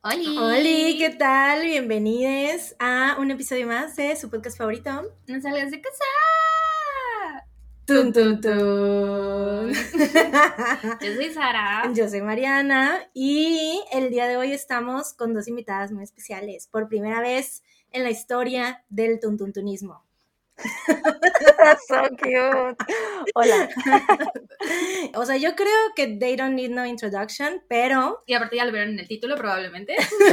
Oli, ¿qué tal? Bienvenidos a un episodio más de su podcast favorito. ¡No salgas de casa! ¡Tun, tun, tun! Yo soy Sara. Yo soy Mariana y el día de hoy estamos con dos invitadas muy especiales. Por primera vez en la historia del tuntuntunismo. That's so cute. Hola. O sea, yo creo que they don't need no introduction, pero... Y aparte ya lo vieron en el título probablemente.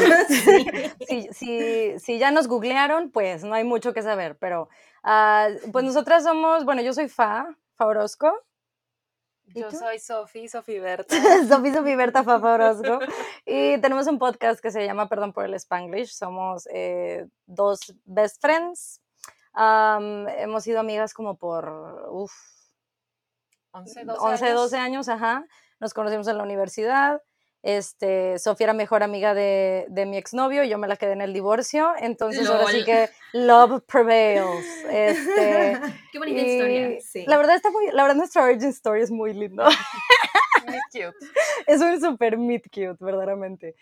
Sí. Si ya nos googlearon, pues no hay mucho que saber, pero pues nosotras somos, bueno, yo soy Fa Orozco. Yo soy Sofi Berta. Sofi Berta Fa Orozco. Y tenemos un podcast que se llama Perdón por el Spanglish. Somos dos best friends. Hemos sido amigas como por 11, 12 años, ajá. Nos conocimos en la universidad. Sofía era mejor amiga de mi exnovio y yo me la quedé en el divorcio. Entonces ahora sí que love prevails. Qué bonita historia. Sí. La verdad nuestra origin story es muy lindo. Meet cute. Es un super meet cute, verdaderamente.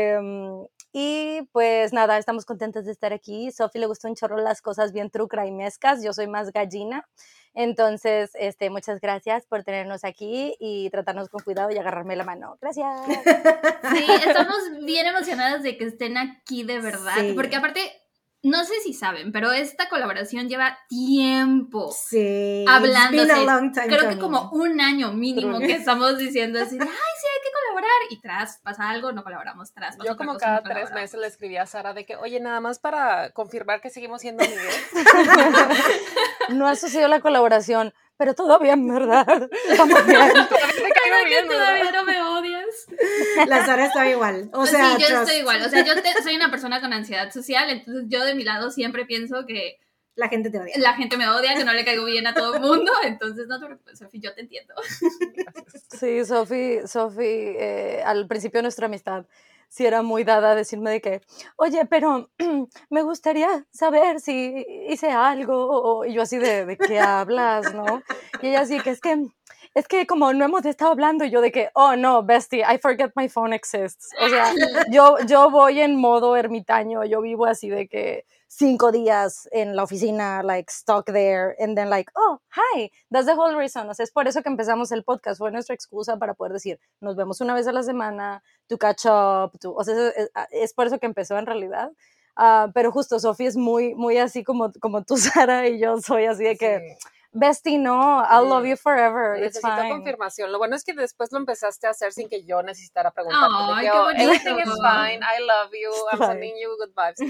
Y pues nada, estamos contentas de estar aquí. Sofi le gustó un chorro las cosas bien true crimescas, yo soy más gallina. Entonces, muchas gracias por tenernos aquí y tratarnos con cuidado y agarrarme la mano. Gracias. Sí, estamos bien emocionadas de que estén aquí de verdad, Sí. porque aparte, no sé si saben, pero esta colaboración lleva tiempo Sí. hablando. It's been a long time creo coming. que como un año mínimo Truly. que estamos diciendo así de, ay, sí, hay que colaborar, y tras pasa algo, no colaboramos, tras pasa Yo otra como cosa, cada no 3 colaboramos. meses le escribí a Sara de que, oye, nada más para confirmar que seguimos siendo amigos. No ha sucedido la colaboración, pero todo bien, ¿verdad? Estamos bien. ¿Verdad que todavía no me odias? La Sara estaba igual. O sea, sí, yo trust. estoy igual. O sea, soy una persona con ansiedad social, entonces yo de mi lado siempre pienso que La gente te odia. la gente me odia, que no le caigo bien a todo el mundo, entonces no te preocupes, Sofi, yo te entiendo. Sí, Sofi, al principio de nuestra amistad, sí era muy dada a decirme de que, oye, pero me gustaría saber si hice algo, y yo así de qué hablas, ¿no? Y ella así que es que como no hemos estado hablando, y yo de que, oh no, bestie, I forget my phone exists. O sea, yo voy en modo ermitaño, yo vivo así de que 5 días en la oficina, like, stuck there, and then like, oh, hi, that's the whole reason. O sea, es por eso que empezamos el podcast, fue nuestra excusa para poder decir, nos vemos una vez a la semana, to catch up, o sea, es por eso que empezó en realidad. Pero justo, Sofía es muy, muy así como tú, Sara, y yo soy así de que, Sí. bestie, no, I'll love you forever, it's Necesito fine. confirmación. Lo bueno es que después lo empezaste a hacer sin que yo necesitara preguntarte. Ay, de que, qué bonito. everything is fine, I love you, I'm Fine. sending you good vibes.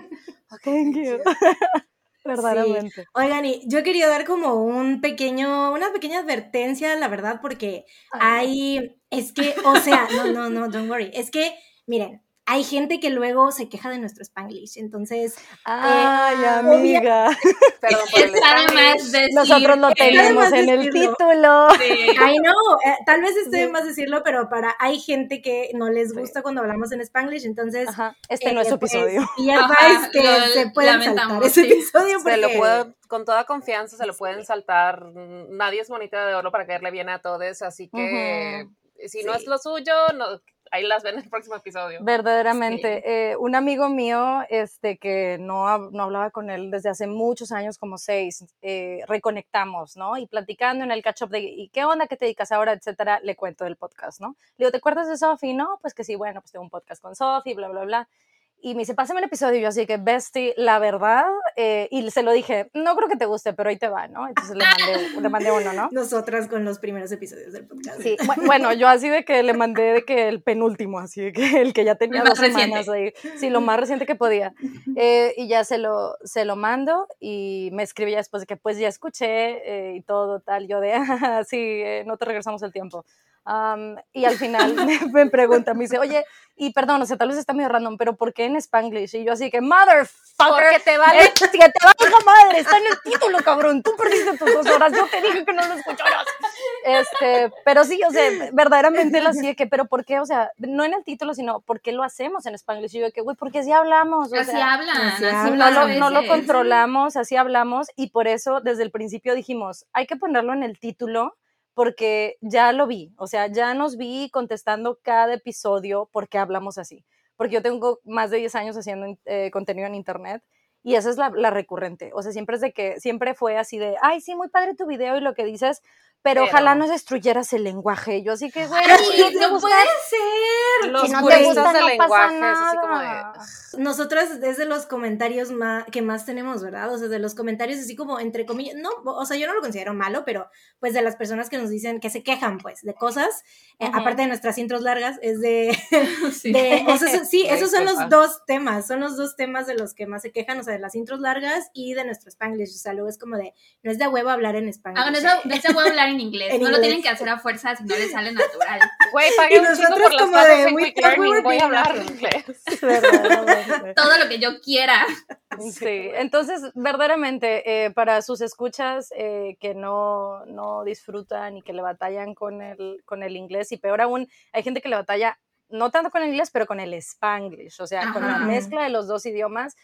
Thank you. Verdaderamente. Sí. Oigan, y yo quería dar como una pequeña advertencia, la verdad, porque es que, o sea, no, don't worry, es que, miren, hay gente que luego se queja de nuestro Spanglish, entonces... Ay, amiga. Perdón por el Está de más Spanish. decir Nosotros lo que- tenemos en el decirlo. título. Sí. I know, tal vez esté de Sí. más decirlo, pero hay gente que no les gusta cuando hablamos en Spanglish, entonces... Ajá, no es su pues, episodio. y advice que lo se pueden saltar lamentamos, ese sí. episodio porque... Se lo puedo, con toda confianza se lo pueden saltar. Nadie es monita de oro para caerle bien a todos, así que si no es lo suyo, no, ahí las ven en el próximo episodio. Verdaderamente. Un amigo mío, que no hablaba con él desde hace muchos años, como 6, reconectamos, ¿no? Y platicando en el catch-up de, ¿y qué onda, qué te dedicas ahora, etcétera? Le cuento del podcast, ¿no? Le digo, ¿te acuerdas de Sofi? No, pues que sí, bueno, pues tengo un podcast con Sofi, bla, bla, bla. Y me dice, pásame el episodio, y yo así que, bestie, la verdad, y se lo dije, no creo que te guste, pero ahí te va, ¿no? Entonces le mandé uno, ¿no? Nosotras con los primeros episodios del podcast. Sí, bueno, yo así de que le mandé de que el penúltimo, así de que el que ya tenía El más 2 semanas ahí, sí, lo más reciente que podía, y ya se lo mando, y me escribe ya después de que pues ya escuché, y todo tal, yo de, sí, no te regresamos el tiempo. Y al final me pregunta, me dice, oye, y perdón, o sea, tal vez está medio random, pero ¿por qué en Spanglish? Y yo así que, motherfucker, Porque te vale. que te valga madre, está en el título, cabrón, tú perdiste tus 2 horas, yo te dije que no lo escucharas. Pero sí, o sea, verdaderamente lo hacía que, pero ¿por qué? O sea, no en el título, sino ¿por qué lo hacemos en Spanglish? Y yo que, güey, porque así hablamos. O Así sea, hablan, así así hablan. hablan no a lo veces. controlamos, así hablamos, y por eso desde el principio dijimos, hay que ponerlo en el título, porque ya lo vi, o sea, ya nos vi contestando cada episodio porque hablamos así. porque yo tengo más de 10 años haciendo contenido en internet. Y esa es la recurrente. O sea, siempre es de que, siempre fue así de, ay, sí, muy padre tu video y lo que dices, pero ojalá no destruyeras el lenguaje. Yo así que, güey, ¡Ay, no puede ser! Los si no te puristas gusta, del no pasa lenguaje es así como de... nada. Nosotras es de los comentarios que más tenemos, ¿verdad? O sea, de los comentarios así como entre comillas, no, o sea, yo no lo considero malo, pero pues de las personas que nos dicen, que se quejan pues de cosas, aparte de nuestras intros largas, es de, Sí. o sea, sí, esos son disculpa. los dos temas de los que más se quejan, o sea, de las intros largas y de nuestro Spanglish, o sea, luego es como de, no es de huevo hablar en Spanglish. No se puede hablar en inglés, En no lo inglés. tienen que hacer a fuerza si no les sale natural. Güey, pagué Y un chico nosotros por las como clases de, en we Quick thought we Learning, were voy a being hablar natural. inglés. Verdaderamente. Todo lo que yo quiera. Sí, entonces verdaderamente para sus escuchas que no disfrutan y que le batallan con el inglés, y peor aún, hay gente que le batalla no tanto con el inglés, pero con el Spanglish, o sea, con la Ajá. mezcla de los dos idiomas.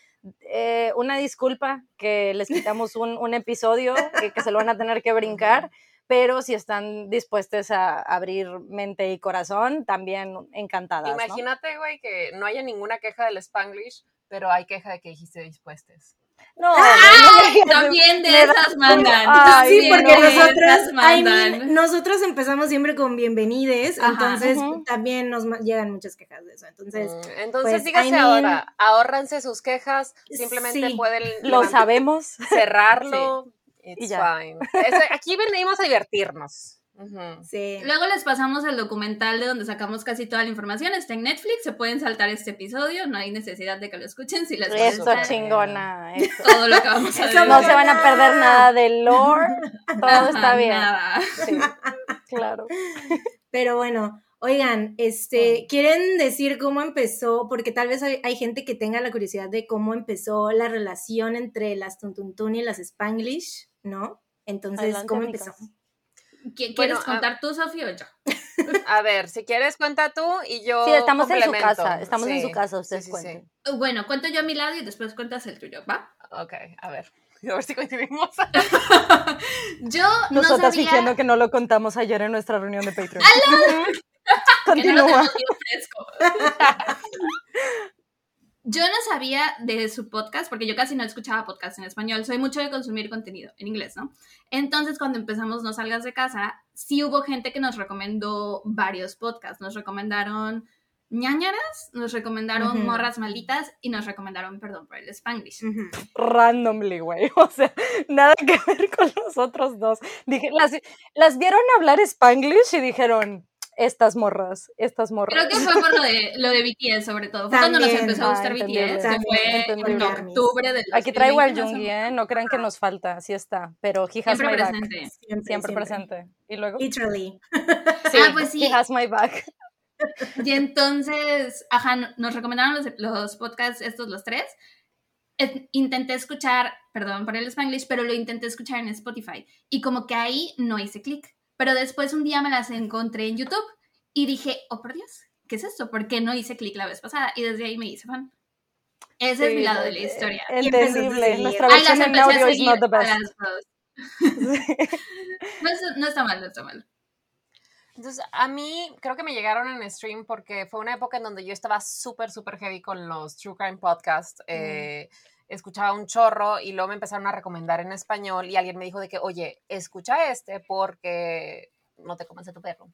Una disculpa que les quitamos un episodio que se lo van a tener que brincar, pero si están dispuestos a abrir mente y corazón, también encantadas, ¿no? Imagínate, güey, que no haya ninguna queja del Spanglish, pero hay queja de que dijiste dispuestes. No, ¡Ay! También de esas mandan. Ay, Sí, porque También de nosotras, esas mandan. nosotros empezamos siempre con bienvenides, Ajá. entonces Ujú. también nos llegan muchas quejas de eso. Entonces, Entonces pues, dígase I mean, ahora, ahórranse sus quejas, simplemente sí. pueden lo sabemos. cerrarlo, Y it's ya. fine. Aquí venimos a divertirnos. Ujú. Sí. Luego les pasamos el documental de donde sacamos casi toda la información. Está en Netflix, se pueden saltar este episodio, no hay necesidad de que lo escuchen si les Eso molesta chingona. Eso. todo lo que vamos a Eso decir. No se van a perder nada del lore. Todo Ajá, está bien. nada. Sí, claro. Pero bueno, oigan, ¿quieren decir cómo empezó? Porque tal vez hay gente que tenga la curiosidad de cómo empezó la relación entre las Tuntuntún y las Spanglish, ¿no? Entonces, Adelante, ¿cómo amigas. empezó? ¿Quieres Bueno, contar tú, Sofía, o yo? A ver, si quieres cuenta tú y yo Sí, estamos en su complemento. casa. Estamos en Sí, su casa, ustedes sí. cuenten. Bueno, cuento yo a mi lado y después cuentas el tuyo, ¿va? Ok, a ver si coincidimos. Yo no Nosotras sabía... fingiendo que no lo contamos ayer en nuestra reunión de Patreon. Que no lo Continúa. tenemos bien fresco. Yo no sabía de su podcast, porque yo casi no escuchaba podcast en español. Soy mucho de consumir contenido en inglés, ¿no? Entonces, cuando empezamos No Salgas de Casa, sí hubo gente que nos recomendó varios podcasts. Nos recomendaron ñañaras, nos recomendaron Morras Malditas y nos recomendaron Perdón por el Spanglish. Randomly, güey. O sea, nada que ver con los otros dos. Dije, las vieron hablar Spanglish y dijeron, estas morras. Creo que fue por lo de BTS, sobre todo. Fue cuando nos empezó a gustar BTS, que fue en octubre del 2020. Aquí traigo al Jungi, ¿eh? No crean que nos falta, así está. Pero he has my back. Siempre presente. Y luego. Literally. Sí, pues sí. he has my back. Y entonces, nos recomendaron los podcasts estos, los tres. Intenté escuchar, perdón por el Spanglish, pero lo intenté escuchar en Spotify. Y como que ahí no hice clic. Pero después un día me las encontré en YouTube y dije, oh por Dios, ¿qué es esto? ¿Por qué no hice clic la vez pasada? Y desde ahí me hice fan. Ese es mi lado de la historia. Entendible. Nuestra versión en audio is not the best. No está mal, no está mal. Entonces, a mí creo que me llegaron en stream porque fue una época en donde yo estaba súper heavy con los True Crime Podcasts. Escuchaba un chorro y luego me empezaron a recomendar en español y alguien me dijo de que, oye, escucha porque no te comas a tu perro.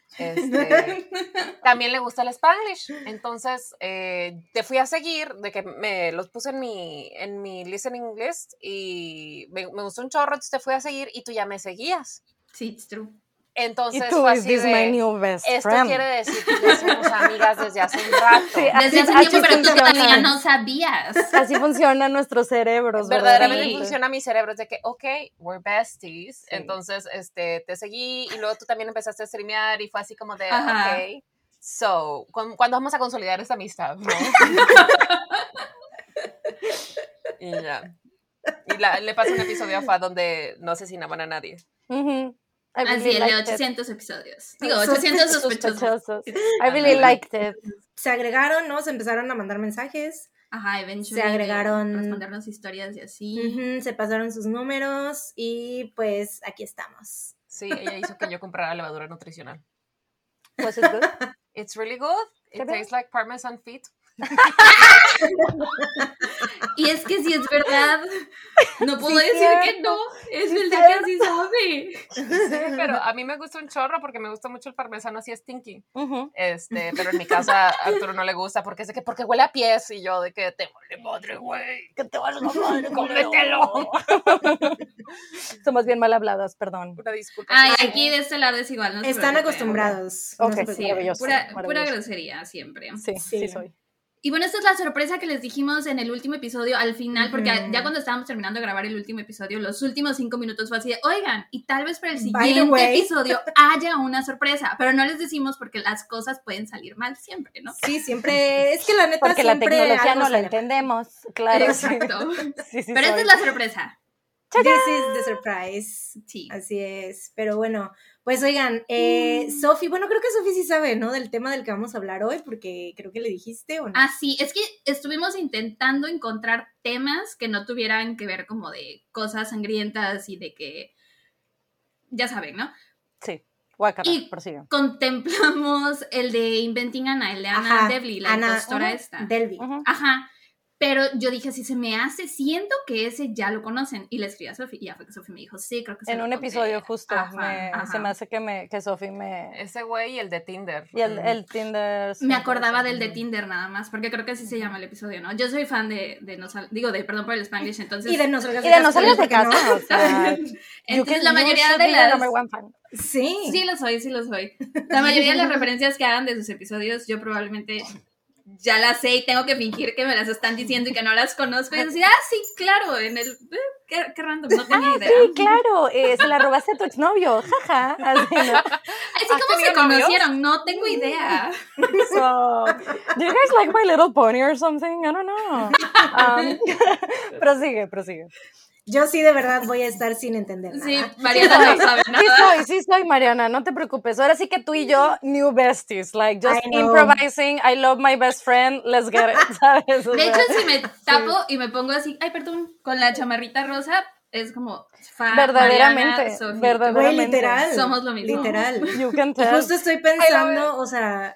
También le gusta el Spanglish. Entonces, te fui a seguir, de que me los puse en mi listening list y me gustó un chorro, entonces te fui a seguir y tú ya me seguías. Sí, it's true. Entonces y tú, fue is así this de, my new best esto friend. quiere decir que ya somos amigas desde hace un rato. Sí, desde hace tiempo, pero tú todavía no sabías. Así funcionan nuestros cerebros. Verdaderamente Sí. funciona mi cerebro, es de que, ok, we're besties. Sí. Entonces, te seguí y luego tú también empezaste a streamear y fue así como de, Ajá. ok, so, ¿cuándo vamos a consolidar esta amistad? ¿No? Y ya. Y le pasé un episodio a Fa donde no asesinaban a nadie. Así, el de 800 episodios. Digo, 800 sospechosos. I really liked it. Se agregaron, ¿no? Se empezaron a mandar mensajes. Ajá, eventualmente. Se agregaron. Respondernos historias y así. Se pasaron sus números y pues aquí estamos. Sí, ella hizo que yo comprara levadura nutricional. Was it good? It's really good. It tastes like Parmesan feet. Y es que si es verdad, no puedo decir cierto. que no. Es Sí, verdad que así sabe. Sí, pero a mí me gusta un chorro porque me gusta mucho el parmesano así stinky. Ujú. Pero en mi casa a Arturo no le gusta porque es de que porque huele a pies y yo de que te vale madre, güey. Que te valga madre, Cómetelo. Somos bien mal habladas, perdón. Una disculpa. Ay, aquí de este lado es igual. No se Están preocupen. acostumbrados. Ok, no se sí, preocupen. maravilloso. Pura maravilloso. grosería siempre. Sí, Sí. sí soy. Y bueno, esta es la sorpresa que les dijimos en el último episodio, al final, porque Ujú. ya cuando estábamos terminando de grabar el último episodio, los últimos 5 minutos fue así de, oigan, y tal vez para el By the siguiente way. episodio haya una sorpresa, pero no les decimos porque las cosas pueden salir mal siempre, ¿no? Sí, siempre. Es que la neta Porque la siempre tecnología algo no la sale. entendemos, claro. Exacto. Sí, sí Pero esta soy. es la sorpresa. This is the surprise. Sí. Así es. Pero bueno, pues oigan, Sofi, bueno, creo que Sofi sí sabe, ¿no? Del tema del que vamos a hablar hoy, porque creo que le dijiste o no. Ah, sí, es que estuvimos intentando encontrar temas que no tuvieran que ver como de cosas sangrientas y de que, ya saben, ¿no? Sí, guácala, Y prosigue. contemplamos el de Inventing Anna, el de Anna Ajá, Devlin, la Anna, impostora ujú, esta. Delvey. Ujú. Ajá. Pero yo dije, si se me hace, siento que ese ya lo conocen. Y le escribí a Sofi, y ya fue que Sofi me dijo, sí, creo que se En lo un conté. episodio justo Ajá. se me hace que Sofi me... Ese güey y el de Tinder. Y el Tinder... Me acordaba del de Tinder nada más, porque creo que así se llama el episodio, ¿no? Yo soy fan de perdón por el Spanglish, entonces... Y de no salgas Y de no salgas de ¿por qué no? casa, o sea... Entonces la mayoría you de should be your las... number one fan. Sí. Sí lo soy. La mayoría de las referencias que hagan de sus episodios, yo probablemente ya las sé y tengo que fingir que me las están diciendo y que no las conozco y decir, sí, claro, en el... qué random, no tenía idea. Sí, claro, se la robaste a tu exnovio, jaja. Así, ¿no? Así ¿Has como se tenido novios? conocieron, no tengo idea. So, do you guys like My Little Pony or something? I don't know. Prosigue. Yo sí de verdad voy a estar sin entender nada. Sí, Mariana no sabe nada. Sí soy, Mariana, no te preocupes. Ahora sí que tú y yo, new besties, like just I know. improvising, I love my best friend, let's get it, ¿sabes? O De sea, hecho, si me tapo y me pongo así, ay, perdón, con la chamarrita rosa, es como verdaderamente, Mariana, Sofi, Güey, verdaderamente. literal. Somos lo mismo. Literal. You can Y tell. justo estoy pensando, o sea,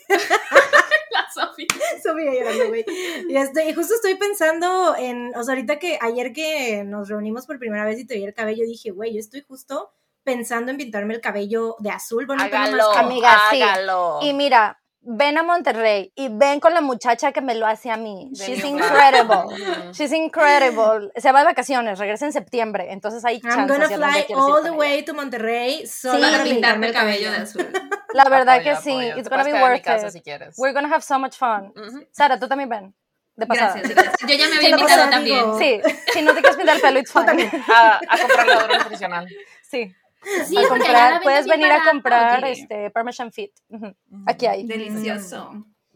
La Sofi. Sofi ya llorando, güey. Y justo estoy pensando en, o sea, ahorita que ayer que nos reunimos por primera vez y te vi el cabello, dije, güey, yo estoy justo pensando en pintarme el cabello de azul. Bueno, tengo Hágalo, más Amiga, sí. hágalo. Y mira, ven a Monterrey y ven con la muchacha que me lo hace a mí. De She's New incredible. She's incredible. Se va de vacaciones, regresa en septiembre, entonces hay I'm chance gonna hacia dónde fly quieres ir all con the ella. way to Monterrey solo Sí. Para para pintarme el cabello de azul. La verdad Apoyo, que sí, apoyo. it's Te gonna puedes be quedar en mi worth casa it. si quieres. We're gonna have so much fun. Ujú. Sara, tú también ven. De pasada. Gracias. Yo ya me había Sí, invitado o sea, también. digo- Sí, si no te quieres pintar el pelo, it's fine. A comprar la lavadora nutricional. Sí. Sí, A porque comprar, allá la venden puedes bien venir a barato, comprar oye. Parmesan Fit. Ujú. Aquí hay. Delicioso.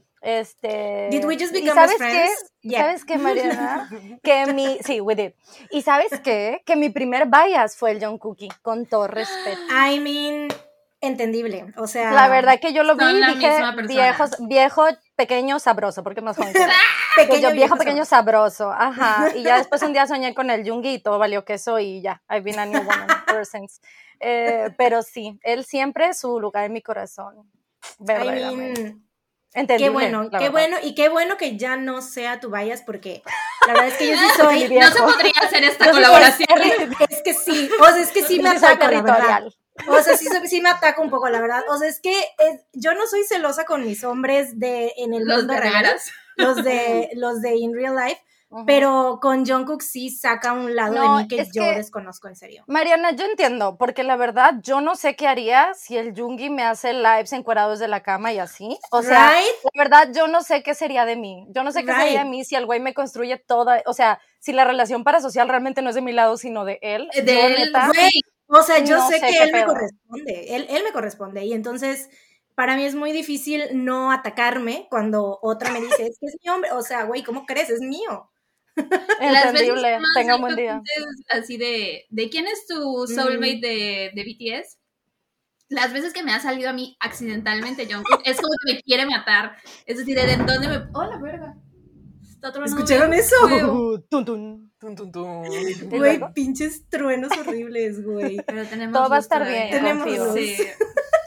Did we just ¿y become sabes best qué? friends? Yeah. ¿Sabes qué, Mariana? Sí, we did. ¿Y sabes qué? Que mi primer bias fue el John Cookie, con todo respeto. I mean, entendible. O sea, La verdad que yo lo vi Son y la dije, misma persona. viejo, pequeño, sabroso, porque es más joven que yo. pequeño, Viejo, pequeño, sabroso. Ajá. Y ya después un día soñé con el Jungi y todo valió queso y ya. I've been a new woman ever since. Pero sí, él siempre su lugar en mi corazón. I Verdaderamente. mean, Entendible, qué bueno, la qué verdad. bueno, y qué bueno que ya no sea tu bias, porque la verdad es que yo sí soy, Mi viejo. No se podría hacer esta Yo sí soy colaboración. es que sí, o sea, es que sí me Yo sí soy ataca, la verdad. territorial. O sea, sí me ataca un poco, la verdad. O sea, es que yo no soy celosa con mis hombres en el Los mundo de real, veras. los de in real life, Ujú. pero con Jungkook sí saca un lado No, de mí que es yo que- desconozco en serio. Mariana, yo entiendo, porque la verdad yo no sé qué haría si el Jungi me hace lives encuerados de la cama y así. O sea, Right? la verdad yo no sé qué sería de mí. Yo no sé qué sería de Right. mí si el güey me construye toda, o sea, si la relación parasocial realmente no es de mi lado, sino de él. De Yo, él, neta, Güey, o sea, yo no sé sé que qué él me pedo. corresponde, él me corresponde, y entonces para mí es muy difícil no atacarme cuando otra me dice, es que es mi hombre, o sea, güey, ¿cómo crees? Es mío. Las veces entendible. más Tenga un buen día. elocuentes así de quién es tu soulmate de BTS. Las veces que me ha salido a mí accidentalmente Jungkook, es como que me quiere matar. Es decir, ¿de dónde me... ¡Oh, la verga! Está tronando ¿Escucharon bien eso? feo. Tun, tun. Tun, tun, tun. ¿Y Güey, luego? pinches truenos horribles, güey. Pero tenemos Todo va a luz estar todavía. bien, Tenemos confío. luz. Sí.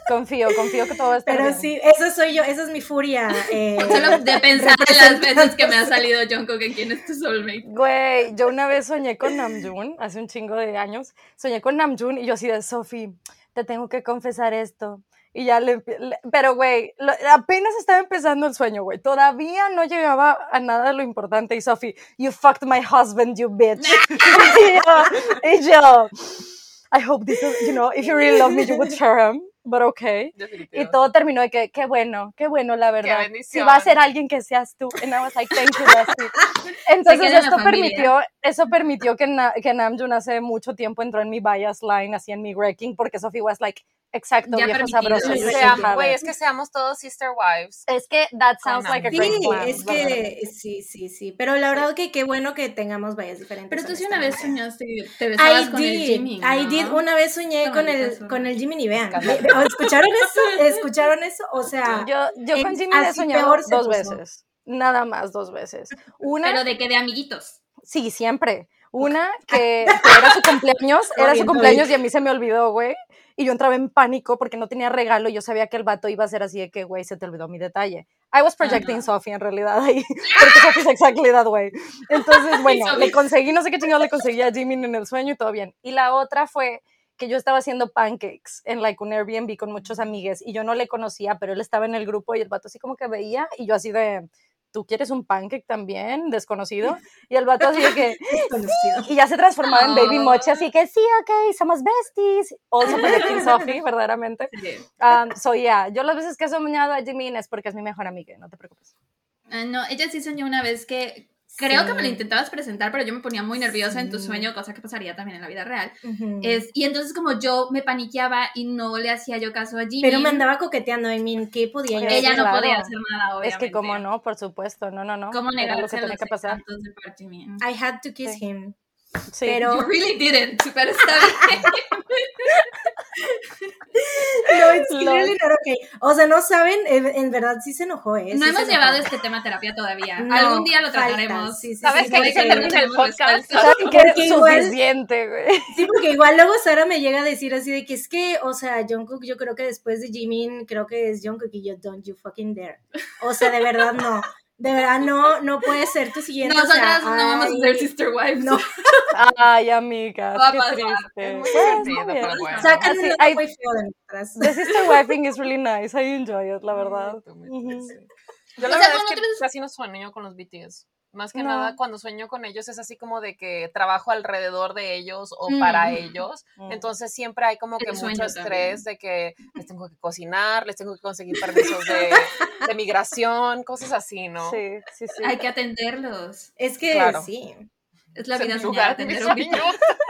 Confío que todo va a estar Pero bien. sí, eso soy yo, esa es mi furia. Solo de pensar en las veces que me ha salido Jungkook en quién es tu soulmate. Güey, yo una vez soñé con Namjoon, hace un chingo de años, soñé con Namjoon y yo así de, Sophie, te tengo que confesar esto. Y ya pero güey, apenas estaba empezando el sueño, güey, todavía no llegaba a nada de lo importante. Y Sophie, you fucked my husband, you bitch. y yo, I hope this is, you know, if you really love me, you would share him. But okay. Definitivo. Y todo terminó de que, qué bueno, la verdad. bendición. Si va a ser alguien que seas tú. And I was like, thank you, Dusty. Entonces esto permitió que Namjoon hace mucho tiempo entró en mi bias line, así en mi wrecking, porque Sophie was like, exacto, Ya viejo permitido. sabroso. Güey, es que seamos todos sister wives. Es que that sounds like a great Sí, plan. es que sí. Pero la verdad que qué bueno que tengamos vallas diferentes. Pero tú sí una vez soñaste y te besabas con el Jimin, ¿no? I did, una vez soñé Esta con maldita zorra. con el Jimin y vean. ¿Escucharon eso? O sea, Yo con Jimin he así soñado peor se 2 puso. veces. Nada más 2 veces. Una, Pero de que de amiguitos. sí, siempre. Una que era su cumpleaños, y a mí se me olvidó, güey. Y yo entraba en pánico porque no tenía regalo y yo sabía que el vato iba a ser así de que, güey, se te olvidó mi detalle. I was projecting Sophie en realidad ahí, porque Sophie es exactly that way. Entonces, bueno, le conseguí, no sé qué chingados le conseguí a Jimin en el sueño y todo bien. Y la otra fue que yo estaba haciendo pancakes en like un Airbnb con muchos amigues y yo no le conocía, pero él estaba en el grupo y el vato así como que veía y yo así de, ¿tú quieres un pancake también? Desconocido. Y el vato así de que, sí, y ya se transformaba en Baby Mochi, así que sí, ok, somos besties. Also projecting Sophie, verdaderamente. So yeah, yo las veces que he soñado a Jimin es porque es mi mejor amiga, no te preocupes. No, ella sí soñó una vez que creo que me la intentabas presentar, pero yo me ponía muy nerviosa en tu sueño, cosa que pasaría también en la vida real. Y entonces como yo me paniqueaba y no le hacía yo caso a Jimin. Pero me andaba coqueteando, I mean, ¿qué podía yo hacer? Ella no podía hacer nada, obviamente. Es que como no, por supuesto, no. ¿Cómo negarse lo que tenía que pasar? de por Jimin? I had to kiss him. Sí. Pero You really didn't, pero está bien. no, it's really not okay. O sea, no saben, en verdad sí se enojó, No sí hemos llevado este tema a terapia todavía. No, Algún día lo falta, trataremos. sí, ¿Sabes qué? porque Que termine el podcast. ¿Saben qué? Porque igual- Suficiente, güey. Sí, porque igual luego Sara me llega a decir así de que es que, o sea, Jungkook, yo creo que después de Jimin, creo que es Jungkook y yo, don't you fucking dare. O sea, de verdad no. De verdad no puede ser tu siguiente. Nosotras o sea, no vamos a ser sister wives. no. Ay, amigas, Va a qué pasar. triste. Es muy Bueno, divertido, está bien. pero bueno. Sacan Así, un hay- muy feo de nosotras. The sister wifing is really nice. I enjoy it, la verdad. Ujú. Yo O la sea, verdad con es que otros- casi no sueño con los BTS. Más que No. nada, cuando sueño con ellos es así como de que trabajo alrededor de ellos o para ellos. Entonces siempre hay como que El sueño mucho estrés de que les tengo que cocinar, les tengo que conseguir permisos de migración, cosas así, ¿no? Sí. Hay que atenderlos. Es que Claro. sí. Es la Es vida mi soñar, lugar, mi atender un sueño.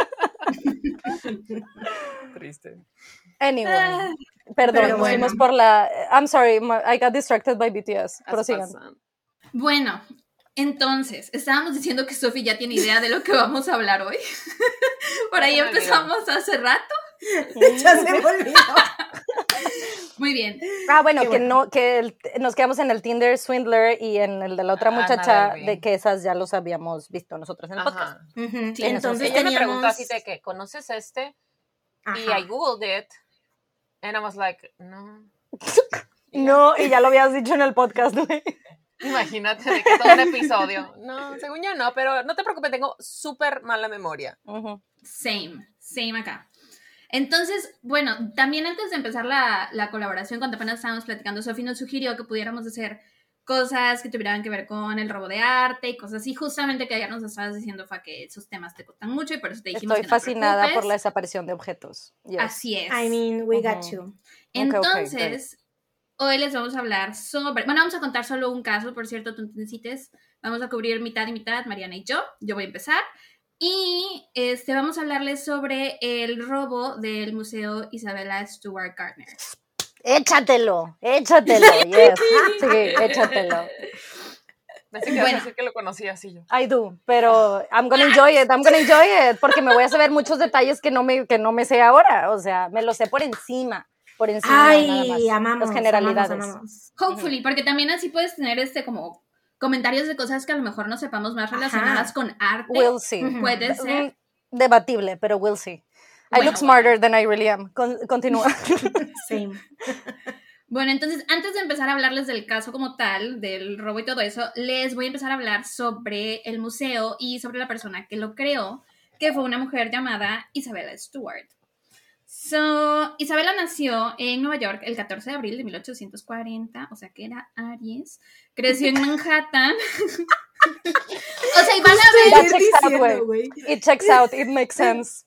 Triste. Anyway, perdón, Pero nos fuimos bueno. por la... I'm sorry, I got distracted by BTS. Así Prosigan. pasa. Bueno, entonces, estábamos diciendo que Sophie ya tiene idea de lo que vamos a hablar hoy. Por ahí Ya se me empezamos hace rato. Ya se me olvidó. Muy bien. Bueno, Qué que bueno. no, que nos quedamos en el Tinder Swindler y en el de la otra muchacha, Annabelle. de que esas ya los habíamos visto nosotros en el podcast. Ajá. Ujú. Sí, Entonces Ella me teníamos... preguntó así de que, ¿conoces este? Y Ajá. I googled it. And I was like, no. No, y ya lo habías dicho en el podcast, güey. Imagínate de que todo un episodio. No, según yo no, pero no te preocupes, tengo súper mala memoria. Ujú. Same acá. Entonces, bueno, también antes de empezar la colaboración, cuando apenas estábamos platicando, Sophie nos sugirió que pudiéramos hacer cosas que tuvieran que ver con el robo de arte y cosas así. Justamente que ayer nos estabas diciendo, Fa, que esos temas te gustan mucho y por eso te dijimos Estoy que no te fascinada por la preocupes. desaparición de objetos. Yes. Así es. I mean, we got Ujú. you. Entonces, hoy les vamos a hablar sobre... Bueno, vamos a contar solo un caso, por cierto, tuntuncites. Vamos a cubrir mitad y mitad, Mariana y yo. Yo voy a empezar. Y vamos a hablarles sobre el robo del Museo Isabella Stewart Gardner. Échatelo, yes. Sí, échatelo. Pensé que ibas a decir que lo conocía así yo. I do, pero I'm gonna enjoy it, porque me voy a saber muchos detalles que no me sé ahora, o sea, me lo sé por encima nada Ay, más, amamos. las generalidades. Amamos. Hopefully, porque también así puedes tener como comentarios de cosas que a lo mejor no sepamos más relacionadas con arte. We'll see. Puede ser. Debatible, pero we'll see. I look smarter than I really am. Continúa. Same. Bueno, entonces, antes de empezar a hablarles del caso como tal, del robo y todo eso, les voy a empezar a hablar sobre el museo y sobre la persona que lo creó, que fue una mujer llamada Isabella Stewart. Isabella nació en Nueva York el 14 de abril de 1840, o sea que era Aries. Creció en Manhattan. O sea, y van a ver... That checks out, güey. It checks out, it makes sense.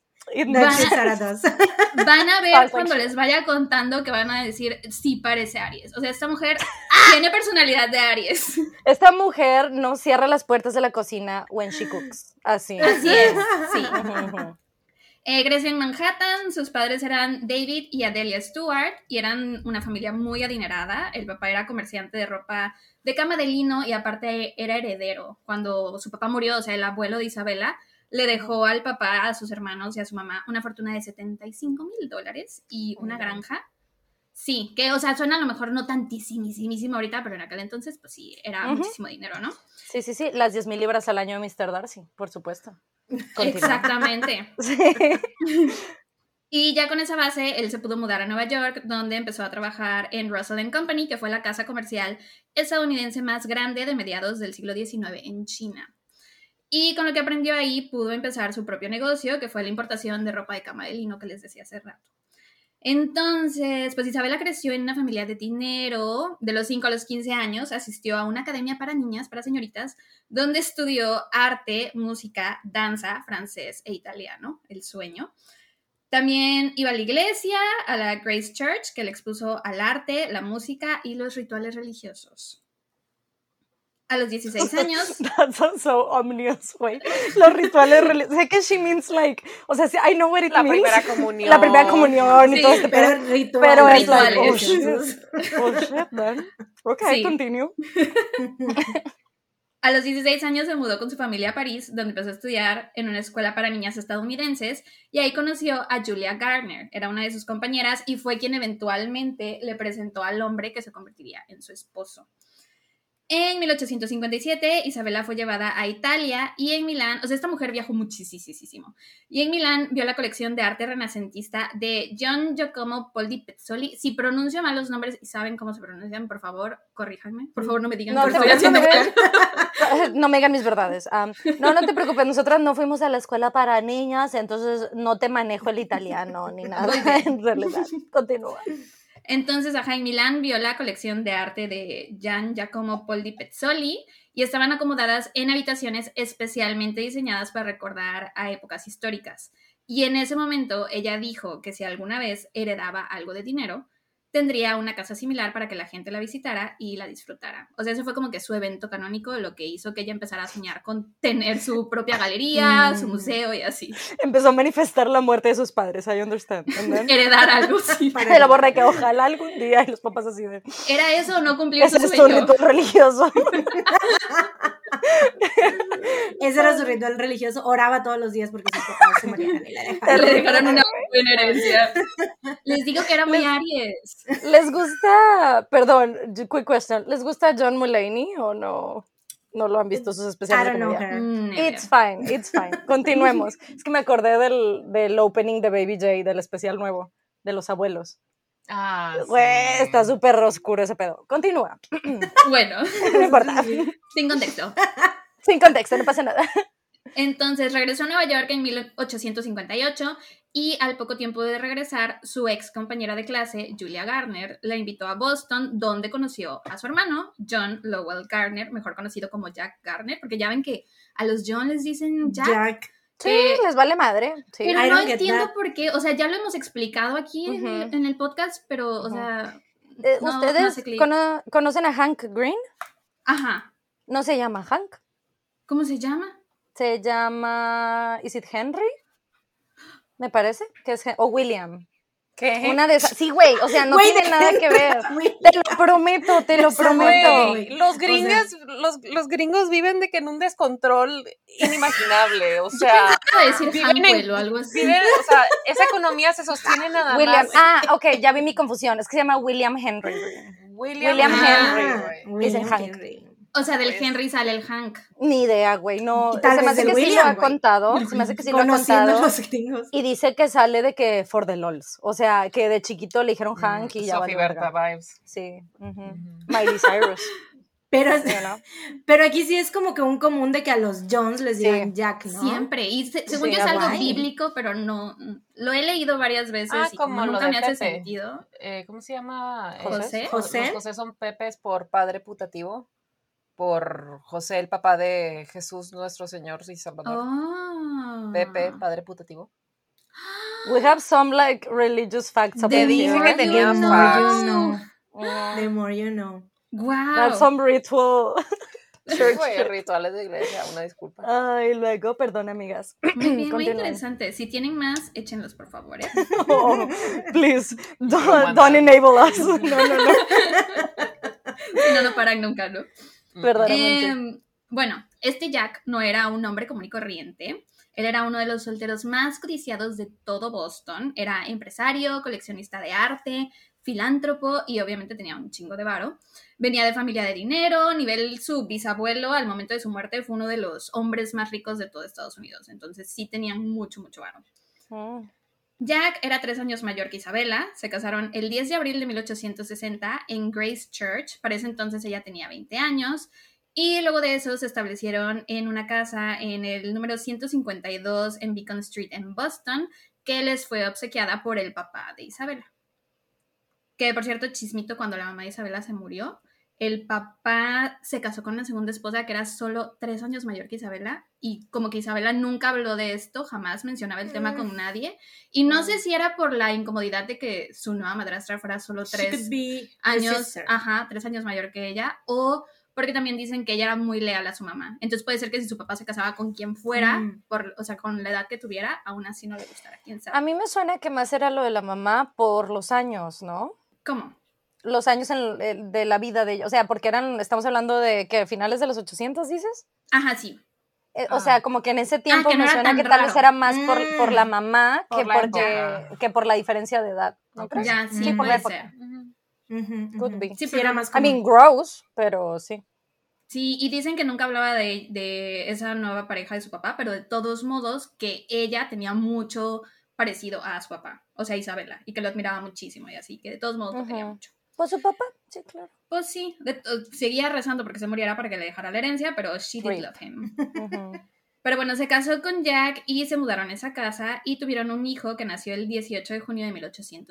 Van a ver cuando les vaya contando que van a decir, sí parece Aries. O sea, esta mujer tiene personalidad de Aries. Esta mujer no cierra las puertas de la cocina when she cooks. Así es, sí. Creció en Manhattan, sus padres eran David y Adelia Stewart y eran una familia muy adinerada. El papá era comerciante de ropa de cama de lino y aparte era heredero. Cuando su papá murió, o sea, el abuelo de Isabella, le dejó al papá, a sus hermanos y a su mamá una fortuna de $75,000 y una granja. Sí, que, o sea, suena a lo mejor no tantísimísimo ahorita, pero en aquel entonces, pues sí, era muchísimo dinero, ¿no? Sí, las 10,000 libras al año de Mr. Darcy, por supuesto. Continúa. Exactamente. Sí. Y ya con esa base, él se pudo mudar a Nueva York, donde empezó a trabajar en Russell & Company, que fue la casa comercial estadounidense más grande de mediados del siglo XIX en China. Y con lo que aprendió ahí, pudo empezar su propio negocio, que fue la importación de ropa de cama de lino que les decía hace rato. Entonces, pues Isabella creció en una familia de dinero. De los 5 a los 15 años asistió a una academia para niñas, para señoritas, donde estudió arte, música, danza, francés e italiano, el sueño. También iba a la iglesia, a la Grace Church, que le expuso al arte, la música y los rituales religiosos. A los 16 años... That sounds so ominous, güey. Los rituales religiosos. Sé que she means like... O sea, I know what it means. Primera comunión. La primera comunión y todo este pero es like... rituales. Oh, shit, man. Ok, Sí. continue. A los 16 años se mudó con su familia a París, donde empezó a estudiar en una escuela para niñas estadounidenses, y ahí conoció a Julia Garner. Era una de sus compañeras y fue quien eventualmente le presentó al hombre que se convertiría en su esposo. En 1857, Isabella fue llevada a Italia y en Milán, o sea, esta mujer viajó muchísimo, y en Milán vio la colección de arte renacentista de Gian Giacomo Poldi Pezzoli. Si pronuncio mal los nombres y saben cómo se pronuncian, por favor, corríjanme. Por favor, no me digan que lo estoy haciendo mal. No me digan mis verdades. No te preocupes, nosotras no fuimos a la escuela para niñas, entonces no te manejo el italiano ni nada, en realidad. Continúa. Entonces, en Milán vio la colección de arte de Gian Giacomo Poldi Pezzoli y estaban acomodadas en habitaciones especialmente diseñadas para recordar a épocas históricas. Y en ese momento ella dijo que si alguna vez heredaba algo de dinero, tendría una casa similar para que la gente la visitara y la disfrutara. O sea, ese fue como que su evento canónico, lo que hizo que ella empezara a soñar con tener su propia galería, su museo y así. Empezó a manifestar la muerte de sus padres, I understand. Heredar algo, sí. Se lo borré que ojalá algún día y los papás así de... ¿Era eso o no cumplir su Ese es sueño? tu ritual religioso. Ese era su ritual religioso. Oraba todos los días porque sus papás se morían y la dejaron. Le dejaron una buena herencia. Les digo que era muy Aries. ¿Les gusta, perdón, quick question, ¿les gusta John Mulaney o no? No lo han visto sus especiales I don't de know comedia. her. It's fine. Continuemos. Es que me acordé del opening de Baby J, del especial nuevo, de los abuelos. Güey, Sí. está súper oscuro ese pedo. Continúa. Bueno, No importa. sin contexto. Sin contexto, no pasa nada. Entonces regresó a Nueva York en 1858 y al poco tiempo de regresar, su ex compañera de clase, Julia Garner, la invitó a Boston, donde conoció a su hermano, John Lowell Garner, mejor conocido como Jack Garner, porque ya ven que a los John les dicen Jack. Sí, les vale madre. Sí. Pero I no don't get entiendo that. por qué, o sea, ya lo hemos explicado aquí en el podcast, pero, o sea... no ¿Ustedes hace clic. conocen a Hank Green? Ajá. No se llama Hank. ¿Cómo se llama? Se llama... ¿Is it Henry? Me parece que es... O William. ¿Qué? Una de esas... Sí, güey, o sea, no Güey, tiene nada que ver. Güey. Te lo prometo, te lo prometo. Güey, los gringos viven de que en un descontrol inimaginable, o sea, Iba a decir viven Hankwell o algo así. o sea, esa economía se sostiene nada William, más. ok, ya vi mi confusión. Es que se llama William Henry. William William Henry, Henry. güey. Dicen Hank. Henry. O sea, del Henry sale el Hank. Ni idea, güey, no. Tal Se me vez hace del que sí lo William, ha güey. contado. Se me hace que sí lo ha Conociendo contado. los gringos. Y dice que sale de que for the lols. O sea, que de chiquito le dijeron Hank y ya Sophie valió Berta verga. vibes. Sí. Miley Cyrus. Pero, you know. pero aquí sí es como que un común de que a los Jones les digan Sí. Jack, ¿no? Siempre. Y según Sí, yo es algo guay. bíblico, pero no. Lo he leído varias veces y como como lo nunca de me hace Pepe. sentido. ¿Cómo se llama? José. José. Los José son Pepes por padre putativo. Por José, el papá de Jesús, nuestro Señor y Salvador. Oh. Pepe, padre putativo. We have some like religious facts about Te dije here. que tenía The more you facts. know. Mm. The more you know. Wow. That's some ritual. Sí, güey, rituales de iglesia, una disculpa. Ay, luego, perdón, amigas. Muy bien, muy Continúen. interesante. Si tienen más, échenlos, por favor. ¿Eh? Oh, please, Manda. don't enable us. No. Si no, no paran nunca, ¿no? Verdaderamente. Bueno, este Jack no era un hombre común y corriente. Él era uno de los solteros más codiciados de todo Boston. Era empresario, coleccionista de arte, filántropo y obviamente tenía un chingo de varo. Venía de familia de dinero, nivel su bisabuelo al momento de su muerte fue uno de los hombres más ricos de todo Estados Unidos. Entonces sí tenían mucho varo. Mm. Jack era 3 años mayor que Isabela. Se casaron el 10 de abril de 1860 en Grace Church. Para ese entonces ella tenía 20 años. Y luego de eso se establecieron en una casa en el número 152 en Beacon Street en Boston, que les fue obsequiada por el papá de Isabela. Que, por cierto, chismito, cuando la mamá de Isabela se murió, el papá se casó con una segunda esposa que era solo 3 años mayor que Isabela, y como que Isabela nunca habló de esto, jamás mencionaba el tema con nadie, y no sé si era por la incomodidad de que su nueva madrastra fuera solo 3 años, 3 años mayor que ella, o porque también dicen que ella era muy leal a su mamá. Entonces puede ser que si su papá se casaba con quien fuera, o sea, con la edad que tuviera, aún así no le gustara, quién sabe. A mí me suena que más era lo de la mamá por los años, ¿no? ¿Cómo? Los años de la vida de ella. O sea, porque estamos hablando de, ¿qué? ¿Finales de los 800, dices? Ajá, sí. O sea, como que en ese tiempo que no me era suena tan que tal vez raro. era más por la mamá Por la época. que por la diferencia de edad, ¿no crees? Ya, sí, Sí, por la puede época. ser. Could be. Sí, Sí, era más I como... mean, gross, pero sí. Sí, y dicen que nunca hablaba de esa nueva pareja de su papá, pero de todos modos que ella tenía mucho parecido a su papá, o sea, Isabela, y que lo admiraba muchísimo y así, que de todos modos lo quería mucho. Pues su papá, sí, claro. Pues sí, seguía rezando porque se muriera para que le dejara la herencia, pero she did Right. love him. Pero bueno, se casó con Jack y se mudaron a esa casa y tuvieron un hijo que nació el 18 de junio de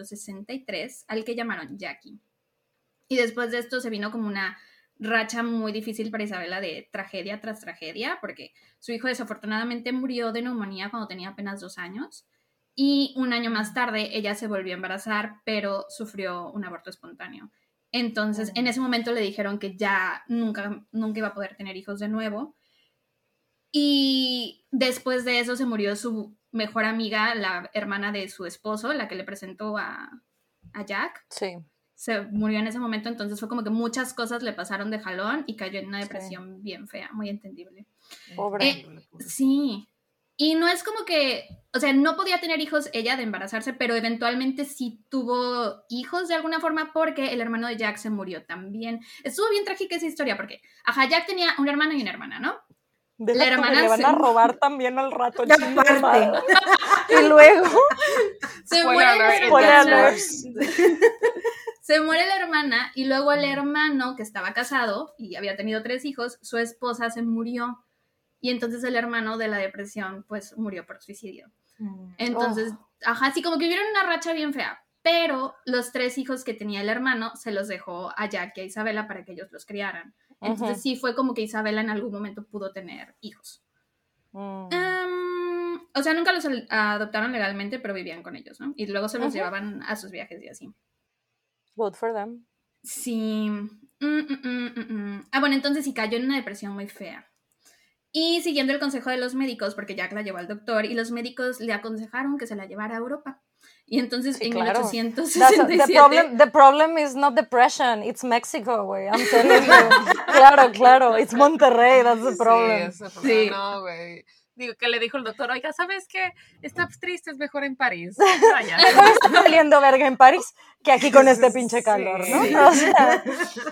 1863, al que llamaron Jackie. Y después de esto se vino como una racha muy difícil para Isabela de tragedia tras tragedia, porque su hijo desafortunadamente murió de neumonía cuando tenía apenas 2 años. Y un año más tarde ella se volvió a embarazar, pero sufrió un aborto espontáneo. Entonces, en ese momento le dijeron que ya nunca iba a poder tener hijos de nuevo. Y después de eso se murió su mejor amiga, la hermana de su esposo, la que le presentó a Jack. Sí. Se murió en ese momento, entonces fue como que muchas cosas le pasaron de jalón y cayó en una depresión bien fea, muy entendible. Pobre. Sí. Y no es como que, o sea, no podía tener hijos ella de embarazarse, pero eventualmente sí tuvo hijos de alguna forma porque el hermano de Jack se murió también. Estuvo bien trágica esa historia porque, Jack tenía un hermano y una hermana, ¿no? Deja la hermana le van se- a robar también al rato. Ya chingue aparte. madre. Y luego, Se Spoiler muere la alert. spoiler hermana. alert. Se muere la hermana y luego el hermano que estaba casado y había tenido 3 hijos, su esposa se murió y entonces el hermano de la depresión pues murió por suicidio. Entonces, así como que vivieron una racha bien fea, pero los 3 hijos que tenía el hermano se los dejó a Jack y a Isabela para que ellos los criaran. Entonces sí fue como que Isabela en algún momento pudo tener hijos. O sea, nunca los adoptaron legalmente, pero vivían con ellos, ¿no? Y luego se los llevaban a sus viajes y así. Good for them. Sí. Bueno, entonces sí cayó en una depresión muy fea. Y siguiendo el consejo de los médicos, porque Jack la llevó al doctor, y los médicos le aconsejaron que se la llevara a Europa. Y entonces Sí, en claro. 1867... The problem is not depression, it's Mexico, güey. I'm telling you. Claro, it's Monterrey, that's the problem. Sí, ese Sí. problema, no, güey. Digo, que le dijo el doctor, oiga, ¿sabes qué? Estás triste, es mejor en París. Vaya. Mejor está saliendo verga en París que aquí con este pinche calor, ¿no? Sí. O sea,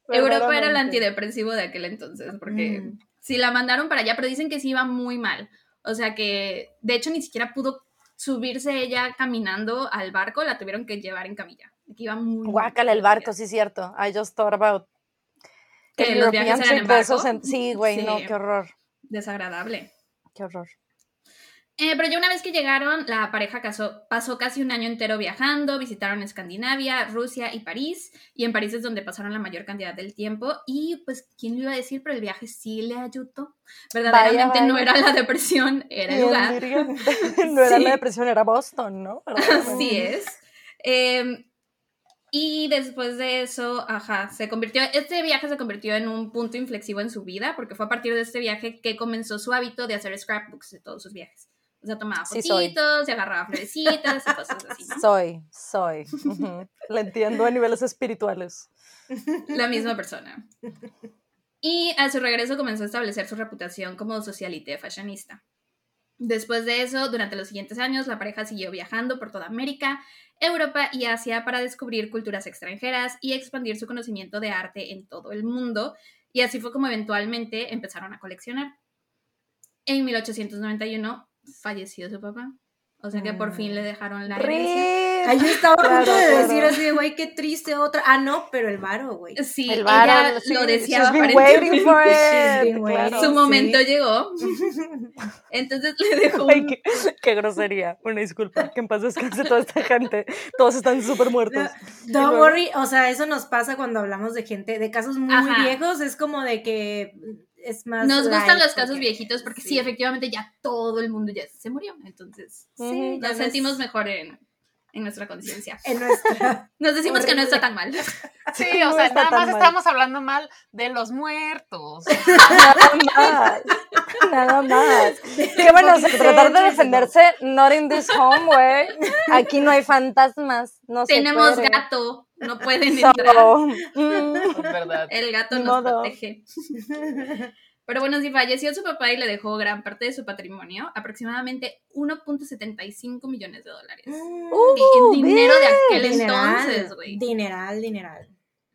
Europa era el verdaderamente. antidepresivo de aquel entonces, porque sí la mandaron para allá, pero dicen que sí iba muy mal. O sea que, de hecho, ni siquiera pudo subirse ella caminando al barco, la tuvieron que llevar en camilla. Que iba muy Guácala el barco, sí, cierto. I just thought about que el los viajes European eran en trip de esos. barco. Sí, güey, Sí. no, qué horror. Desagradable. Qué horror. Pero ya una vez que llegaron, la pareja pasó casi un año entero viajando, visitaron Escandinavia, Rusia y París, y en París es donde pasaron la mayor cantidad del tiempo, y pues, ¿quién lo iba a decir? Pero el viaje sí le ayudó. Verdaderamente Vaya. no era la depresión, era el lugar. Diría? No era Sí. la depresión, era Boston, ¿no? Así es. Y después de eso, este viaje se convirtió en un punto inflexivo en su vida, porque fue a partir de este viaje que comenzó su hábito de hacer scrapbooks de todos sus viajes. O sea, tomaba Sí, fotitos, y agarraba florecitas y cosas así, ¿no? Soy. Ujú. La entiendo a niveles espirituales. La misma persona. Y a su regreso comenzó a establecer su reputación como socialité fashionista. Después de eso, durante los siguientes años, la pareja siguió viajando por toda América, Europa y Asia para descubrir culturas extranjeras y expandir su conocimiento de arte en todo el mundo. Y así fue como eventualmente empezaron a coleccionar. En 1891 falleció su papá. O sea que por fin le dejaron la herencia. Ay, yo estaba a punto de Claro. decir así de, güey, qué triste otra. Ah, no, pero el varo, güey. Sí, El varo, ella sí, lo deseaba she's been aparentemente. waiting for She's it, been waiting. claro. Su momento Sí. llegó. Entonces le dejó Ay, un... qué grosería. Una disculpa. Que en paz descanse toda esta gente. Todos están súper muertos. Don't luego? worry, o sea, eso nos pasa cuando hablamos de gente, de casos muy Ajá. viejos, es como de que es más Nos gustan light los casos porque- viejitos porque sí, efectivamente ya todo el mundo ya se murió. Entonces Sí, ya nos no sentimos es- mejor en nuestra conciencia. en nuestra Nos decimos que no está horrible. tan mal. Sí, No o sea, está nada tan más mal. estamos hablando mal de los muertos. Nada más. Nada más. Que bueno, o sea, tratar de defenderse, not in this home, güey. Aquí no hay fantasmas. No se Tenemos puede. gato, no pueden So, entrar. Es verdad. El gato Ni nos modo. protege. Pero bueno, sí, falleció su papá y le dejó gran parte de su patrimonio, aproximadamente $1.75 millones. En dinero de aquel entonces, güey. Dineral.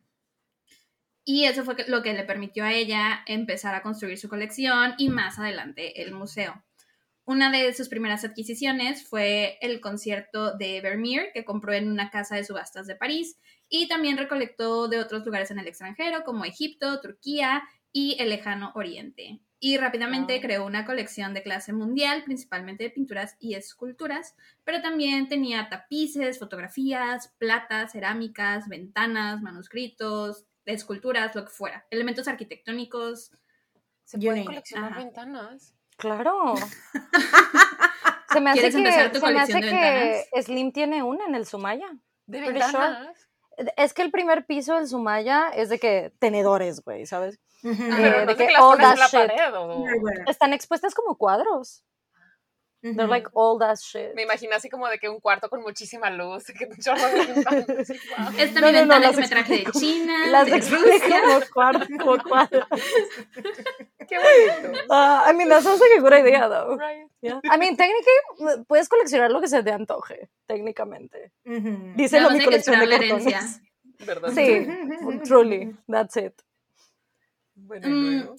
Y eso fue lo que le permitió a ella empezar a construir su colección y más adelante el museo. Una de sus primeras adquisiciones fue el concierto de Vermeer, que compró en una casa de subastas de París, y también recolectó de otros lugares en el extranjero, como Egipto, Turquía y el lejano Oriente. Y rápidamente creó una colección de clase mundial, principalmente de pinturas y esculturas, pero también tenía tapices, fotografías, plata, cerámicas, ventanas, manuscritos, esculturas, lo que fuera, elementos arquitectónicos. ¿Se You pueden name it. coleccionar Ajá. ventanas? Claro. Se me hace ¿Quieres empezar tu se me colección hace de que Slim tiene una en el Sumaya. ¿De Pretty ventanas? Es que el primer piso del Sumaya es de que tenedores, güey, ¿sabes? Ujú. Pero de no sé que que las all pones en la that shit. pared o... Están expuestas como cuadros. Ujú. They're like all that shit. Me imagino así como de que un cuarto con muchísima luz, que un chorro de ventanas. Wow. Esta No, mi no, ventana las que me traje de explico. China, Las de explico Rusia. como cuadros. Qué bonito. I mean, that sounds like a good idea, though. Right. Yeah. I mean, técnicamente, puedes coleccionar lo que se te antoje, técnicamente. Ujú. Dice Nada mi más hay que colección de esperar la herencia. cartones. ¿Verdad? Sí, truly, that's it. Bueno, y luego.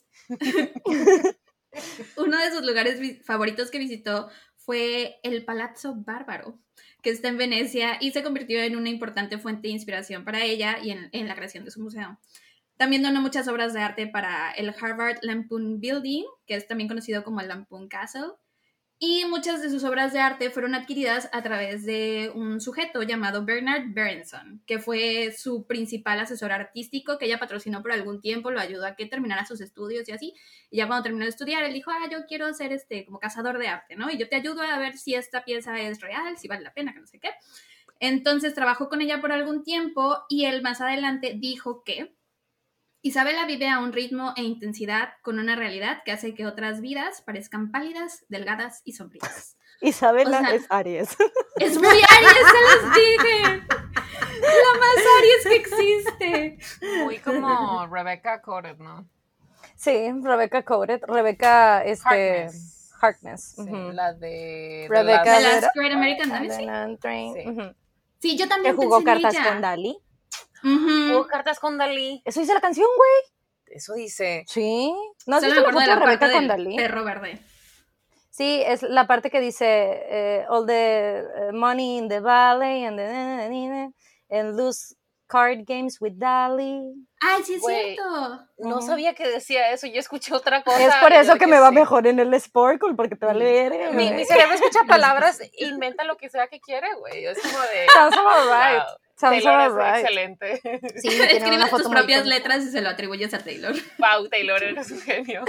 Uno de sus lugares favoritos que visitó fue el Palazzo Bárbaro, que está en Venecia y se convirtió en una importante fuente de inspiración para ella y en la creación de su museo. También donó muchas obras de arte para el Harvard Lampoon Building, que es también conocido como el Lampoon Castle, y muchas de sus obras de arte fueron adquiridas a través de un sujeto llamado Bernard Berenson, que fue su principal asesor artístico, que ella patrocinó por algún tiempo, lo ayudó a que terminara sus estudios y así, y ya cuando terminó de estudiar, él dijo, yo quiero ser como cazador de arte, ¿no? Y yo te ayudo a ver si esta pieza es real, si vale la pena, que no sé qué. Entonces trabajó con ella por algún tiempo y él más adelante dijo que Isabela vive a un ritmo e intensidad con una realidad que hace que otras vidas parezcan pálidas, delgadas y sombrías. Isabela O sea, es Aries. Es muy Aries, se los dije. La más Aries que existe. Muy como Rebecca Coret, ¿no? Sí, Rebecca Coret. Rebecca, Harkness. Sí, Ujú. la de... Rebecca The de Last Great American Novel, sí. Train. Sí. Ujú. Sí, yo Que también jugó pensé en cartas ella. con Dali. Ujú. Cartas con Dalí. Eso dice la canción, güey. Eso dice. Sí. ¿No has Solo me visto la acuerdo de foto de la parte Rebeca con del Dalí? perro verde. Sí, es la parte que dice all the money in the valley and lose card games with Dalí. ¡Ay, sí es Güey, cierto! No sabía que decía eso, yo escuché otra cosa. Es por y yo eso de que me va sí. mejor en el Sparkle, porque te va a leer. Mi cerebro escucha palabras, inventa lo que sea que quiere, güey. Es como de... Sounds about right. Wow, Sounds Taylor about es right. excelente. Sí, tiene una Escribes foto tus muy propias icónica. letras y se lo atribuyes a Taylor. Wow, Taylor, eres un genio.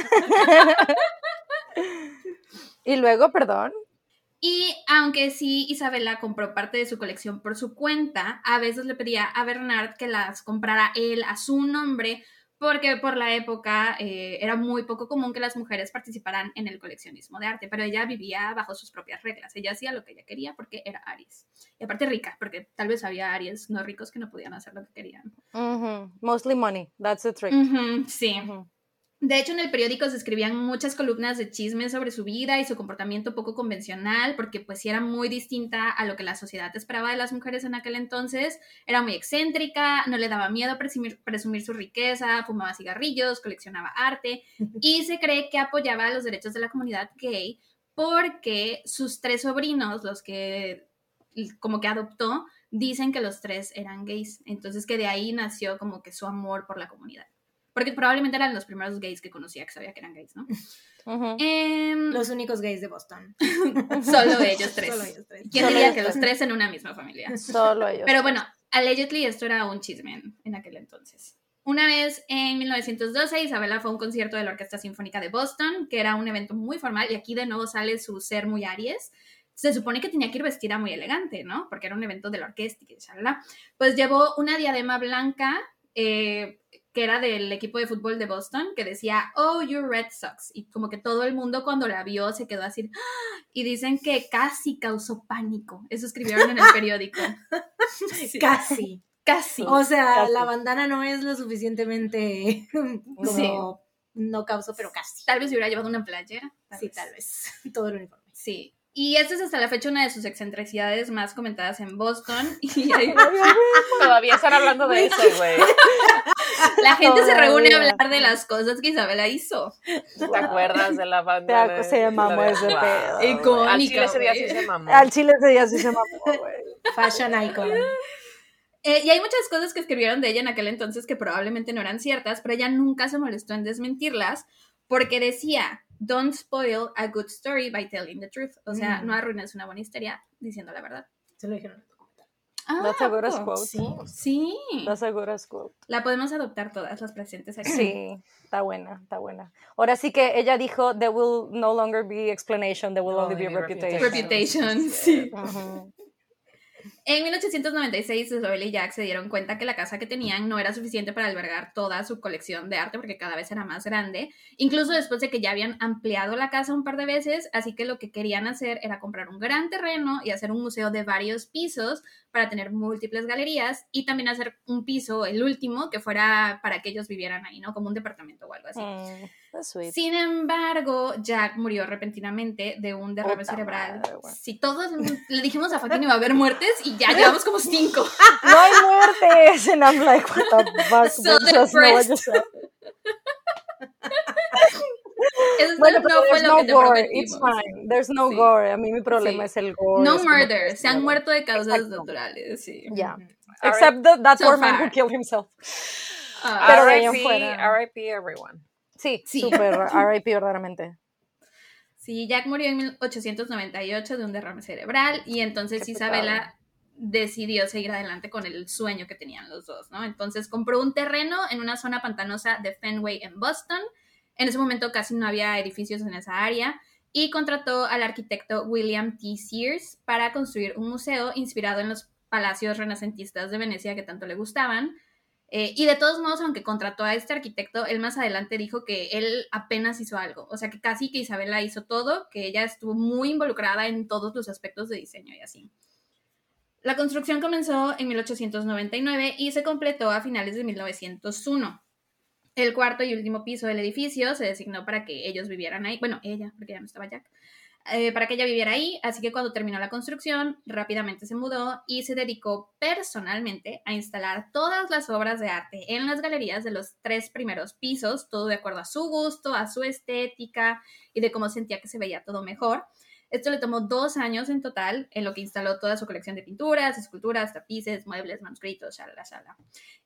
Y luego, perdón. Y aunque sí, Isabela compró parte de su colección por su cuenta, a veces le pedía a Bernard que las comprara él a su nombre, porque por la época era muy poco común que las mujeres participaran en el coleccionismo de arte, pero ella vivía bajo sus propias reglas. Ella hacía lo que ella quería porque era Aries. Y aparte rica, porque tal vez había Aries no ricos que no podían hacer lo que querían. Mostly money, that's the trick. Sí. De hecho, en el periódico se escribían muchas columnas de chismes sobre su vida y su comportamiento poco convencional, porque pues sí era muy distinta a lo que la sociedad esperaba de las mujeres en aquel entonces. Era muy excéntrica, no le daba miedo presumir su riqueza, fumaba cigarrillos, coleccionaba arte y se cree que apoyaba los derechos de la comunidad gay porque sus 3 sobrinos, los que como que adoptó, dicen que los 3 eran gays. Entonces que de ahí nació como que su amor por la comunidad. Porque probablemente eran los primeros gays que conocía, que sabía que eran gays, ¿no? Los únicos gays de Boston. Solo ellos 3. Solo ellos 3. ¿Quién diría que los 3 en una misma familia? Solo ellos. Pero bueno, allegedly esto era un chisme en aquel entonces. Una vez en 1912, Isabela fue a un concierto de la Orquesta Sinfónica de Boston, que era un evento muy formal, y aquí de nuevo sale su ser muy Aries. Se supone que tenía que ir vestida muy elegante, ¿no? Porque era un evento de la orquesta y shalala. Pues llevó una diadema blanca, que era del equipo de fútbol de Boston, que decía, oh, you Red Sox. Y como que todo el mundo cuando la vio se quedó así. Y dicen que casi causó pánico. Eso escribieron en el periódico. Sí. Casi. O sea, casi. La bandana no es lo suficientemente como sí. No causó, pero casi. Tal vez hubiera llevado una playera. Tal vez. Todo el uniforme. Sí. Y esta es hasta la fecha una de sus excentricidades más comentadas en Boston. Y ahí... Todavía están hablando de eso, güey. La gente se reúne a hablar de las cosas que Isabela hizo. ¿Te acuerdas de la banda? Se mamó ese pedo. Icónica. Al chile ese día sí se mamó. Al chile ese día sí se mamó, güey. Fashion icon. Y hay muchas cosas que escribieron de ella en aquel entonces que probablemente no eran ciertas, pero ella nunca se molestó en desmentirlas porque decía, don't spoil a good story by telling the truth. O sea, no arruines una buena historia diciendo la verdad. Se lo dijeron en el documental. That's a good quote. Sí. That's a good quote. La podemos adoptar todas las presentes aquí. Sí, está buena. Ahora sí que ella dijo, there will no longer be explanation, there will only be reputation. Reputation, sí. En 1896, Isabel y Jack se dieron cuenta que la casa que tenían no era suficiente para albergar toda su colección de arte porque cada vez era más grande, incluso después de que ya habían ampliado la casa un par de veces, así que lo que querían hacer era comprar un gran terreno y hacer un museo de varios pisos para tener múltiples galerías y también hacer un piso, el último, que fuera para que ellos vivieran ahí, ¿no? Como un departamento o algo así. That's sweet. Sin embargo, Jack murió repentinamente de un derrame cerebral. Si todos le dijimos a Joaquín iba a haber muertes y ya llevamos como 5. No hay muertes. And I'm like, what the fuck? So depressed. Bueno, no fue lo que te prometimos. It's fine. There's no gore. A mí mi problema es el gore. No murder. Se han muerto de causas naturales, sí. Yeah. Except that poor man who killed himself. Pero R.I.P. everyone. Sí, súper R.I.P. verdaderamente. Sí, Jack murió en 1898 de un derrame cerebral y entonces Isabela decidió seguir adelante con el sueño que tenían los dos, ¿no? Entonces compró un terreno en una zona pantanosa de Fenway en Boston. En ese momento casi no había edificios en esa área y contrató al arquitecto William T. Sears para construir un museo inspirado en los palacios renacentistas de Venecia que tanto le gustaban. Y de todos modos, aunque contrató a este arquitecto, él más adelante dijo que él apenas hizo algo, o sea que casi que Isabela hizo todo, que ella estuvo muy involucrada en todos los aspectos de diseño y así. La construcción comenzó en 1899 y se completó a finales de 1901. El cuarto y último piso del edificio se designó para que ellos vivieran ahí, bueno, ella, porque ya no estaba Jack. para que ella viviera ahí, así que cuando terminó la construcción, rápidamente se mudó y se dedicó personalmente a instalar todas las obras de arte en las galerías de los 3 primeros pisos, todo de acuerdo a su gusto, a su estética y de cómo sentía que se veía todo mejor. Esto le tomó 2 años en total, en lo que instaló toda su colección de pinturas, esculturas, tapices, muebles, manuscritos, shala.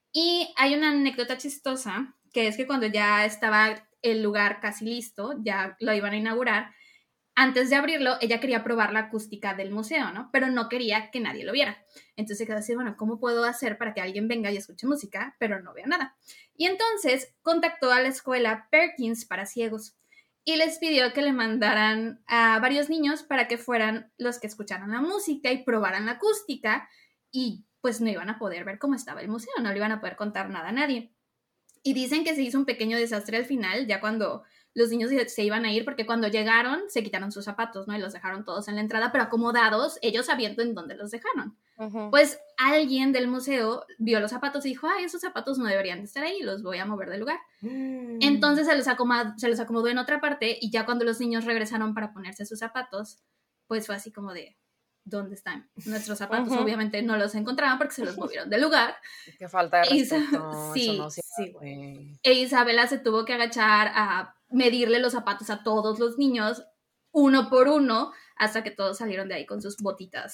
Y hay una anécdota chistosa, que es que cuando ya estaba el lugar casi listo, ya lo iban a inaugurar, antes de abrirlo, ella quería probar la acústica del museo, ¿no? Pero no quería que nadie lo viera. Entonces se quedó así, bueno, ¿cómo puedo hacer para que alguien venga y escuche música, pero no vea nada? Y entonces contactó a la escuela Perkins para ciegos y les pidió que le mandaran a varios niños para que fueran los que escucharan la música y probaran la acústica, y pues no iban a poder ver cómo estaba el museo, no le iban a poder contar nada a nadie. Y dicen que se hizo un pequeño desastre al final, ya cuando los niños se iban a ir, porque cuando llegaron se quitaron sus zapatos, ¿no? Y los dejaron todos en la entrada, pero acomodados, ellos sabiendo en dónde los dejaron. Ujú. Pues alguien del museo vio los zapatos y dijo, ay, esos zapatos no deberían de estar ahí, los voy a mover del lugar. Entonces se los acomodó en otra parte, y ya cuando los niños regresaron para ponerse sus zapatos, pues fue así como de, ¿dónde están nuestros zapatos? Ujú. Obviamente no los encontraban porque se los movieron del lugar. Qué falta de Isa- respeto. sí, eso no se sí. hace. E Isabela se tuvo que agachar a medirle los zapatos a todos los niños, uno por uno, hasta que todos salieron de ahí con sus botitas.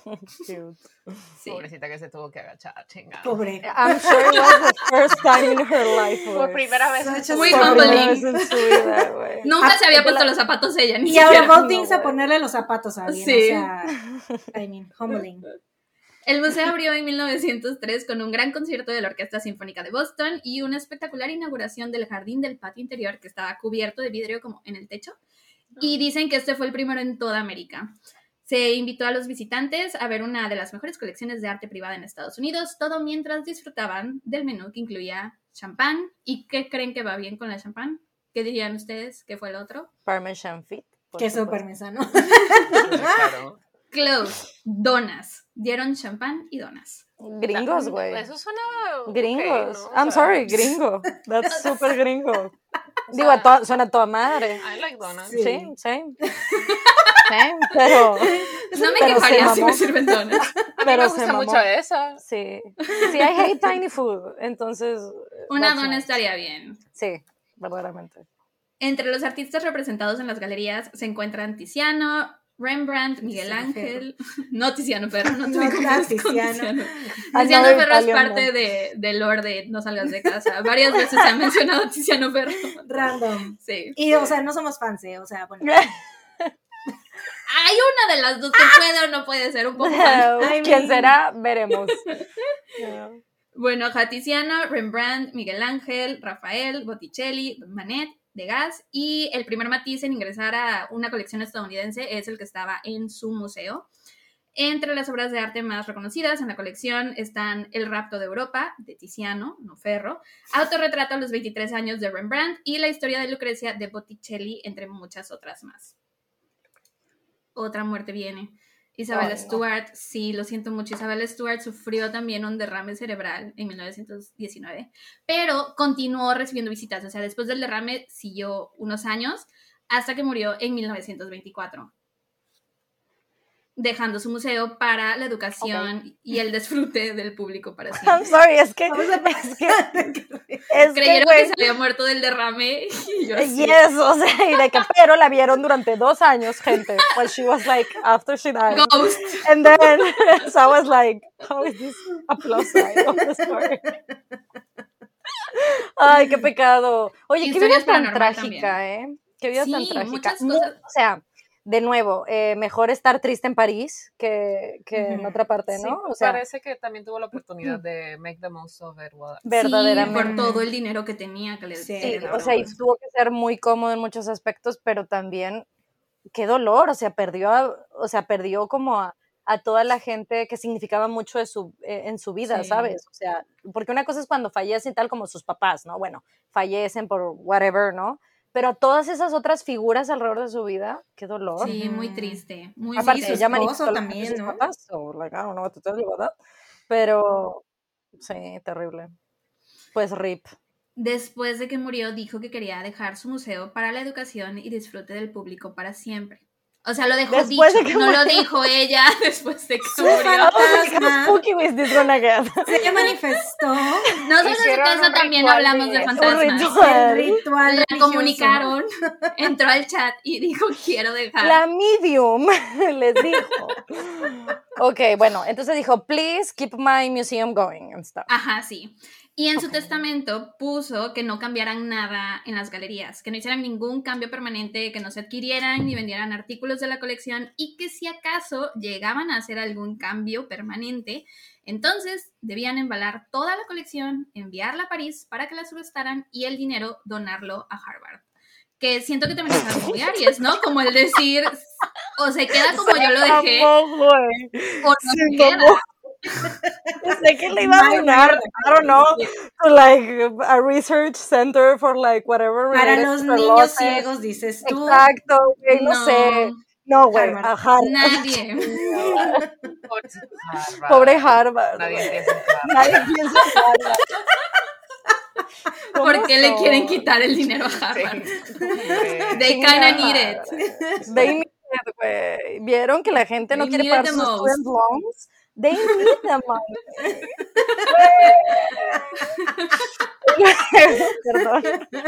Cute. Sí. Pobrecita que se tuvo que agachar, chingada. Pobre. I'm sure it was the first time in her life, Por güey. primera vez en su Muy Por vida. primera humbling. vez en su vida, güey. Nunca se había de puesto la- los zapatos ella, ni Y ahora siquiera. all things No, a güey. ponerle los zapatos a alguien, Sí. o sea, I mean, humbling. El museo abrió en 1903 con un gran concierto de la Orquesta Sinfónica de Boston y una espectacular inauguración del jardín del patio interior, que estaba cubierto de vidrio como en el techo. Y dicen que este fue el primero en toda América. Se invitó a los visitantes a ver una de las mejores colecciones de arte privada en Estados Unidos, todo mientras disfrutaban del menú que incluía champán. ¿Y qué creen que va bien con la champán? ¿Qué dirían ustedes que fue el otro? Parmesan fit. por Queso supuesto. parmesano. Claro. Close, donas. Dieron champán y donas. Gringos, güey. Eso suena. Gringos. ok, ¿no? O I'm sea, sorry, gringo. That's super gringo. Digo, suena a toda madre. I like donuts. Sí. Sí, same. Same, pero... No me Pero se quejaría si mamó. me sirven donas. A mí Pero me se gusta mamó. mucho esa. Sí. Sí, I hate tiny food. Entonces... Una that's dona nice. estaría bien. Sí, verdaderamente. Entre los artistas representados en las galerías se encuentran Tiziano, Rembrandt, Miguel Tiziano Ángel, no Tiziano Ferro, no te No, confundas con Tiziano. Tiziano. Another Tiziano Ferro es Italian parte man. de lore de No salgas de casa. Varias veces se ha mencionado a Tiziano Ferro. Random. Sí. Y, o sea, no somos fans, o sea, bueno. Hay una de las dos que puede o no puede ser un poco fan. ¿Quién será? Veremos. Bueno, Tiziano, Rembrandt, Miguel Ángel, Rafael, Botticelli, Manet, Degas, y el primer Matisse en ingresar a una colección estadounidense es el que estaba en su museo. Entre las obras de arte más reconocidas en la colección están El rapto de Europa, de Tiziano, no Ferro, Autorretrato a los 23 años de Rembrandt y La historia de Lucrecia de Botticelli, entre muchas otras más. Otra muerte viene. Isabella Ay, no. Stewart, sí, lo siento mucho. Isabella Stewart sufrió también un derrame cerebral en 1919, pero continuó recibiendo visitas. O sea, después del derrame siguió unos años hasta que murió en 1924, dejando su museo para la educación y el disfrute del público para I'm siempre. sorry, es que... Vamos a Creyeron güey, que se había muerto del derrame y yo así. yes, o sea, y de que, pero la vieron durante 2 años, gente. Well, she was like, after she died. Ghost. And then, so I was like, how is this a plus side of the story? Ay, qué pecado. Oye, qué Historias vida tan paranormal trágica, ¿eh? Qué vida tan Sí, trágica. muchas No, cosas. o sea, de nuevo, mejor estar triste en París que en Ujú. otra parte, Sí, ¿no? O sea, parece que también tuvo la oportunidad de make the most of it. verdaderamente. Sí, por todo el dinero que tenía que le Sí, Sí, heredaron, o sea, y pues. tuvo que ser muy cómodo en muchos aspectos, pero también qué dolor, o sea, perdió como a toda la gente que significaba mucho en su vida, Sí. ¿sabes? O sea, porque una cosa es cuando fallecen tal como sus papás, ¿no? Bueno, fallecen por whatever, ¿no? Pero a todas esas otras figuras alrededor de su vida, qué dolor. Sí, muy Ujú. triste. Muy Aparte, su triste. ella esposo manifestó lo que también, sus ¿no? papás, so, like, I don't know what to tell you about that. Pero, sí, terrible. Pues RIP. Después de que murió, dijo que quería dejar su museo para la educación y disfrute del público para siempre. O sea, lo dejó Después dicho, de que no lo murió. dijo ella después de que Su murió. fantasma How spooky is this gonna get? se manifestó. Nosotros en Hicieron casa un también ritual hablamos de eso. fantasmas. Un ritual. El ritual La religioso. comunicaron, entró al chat y dijo, quiero dejar. La medium les dijo. Ok, bueno, entonces dijo, please keep my museum going and stuff. Ajá, sí. Y en su Ok. testamento puso que no cambiaran nada en las galerías, que no hicieran ningún cambio permanente, que no se adquirieran ni vendieran artículos de la colección y que si acaso llegaban a hacer algún cambio permanente, entonces debían embalar toda la colección, enviarla a París para que la subestaran y el dinero donarlo a Harvard. Que siento que también es algo muy Aries, ¿no? Como el decir, o se queda como yo lo dejé, Mamó, güey. o no Se se queda. mamó. Pensé que le iba a donar, I don't know, to like a research center for like whatever Para related los to niños losses. ciegos, dices tú. Exacto, güey, no sé. No, güey, Harvard. a Harvard. Nadie. Pobrecito Harvard. Pobre Harvard. Nadie güey. empieza en Harvard. Nadie piensa en Harvard. ¿Por qué le son? quieren quitar el dinero a Harvard? They kinda need it. They need it, güey. ¿Vieron que la gente no They quiere need pagar the sus most. student loans? They need the money. Perdón.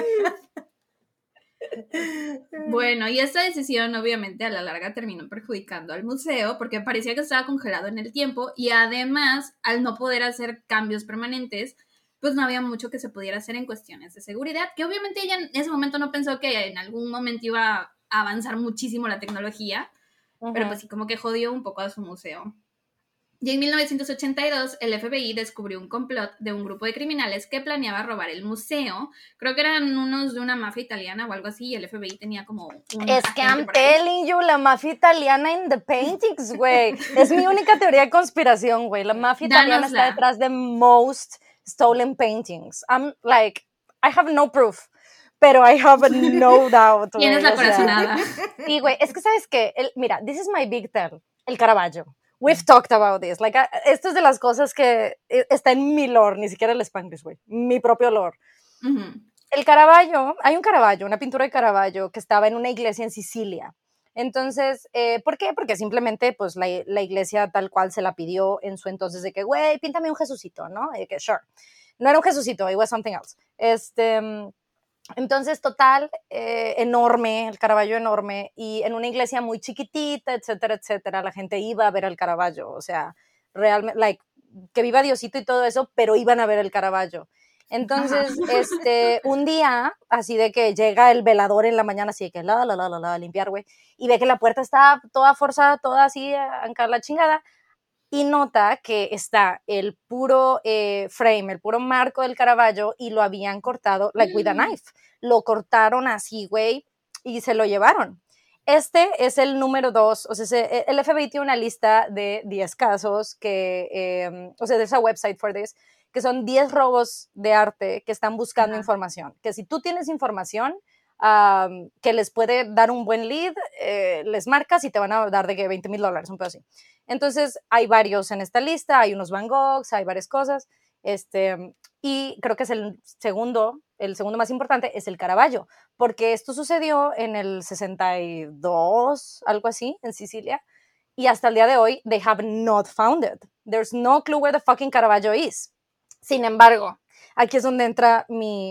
Bueno, y esta decisión obviamente a la larga terminó perjudicando al museo porque parecía que estaba congelado en el tiempo y además al no poder hacer cambios permanentes, pues no había mucho que se pudiera hacer en cuestiones de seguridad, que obviamente ella en ese momento no pensó que en algún momento iba a avanzar muchísimo la tecnología, pero pues sí como que jodió un poco a su museo. Y en 1982, el FBI descubrió un complot de un grupo de criminales que planeaba robar el museo. Creo que eran unos de una mafia italiana o algo así, y el FBI tenía como un Es que agente I'm por ahí. telling you, la mafia italiana in the paintings, güey. Es mi única teoría de conspiración, güey. La mafia italiana está Dánosla. detrás de most stolen paintings. I'm like, I have no proof, pero I have no doubt, güey. Tienes la o sea. corazonada. Sí, güey, es que ¿sabes qué? Mira, this is my big tell, el Caravaggio. We've talked about this. Like, esto es de las cosas que está en mi lore, ni siquiera el Spanglish, güey. Mi propio lore. Ujú. El Caravaggio, hay un Caravaggio, una pintura de Caravaggio que estaba en una iglesia en Sicilia. Entonces, ¿por qué? Porque simplemente, pues, la iglesia tal cual se la pidió en su entonces de que, güey, píntame un Jesucito, ¿no? Y que, sure. No era un Jesucito, it was something else. Entonces, total, enorme, el Caravaggio enorme, y en una iglesia muy chiquitita, etcétera, etcétera, la gente iba a ver el Caravaggio, o sea, realmente, like, que viva Diosito y todo eso, pero iban a ver el Caravaggio. Entonces, un día, así de que llega el velador en la mañana, así de que a limpiar, güey, y ve que la puerta está toda forzada, toda así, a la chingada, y nota que está el puro frame, el puro marco del Caravaggio y lo habían cortado, like with a knife. Lo cortaron así, güey, y se lo llevaron. Este es el número 2, o sea, el FBI tiene una lista de 10 casos que, o sea, there's a website for this, que son 10 robos de arte que están buscando información. Que si tú tienes información que les puede dar un buen lead, les marcas y te van a dar de que $20,000, un pedo así. Entonces, hay varios en esta lista, hay unos Van Goghs, hay varias cosas, y creo que es el segundo más importante es el Caravaggio, porque esto sucedió en el 62, algo así, en Sicilia, y hasta el día de hoy, they have not found it. There's no clue where the fucking Caravaggio is. Sin embargo, aquí es donde entra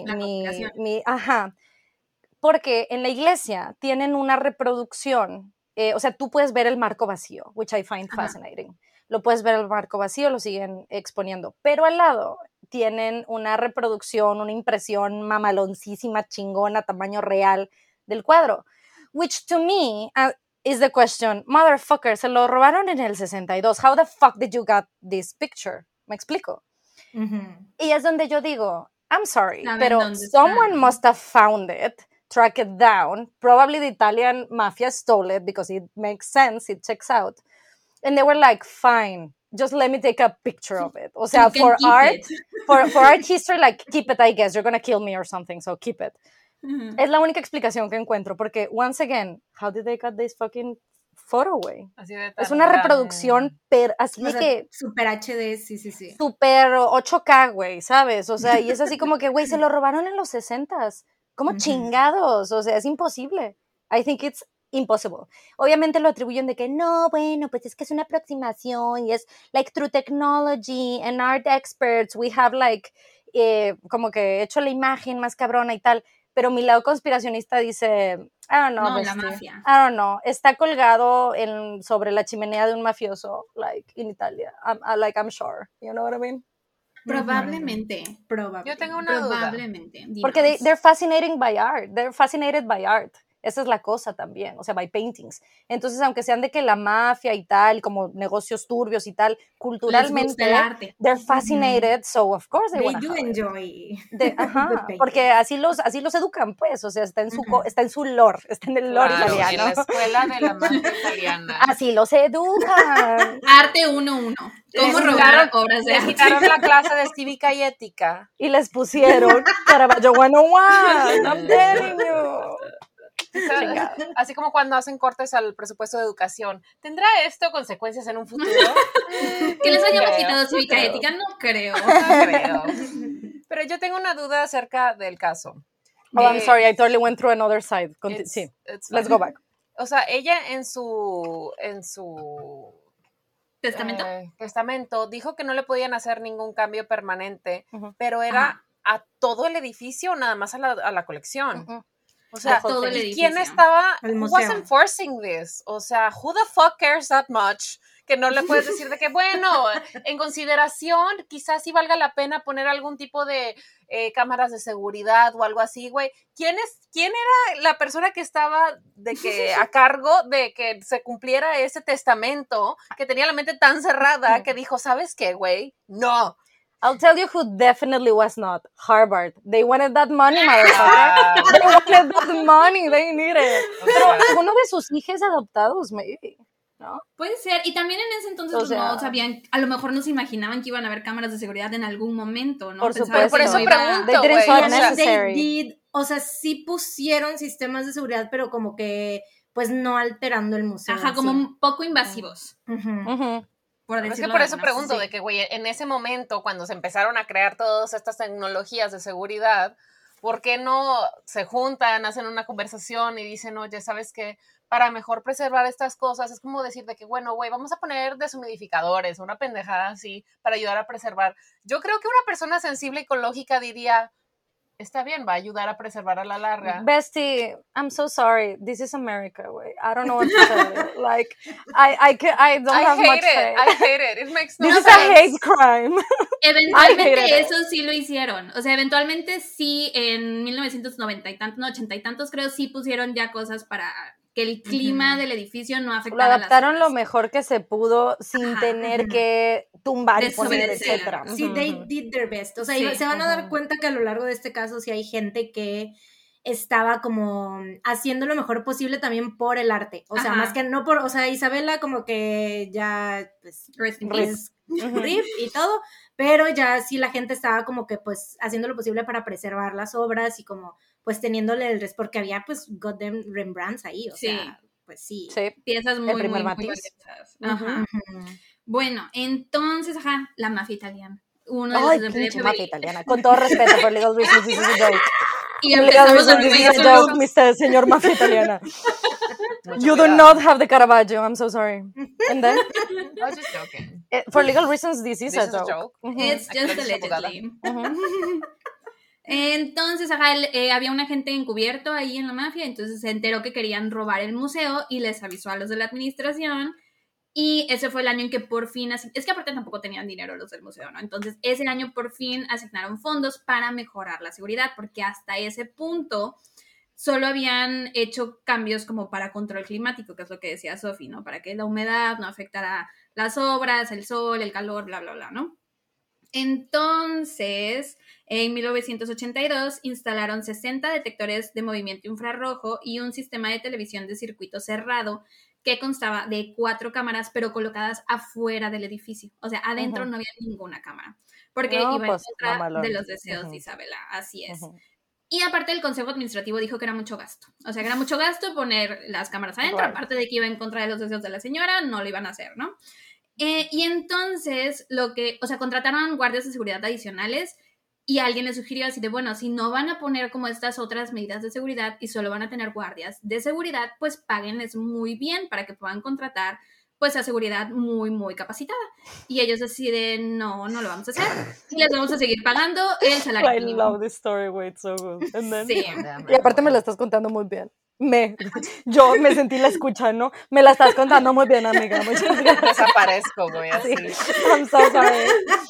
porque en la iglesia tienen una reproducción, o sea, tú puedes ver el marco vacío, which I find fascinating. Lo puedes ver el marco vacío, lo siguen exponiendo, pero al lado tienen una reproducción, una impresión mamaloncísima, chingona, tamaño real del cuadro, which to me is the question, motherfucker, se lo robaron en el 62, how the fuck did you get this picture? ¿Me explico? Y es donde yo digo, I'm sorry, pero someone must have found it, track it down, probably the Italian mafia stole it because it makes sense, it checks out, and they were like, fine, just let me take a picture of it. O sea, for art, for art history, like, keep it, I guess, you're gonna kill me or something, so keep it. Es la única explicación que encuentro, porque, once again, how did they cut this fucking photo, güey? Es una reproducción, así de que... Super HD, sí. Super 8K, güey, ¿sabes? O sea, y es así como que, güey, se lo robaron en los 60s. ¿Cómo chingados? O sea, es imposible. I think it's impossible. Obviamente lo atribuyen de que no, bueno, pues es que es una aproximación y es like through technology and art experts we have like como que hecho la imagen más cabrona y tal, pero mi lado conspiracionista dice, I don't know, No, la bestie. mafia. I don't know, está colgado sobre la chimenea de un mafioso, like, in Italia, I'm sure, you know what I mean? Probablemente. Yo tengo una duda. Probablemente. Porque they're fascinated by art. Esa es la cosa también, o sea, by paintings. Entonces, aunque sean de que la mafia y tal, como negocios turbios y tal, culturalmente, el arte. they're fascinated, so of course they They wanna do have it. enjoy. Porque así los educan, pues, o sea, está en su lore, está en el lore Claro, italiano. en la escuela de la mafia italiana. Así los educan. Arte 1-1. ¿Cómo robar obras de Les arte? quitaron la clase de cívica y ética. Y les pusieron Caravaggio 101, I'm telling you. Así como cuando hacen cortes al presupuesto de educación. ¿Tendrá esto consecuencias en un futuro? Que les hayamos Creo. quitado cívica ética, no creo. No creo. Pero yo tengo una duda acerca del caso. Oh, I'm sorry, I totally went through another side. Sí, let's go back. O sea, ella en su testamento dijo que no le podían hacer ningún cambio permanente, pero era a todo el edificio o nada más a la colección. O sea, todo el edificio. ¿quién estaba? El Who museo. was enforcing this? O sea, who the fuck cares that much? Que no le puedes decir de que, bueno, en consideración, quizás sí valga la pena poner algún tipo de cámaras de seguridad o algo así, güey. ¿Quién era la persona que estaba a cargo de que se cumpliera ese testamento, que tenía la mente tan cerrada que dijo, ¿sabes qué, güey? No. I'll tell you who definitely was not. Harvard. They wanted that money, motherfucker. They wanted that money. They need it. Pero alguno de sus hijos adoptados, maybe. ¿No? Puede ser, y también en ese entonces no sabían, a lo mejor no se imaginaban que iban a haber cámaras de seguridad en algún momento, ¿no? Por Pensaban supuesto. que Por eso no iba- pregunto, They didn't güey. feel O sea, necessary. O sea, sí pusieron sistemas de seguridad, pero como que, pues, no alterando el museo. Ajá, como un poco invasivos, por Es que decirlo por de eso alguna pregunto, forma. de que, güey, en ese momento, cuando se empezaron a crear todas estas tecnologías de seguridad, ¿por qué no se juntan, hacen una conversación y dicen, oye, ¿sabes qué? Para mejor preservar estas cosas, es como decir de que, bueno, güey, vamos a poner deshumidificadores, una pendejada así, para ayudar a preservar. Yo creo que una persona sensible y con lógica diría, está bien, va a ayudar a preservar a la larga. Bestie, I'm so sorry. This is America, way. I don't know what to tell you. Like, I don't have much faith. I hate it. It makes no This is sense. a hate crime. Eventualmente I hate it. eso sí lo hicieron, o sea, eventualmente sí en 1990 y tantos, no, 80 y tantos creo sí pusieron ya cosas para que el clima del edificio no Lo afectara adaptaron las lo obras. mejor que se pudo sin tener que tumbar y poner, Desobedecer. etcétera. Sí, they did their best. O sea, Sí. se van a dar cuenta que a lo largo de este caso sí hay gente que estaba como haciendo lo mejor posible también por el arte. O sea, Ajá. más que no por, o sea, Isabela como que ya, pues, Rest in Rip. peace. RIP y todo, pero ya sí la gente estaba como que pues haciendo lo posible para preservar las obras y como pues teniéndole el porque había pues goddamn Rembrandts ahí, o Sí. sea, pues sí. Sí. Piezas muy, primer muy, muy Matisse. valiosas. Ajá. Ujú. Bueno, entonces, la mafia italiana. Uno de Ay, los pinche FBI. mafia italiana. Con todo respeto, por legal reasons, this is a joke. Y For legal empezamos a reasons, this is a reír. joke, Mr. Señor Mafia Italiana. Mucho You do cuidado. not have the Caravaggio, I'm so sorry. And then, I was just joking. for legal reasons, this is This a is a joke. joke. It's Aquí just lo dice abogada. allegedly. Entonces, había un agente encubierto ahí en la mafia, entonces se enteró que querían robar el museo y les avisó a los de la administración. Y ese fue el año en que por fin, es que aparte tampoco tenían dinero los del museo, ¿no? Entonces ese año por fin asignaron fondos para mejorar la seguridad, porque hasta ese punto solo habían hecho cambios como para control climático, que es lo que decía Sophie, ¿no? Para que la humedad no afectara las obras, el sol, el calor, bla, bla, bla, ¿no? Entonces, en 1982 instalaron 60 detectores de movimiento infrarrojo y un sistema de televisión de circuito cerrado que constaba de 4 cámaras, pero colocadas afuera del edificio. O sea, adentro no había ninguna cámara, porque No, iba pues, en contra mamalón. de los deseos de Isabela. Así es. Y aparte el consejo administrativo dijo que era mucho gasto. O sea, que era mucho gasto poner las cámaras adentro, Claro. aparte de que iba en contra de los deseos de la señora, no lo iban a hacer, ¿no? Y entonces, contrataron guardias de seguridad adicionales y alguien le sugirió así de, bueno, si no van a poner como estas otras medidas de seguridad y solo van a tener guardias de seguridad, pues páguenles muy bien para que puedan contratar pues a seguridad muy, muy capacitada. Y ellos deciden, no lo vamos a hacer. Y les vamos a seguir pagando el salario I mínimo. love this story, wait, so good. And then, Sí. y aparte me la estás contando muy bien. Yo me sentí la escucha, ¿no? Me la estás contando muy bien, amiga. Muchas gracias. Desaparezco, güey, así. I'm so sorry.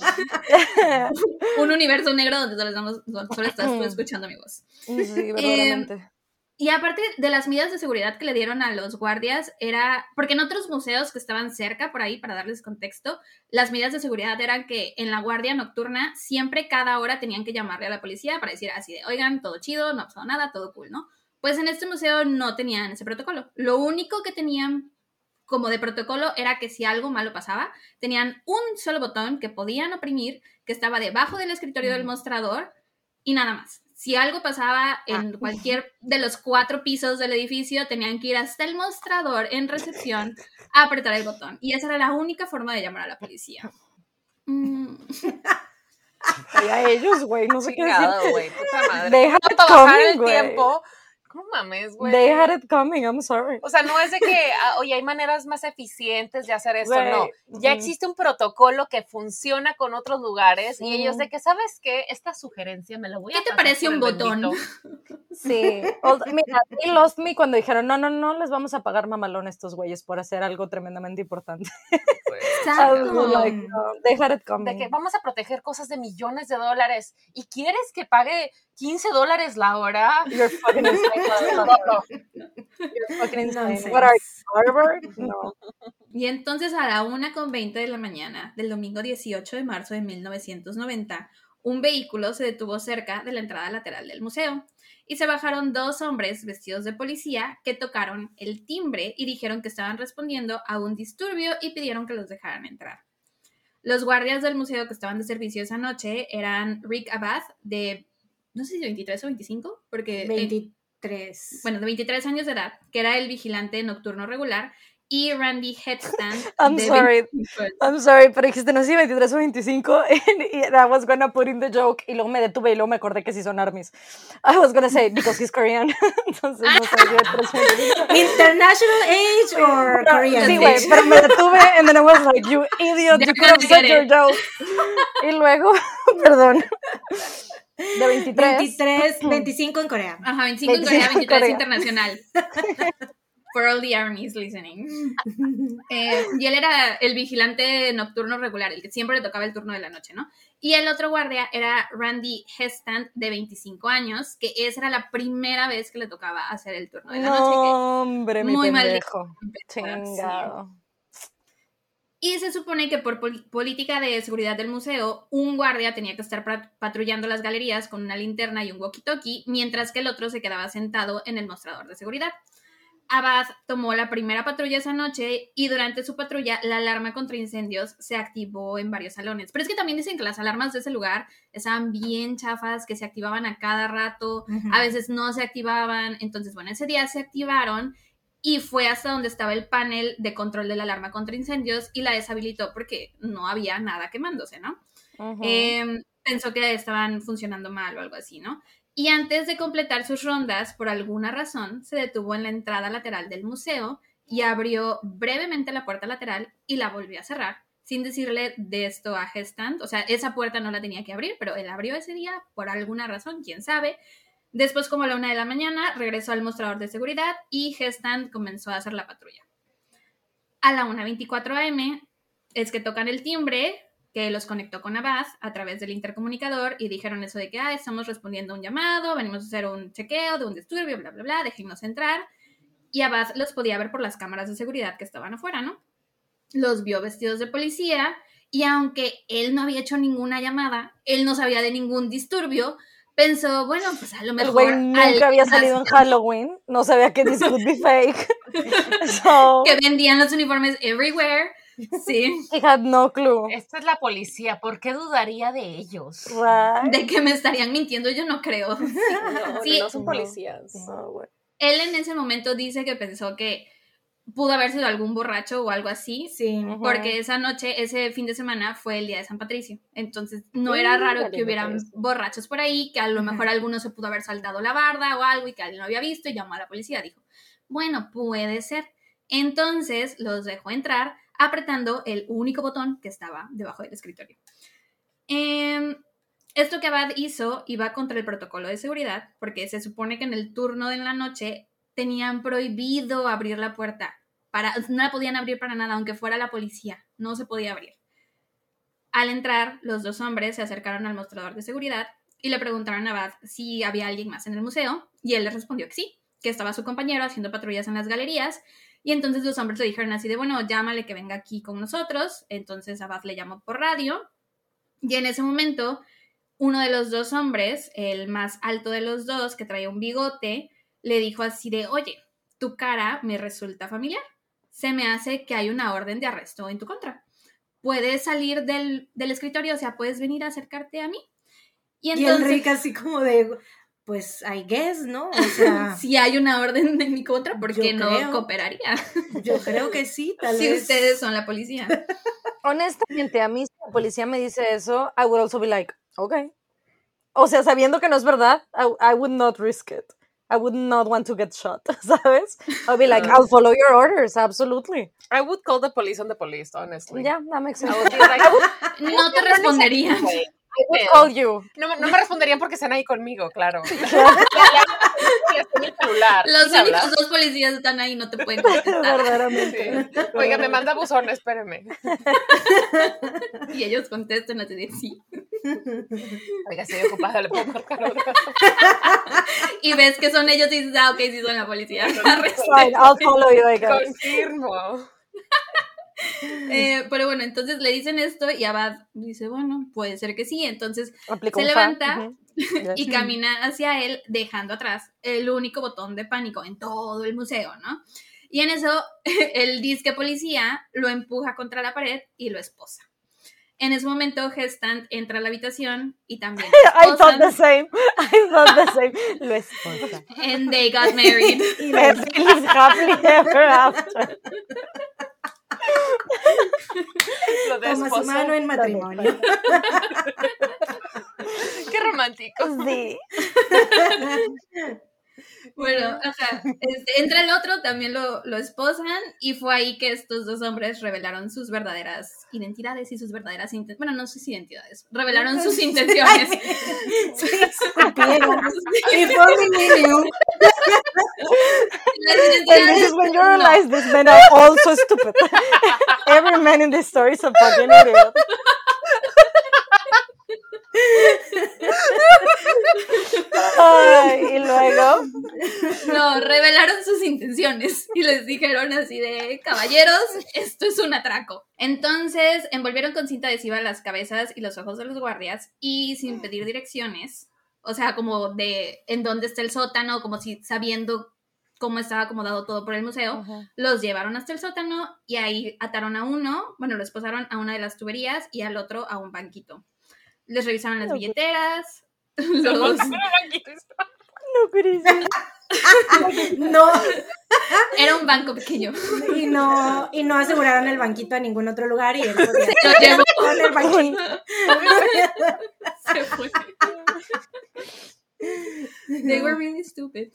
Un universo negro donde solo estás tú escuchando mi voz. Sí, verdaderamente. Y aparte de las medidas de seguridad que le dieron a los guardias, era, porque en otros museos que estaban cerca por ahí, para darles contexto, las medidas de seguridad eran que en la guardia nocturna siempre cada hora tenían que llamarle a la policía para decir así de, oigan, todo chido, no ha pasado nada, todo cool, ¿no? Pues en este museo no tenían ese protocolo. Lo único que tenían como de protocolo era que si algo malo pasaba, tenían un solo botón que podían oprimir, que estaba debajo del escritorio del mostrador y nada más. Si algo pasaba en cualquier de los 4 pisos del edificio, tenían que ir hasta el mostrador en recepción a apretar el botón. Y esa era la única forma de llamar a la policía. Ay, a ellos, güey, no sé qué decir. Güey, puta madre. They had it Para bajar coming, el güey. tiempo. No mames, güey. They had it coming, I'm sorry. O sea, no es de que, oye, hay maneras más eficientes de hacer esto, Güey. no. Ya existe un protocolo que funciona con otros lugares y ellos de que, ¿sabes qué? Esta sugerencia me la voy a ¿Qué te pasar parece por un el botón? bendito. Sí. Mira, they lost me cuando dijeron, no les vamos a pagar mamalón a estos güeyes por hacer algo tremendamente importante. I was like, no, they had it coming. De que vamos a proteger cosas de millones de dólares y quieres que pague $15 la hora. You're fucking insane. You're fucking insane. What are you, Harvard? No. Y entonces a la 1:20 de la mañana del domingo 18 de marzo de 1990, un vehículo se detuvo cerca de la entrada lateral del museo y se bajaron 2 hombres vestidos de policía que tocaron el timbre y dijeron que estaban respondiendo a un disturbio y pidieron que los dejaran entrar. Los guardias del museo que estaban de servicio esa noche eran Rick Abad, de, no sé si 23 o 25, porque... 23. Bueno, de 23 años de edad, que era el vigilante nocturno regular, y Randy Headstand. I'm sorry, pero dijiste, no sé si 23 o 25, and I was gonna put in the joke, y luego me detuve y luego me acordé que sí son armies. I was gonna say, because he's Korean, entonces no sé, 23 o 25. International age or Korean Sí, age? güey, pero me detuve, and then I was like, you idiot, you could have said your joke. Y luego, perdón, de 23. 25 en Corea. Ajá, 25 en Corea, 23 internacional. For all the armies listening. Y él era el vigilante nocturno regular, el que siempre le tocaba el turno de la noche, ¿no? Y el otro guardia era Randy Headstand, de 25 años, que esa era la primera vez que le tocaba hacer el turno de la noche. No, hombre, mi muy pendejo. mal. Chingado. Y se supone que por política de seguridad del museo, un guardia tenía que estar patrullando las galerías con una linterna y un walkie-talkie, mientras que el otro se quedaba sentado en el mostrador de seguridad. Abad tomó la primera patrulla esa noche y durante su patrulla la alarma contra incendios se activó en varios salones. Pero es que también dicen que las alarmas de ese lugar estaban bien chafas, que se activaban a cada rato, a veces no se activaban. Entonces, bueno, ese día se activaron y fue hasta donde estaba el panel de control de la alarma contra incendios y la deshabilitó porque no había nada quemándose, ¿no? Pensó que estaban funcionando mal o algo así, ¿no? Y antes de completar sus rondas, por alguna razón, se detuvo en la entrada lateral del museo y abrió brevemente la puerta lateral y la volvió a cerrar, sin decirle de esto a Headstand. O sea, esa puerta no la tenía que abrir, pero él abrió ese día por alguna razón, quién sabe. Después, como a la 1 de la mañana, regresó al mostrador de seguridad y Headstand comenzó a hacer la patrulla. A la 1:24 am es que tocan el timbre, que los conectó con Abad a través del intercomunicador y dijeron eso de que estamos respondiendo a un llamado, venimos a hacer un chequeo de un disturbio, bla, bla, bla, déjennos entrar. Y Abad los podía ver por las cámaras de seguridad que estaban afuera, ¿no? Los vio vestidos de policía y aunque él no había hecho ninguna llamada, él no sabía de ningún disturbio, pensó, bueno, pues a lo mejor... El güey nunca había salido en Halloween, no sabía que this could be fake. So, que vendían los uniformes everywhere. Sí. he had no clue. Esta es la policía, ¿por qué dudaría de ellos? Right? De que me estarían mintiendo, yo no creo. No, Sí. no son policías. No, güey. Él en ese momento dice que pensó que pudo haber sido algún borracho o algo así. Sí. Porque esa noche, ese fin de semana fue el día de San Patricio. Entonces no era raro que hubieran borrachos por ahí, que a lo mejor alguno se pudo haber saltado la barda o algo y que alguien lo había visto y llamó a la policía. Dijo, bueno, puede ser. Entonces los dejó entrar apretando el único botón que estaba debajo del escritorio. Esto que Abad hizo iba contra el protocolo de seguridad, porque se supone que en el turno de la noche tenían prohibido abrir la puerta. No la podían abrir para nada, aunque fuera la policía. No se podía abrir. Al entrar, los dos hombres se acercaron al mostrador de seguridad y le preguntaron a Abad si había alguien más en el museo, y él les respondió que sí, que estaba su compañero haciendo patrullas en las galerías, y entonces los hombres le dijeron así de, bueno, llámale que venga aquí con nosotros. Entonces Abad le llamó por radio, y en ese momento uno de los dos hombres, el más alto de los dos, que traía un bigote, le dijo así de, oye, tu cara me resulta familiar. Se me hace que hay una orden de arresto en tu contra. ¿Puedes salir del escritorio? O sea, ¿puedes venir a acercarte a mí? Y Enrique así como de, pues, I guess, ¿no? O sea, si hay una orden en mi contra, ¿por qué no cooperaría? Yo creo que sí, tal si vez. Si ustedes son la policía. Honestamente, a mí si la policía me dice eso, I would also be like, okay. O sea, sabiendo que no es verdad, I would not risk it. I would not want to get shot, ¿sabes? I'll be like, I'll follow your orders, absolutely. I would call the police on the police, honestly. Yeah, that makes sense. No te responderían. I would call you. No me responderían porque están ahí conmigo, claro. Los únicos dos policías están ahí, no te pueden contestar. Verdaderamente. Sí. Oiga, me manda buzón, espéreme. Y ellos contestan así de sí. Oiga, estoy ocupada, le puedo marcar otra. Y ves que son ellos y dices, ok, sí son la policía. Fine, I'll follow you, I guess. Confirmo. Pero bueno, entonces le dicen esto y Abad dice, bueno, puede ser que sí. Entonces Aplico se levanta y camina hacia él, dejando atrás el único botón de pánico en todo el museo, ¿no? Y en eso el disque policía lo empuja contra la pared y lo esposa. En ese momento Gestand entra a la habitación y también I thought the same. Lo esposa. And they got married. Y lives happily ever after. Lo de Toma su mano en matrimonio. Qué romántico. Sí. Bueno, ajá. Entra el otro, también lo esposan, y fue ahí que estos dos hombres revelaron sus verdaderas identidades y sus verdaderas intenciones. Bueno, no sus identidades, revelaron sus intenciones. Sí, supieron. Y fue un niño. And this is when you realize these men are all so stupid. Every man in this story is a fucking idiot. Ay, y luego No, revelaron sus intenciones y les dijeron así de, caballeros, esto es un atraco. Entonces envolvieron con cinta adhesiva las cabezas y los ojos de los guardias y sin pedir direcciones, o sea, como de en dónde está el sótano, como si sabiendo cómo estaba acomodado todo por el museo, los llevaron hasta el sótano y ahí ataron a uno, bueno, lo esposaron a una de las tuberías y al otro a un banquito. Les revisaron las billeteras. No, Cris. No. Era un banco pequeño. Y no aseguraron el banquito a ningún otro lugar y él podía Se lo llevó con el banquito. Se fue. They were really stupid.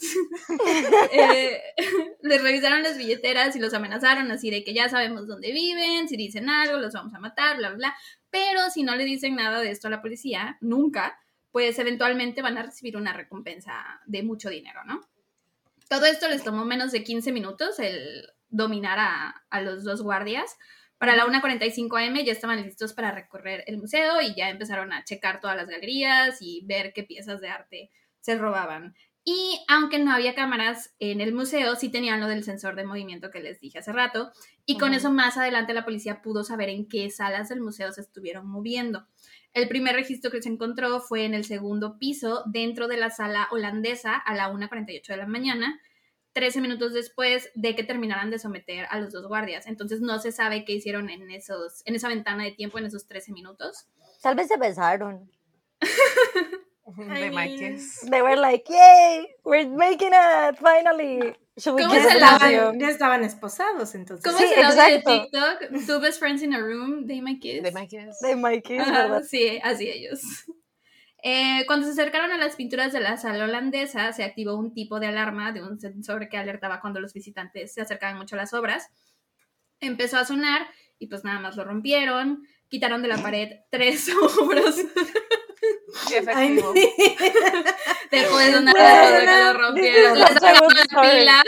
Les revisaron las billeteras y los amenazaron así de que ya sabemos dónde viven, si dicen algo los vamos a matar, bla, bla, bla. Pero si no le dicen nada de esto a la policía, nunca, pues eventualmente van a recibir una recompensa de mucho dinero, ¿no? Todo esto les tomó menos de 15 minutos el dominar a los dos guardias. Para la 1:45 AM ya estaban listos para recorrer el museo y ya empezaron a checar todas las galerías y ver qué piezas de arte se robaban. Y aunque no había cámaras en el museo, sí tenían lo del sensor de movimiento que les dije hace rato, y con eso más adelante la policía pudo saber en qué salas del museo se estuvieron moviendo. El primer registro que se encontró fue en el segundo piso, dentro de la sala holandesa, a la 1:48 de la mañana, 13 minutos después de que terminaran de someter a los dos guardias. Entonces no se sabe qué hicieron en esa ventana de tiempo, en esos 13 minutos. Tal vez se besaron. They might kiss. They were like, yay, we're making it, finally. Should we ¿Cómo kiss se the la- museum? Ya estaban esposados, entonces. ¿Cómo Sí, es el audio de exacto. TikTok? Two best friends in a room, they might kiss. They might kiss. They might kiss, Ajá, ¿verdad? sí, así ellos. Cuando se acercaron a las pinturas de la sala holandesa, se activó un tipo de alarma de un sensor que alertaba cuando los visitantes se acercaban mucho a las obras. Empezó a sonar y pues nada más lo rompieron. Quitaron de la pared 3 obras. Qué Ay, efectivo. Dejó de sonar Bueno, después de que lo rompieron. this is Les sacaron such a la pila.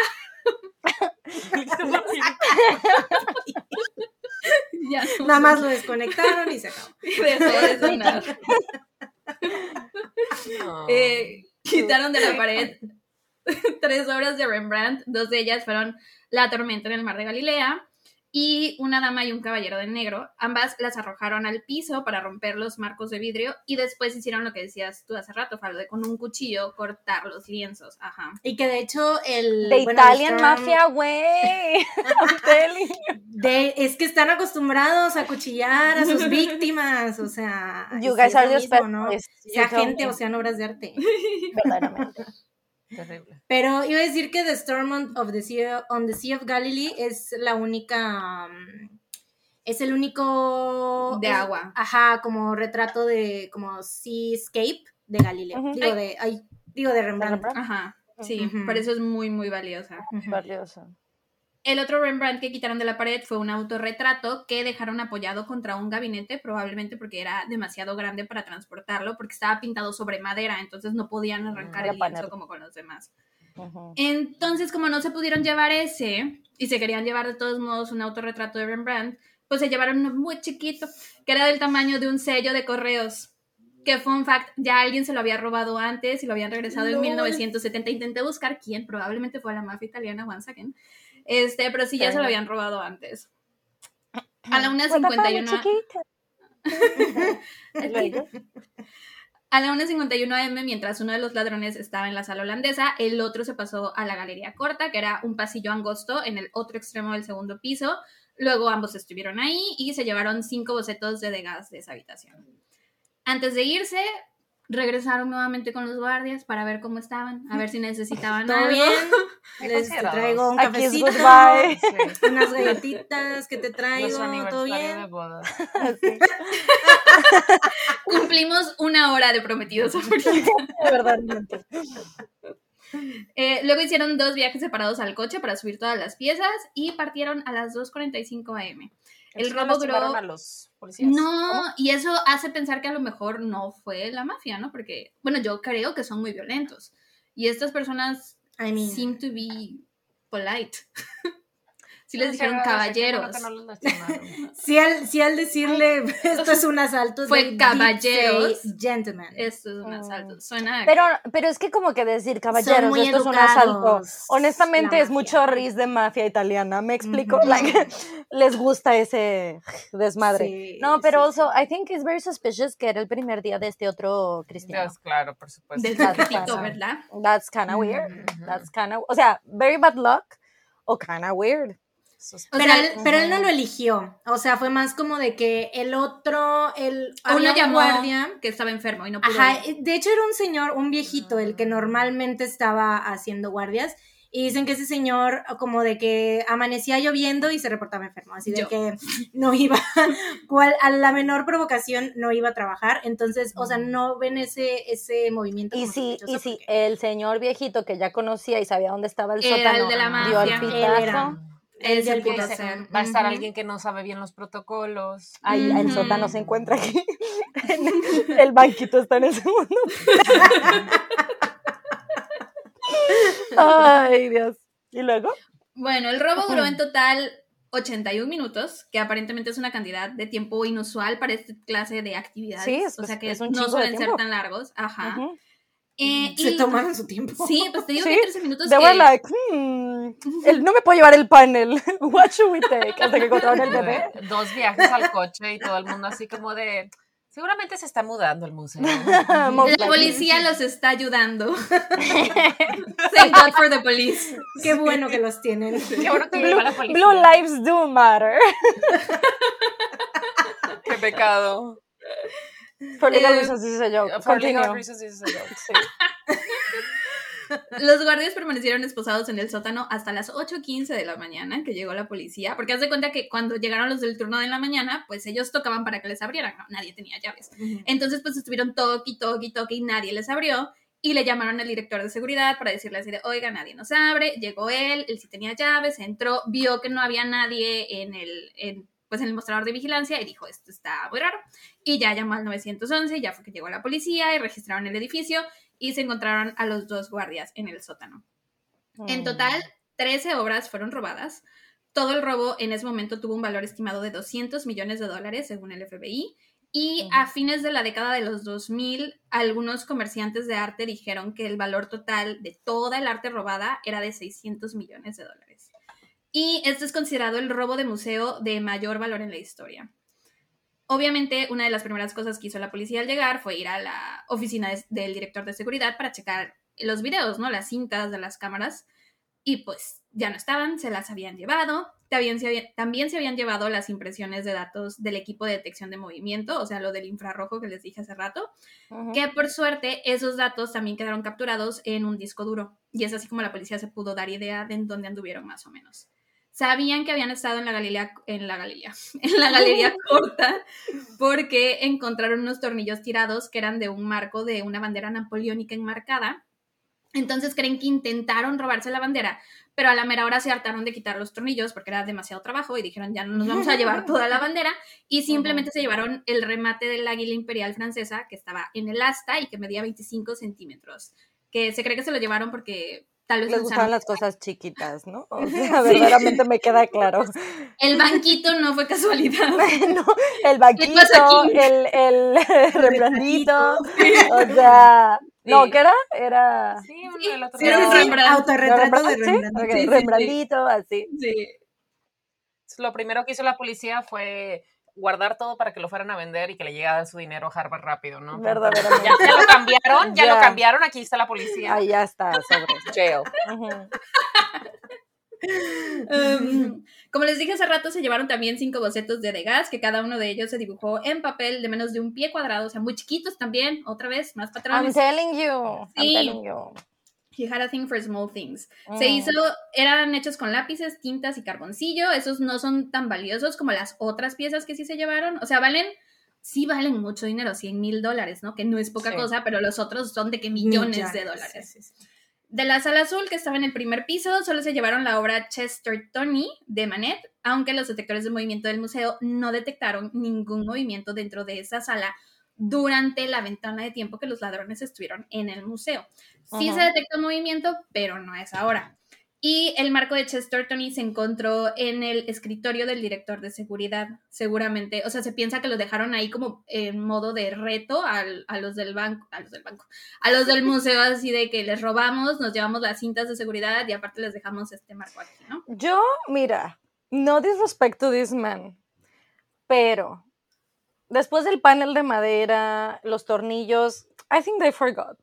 Ya no Nada más lo desconectaron y se acabó. dejó de sonar. No. Quitaron de la pared 3 obras de Rembrandt. 2 de ellas fueron La tormenta en el mar de Galilea y Una dama y un caballero de negro. Ambas las arrojaron al piso para romper los marcos de vidrio y después hicieron lo que decías tú hace rato, Falo, de con un cuchillo cortar los lienzos. Ajá. Y que de hecho el... The bueno, Italian Storm- Mafia, güey. I'm telling you. es que están acostumbrados a cuchillar a sus víctimas, o sea... You sí, guys es are lo the mismo, ¿no? specialists. Sea You tell gente me. o sean obras de arte. Verdaderamente. Terrible. Pero iba a decir que The Storm on the Sea of Galilee es la única... es el único... De agua. Ajá, como retrato de... como seascape de Galileo. Ujú. Digo de Rembrandt. Ajá. Sí, Ujú. por eso es muy, muy valiosa. Valioso. El otro Rembrandt que quitaron de la pared fue un autorretrato que dejaron apoyado contra un gabinete, probablemente porque era demasiado grande para transportarlo, porque estaba pintado sobre madera, entonces no podían arrancar el lienzo Apanar. como con los demás. Ujú. Entonces, como no se pudieron llevar ese, y se querían llevar de todos modos un autorretrato de Rembrandt, pues se llevaron uno muy chiquito, que era del tamaño de un sello de correos. Que fun fact, ya alguien se lo había robado antes y lo habían regresado en Lol. 1970. Intenté buscar quién, probablemente fue la mafia italiana once again. Pero sí, ya se lo habían robado antes. A la What the fuck, 1:51 chiquita? Luego. a la 1:51 am, mientras uno de los ladrones estaba en la sala holandesa, el otro se pasó a la galería corta, que era un pasillo angosto en el otro extremo del segundo piso. Luego ambos estuvieron ahí y se llevaron 5 bocetos de Degas de esa habitación. Antes de irse, regresaron nuevamente con los guardias para ver cómo estaban, a ver si necesitaban ¿Todo algo. bien? Qué Les considerados. traigo un Aquí es cafecito, goodbye. Sí. unas galletitas que te traigo, Nuestro ¿todo aniversario de bien? boda. Sí, Cumplimos 1 hora de prometidos ahorita. verdaderamente. Luego hicieron 2 viajes separados al coche para subir todas las piezas y partieron a las 2:45 am. El Entonces, ¿no robo lastimaron duró... a los policías? No, y eso hace pensar que a lo mejor no fue la mafia, ¿no? Porque, bueno, yo creo que son muy violentos. Y estas personas I mean, seem to be polite. Sí les No, dijeron pero, o sea, qué bueno caballeros. que no los lastimaron. si al decirle esto es un asalto, Fue they did caballeros. say gentlemen. Esto es un asalto. Suena... Pero es que como que decir, caballeros, muy esto es un asalto. educados, Honestamente la es mafia. mucho riz de mafia italiana, ¿me explico? Ujú. Like, les gusta ese desmadre. Sí, No, pero sí, also, I think it's very suspicious que era el primer día de este otro cristiano. Dios, claro, por supuesto. Del That's poquito, kinda- ¿verdad? That's kind of weird. Ujú. That's kind of, o sea, very bad luck o kind of weird. O Pero, sea, pero él no lo eligió. O sea, fue más como de que el otro, uno había un llamó guardia. que estaba enfermo y no pudo Ajá, ir. de hecho era un señor, un viejito, el que normalmente estaba haciendo guardias. Y dicen que ese señor, como de que amanecía lloviendo y se reportaba enfermo. Así de Yo. que no iba, a la menor provocación no iba a trabajar. Entonces, o sea, no ven ese movimiento. Y como si, sospechoso y si porque- el señor viejito que ya conocía y sabía dónde estaba el Era sótano el de la dio el mafia. Él pitazo, era. Él ya se el pudo pitazo. hacer. Va a estar Ujú. alguien que no sabe bien los protocolos. ahí el Ujú. sótano se encuentra aquí. El banquito está en el segundo. Ay, Dios. ¿Y luego? Bueno, el robo duró en total 81 minutos, que aparentemente es una cantidad de tiempo inusual para esta clase de actividades. Sí, o sea que es un no chingo de suelen ser tiempo. tan largos. Ajá. Ujú. Se tomaron su tiempo. Sí, pues te digo Sí, que 13 minutos They que... were like, no me puedo llevar el panel. What should we take? Hasta que encontraron el bebé. 2 viajes al coche y todo el mundo así como de... Seguramente se está mudando el museo. Most La likely. policía los está ayudando. Thank God for the police. Qué bueno que los tienen. Qué bueno que viva la policía. Blue lives do matter. Qué pecado. For legal reasons, this is a joke. For legal Continue. reasons, this is a joke, sí. Los guardias permanecieron esposados en el sótano hasta las 8:15 de la mañana, que llegó la policía, porque haz de cuenta que cuando llegaron los del turno de la mañana, pues ellos tocaban para que les abrieran, ¿no? Nadie tenía llaves. Entonces, pues estuvieron toque y nadie les abrió, y le llamaron al director de seguridad para decirle así de, oiga, nadie nos abre. Llegó él sí tenía llaves, entró, vio que no había nadie en el mostrador de vigilancia y dijo, esto está muy raro, y ya llamó al 911, ya fue que llegó la policía y registraron el edificio y se encontraron a los 2 guardias en el sótano. En total, 13 obras fueron robadas. Todo el robo en ese momento tuvo un valor estimado de $200 millones según el FBI, y a fines de la década de los 2000, algunos comerciantes de arte dijeron que el valor total de toda el arte robada era de $600 millones. Y este es considerado el robo de museo de mayor valor en la historia. Obviamente, una de las primeras cosas que hizo la policía al llegar fue ir a la oficina del director de seguridad para checar los videos, ¿no? Las cintas de las cámaras. Y pues ya no estaban, se las habían llevado. También se habían llevado las impresiones de datos del equipo de detección de movimiento, o sea, lo del infrarrojo que les dije hace rato, que por suerte esos datos también quedaron capturados en un disco duro. Y es así como la policía se pudo dar idea de en dónde anduvieron más o menos. Sabían que habían estado en la galería corta, porque encontraron unos tornillos tirados que eran de un marco de una bandera napoleónica enmarcada. Entonces creen que intentaron robarse la bandera, pero a la mera hora se hartaron de quitar los tornillos porque era demasiado trabajo y dijeron, ya no nos vamos a llevar toda la bandera, y simplemente se llevaron el remate del águila imperial francesa que estaba en el asta y que medía 25 centímetros, que se cree que se lo llevaron porque tal vez les gustaban las cosas chiquitas, ¿no? O sea, verdaderamente me queda claro. El banquito no fue casualidad. No, el banquito, el Rembrandtito, o sea... No, ¿qué era? Era... Sí, el otro era un Rembrandt. Autorretrato de Rembrandt. Sí, okay. Rembrandtito, así. Sí. Lo primero que hizo la policía fue guardar todo para que lo fueran a vender y que le llegara su dinero a Harvard rápido, ¿no? Verdaderamente. Ya lo cambiaron, aquí está la policía. Ahí ya está, sobre. Jail. Como les dije hace rato, se llevaron también 5 bocetos de Degas, que cada uno de ellos se dibujó en papel de menos de un pie cuadrado, o sea, muy chiquitos también, otra vez, más patrones. I'm telling you. He had a thing for small things. Eran hechos con lápices, tintas y carboncillo. Esos no son tan valiosos como las otras piezas que sí se llevaron. O sea, valen mucho dinero, $100,000, ¿no? Que no es poca cosa, pero los otros son de que millones de dólares. Sí. De la sala azul, que estaba en el primer piso, solo se llevaron la obra Chestertonian de Manet, aunque los detectores de movimiento del museo no detectaron ningún movimiento dentro de esa sala durante la ventana de tiempo que los ladrones estuvieron en el museo. Sí se detectó movimiento, pero no es ahora. Y el marco de Chestertonian se encontró en el escritorio del director de seguridad, seguramente. O sea, se piensa que lo dejaron ahí como en modo de reto a los del banco, a los del museo, así de que les robamos, nos llevamos las cintas de seguridad y aparte les dejamos este marco aquí, ¿no? Yo, mira, no disrespect to this man, pero después del panel de madera, los tornillos, I think they forgot.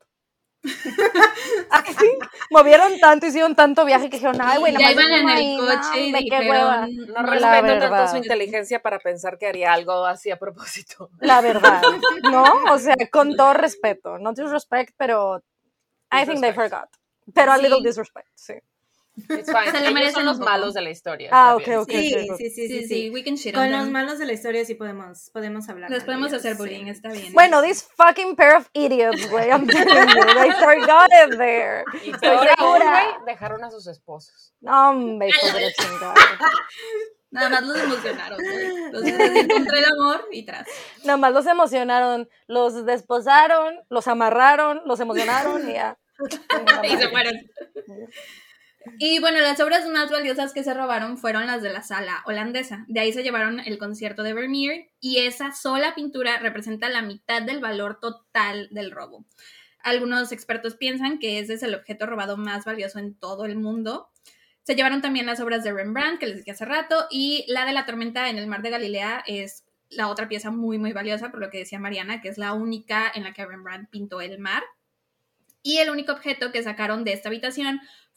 Movieron tanto, hicieron tanto viaje que dijeron, ay, güey, ya iban en el coche y dijeron, no respeto tanto su inteligencia para pensar que haría algo así a propósito. La verdad, ¿no? O sea, con todo respeto, no disrespect, pero I think they forgot. Pero a little disrespect, sí. It's fine. Ellos son los malos de la historia. Ok. Sí. We can shit on Con them. los malos de la historia sí podemos hablar. Les podemos hacer bullying, está bien. Bueno, this fucking pair of idiots, güey, I'm telling you, they forgot it there. Y peor aún, güey, dejaron a sus esposos. No, hombre, hijo de la chingada. Nada más los emocionaron, güey. Los encontré el amor y tras. Nada más los emocionaron, los desposaron, los amarraron, los emocionaron y ya. Y se fueron. Y bueno, las obras más valiosas que se robaron fueron las de la sala holandesa. De ahí se llevaron el concierto de Vermeer y esa sola pintura representa la mitad del valor total del robo. Algunos expertos piensan que ese es el objeto robado más valioso en todo el mundo. Se llevaron también las obras de Rembrandt, que les dije hace rato, y la de la tormenta en el mar de Galilea es la otra pieza muy, muy valiosa, por lo que decía Mariana, que es la única en la que Rembrandt pintó el mar. Y el único objeto que sacaron de esta habitación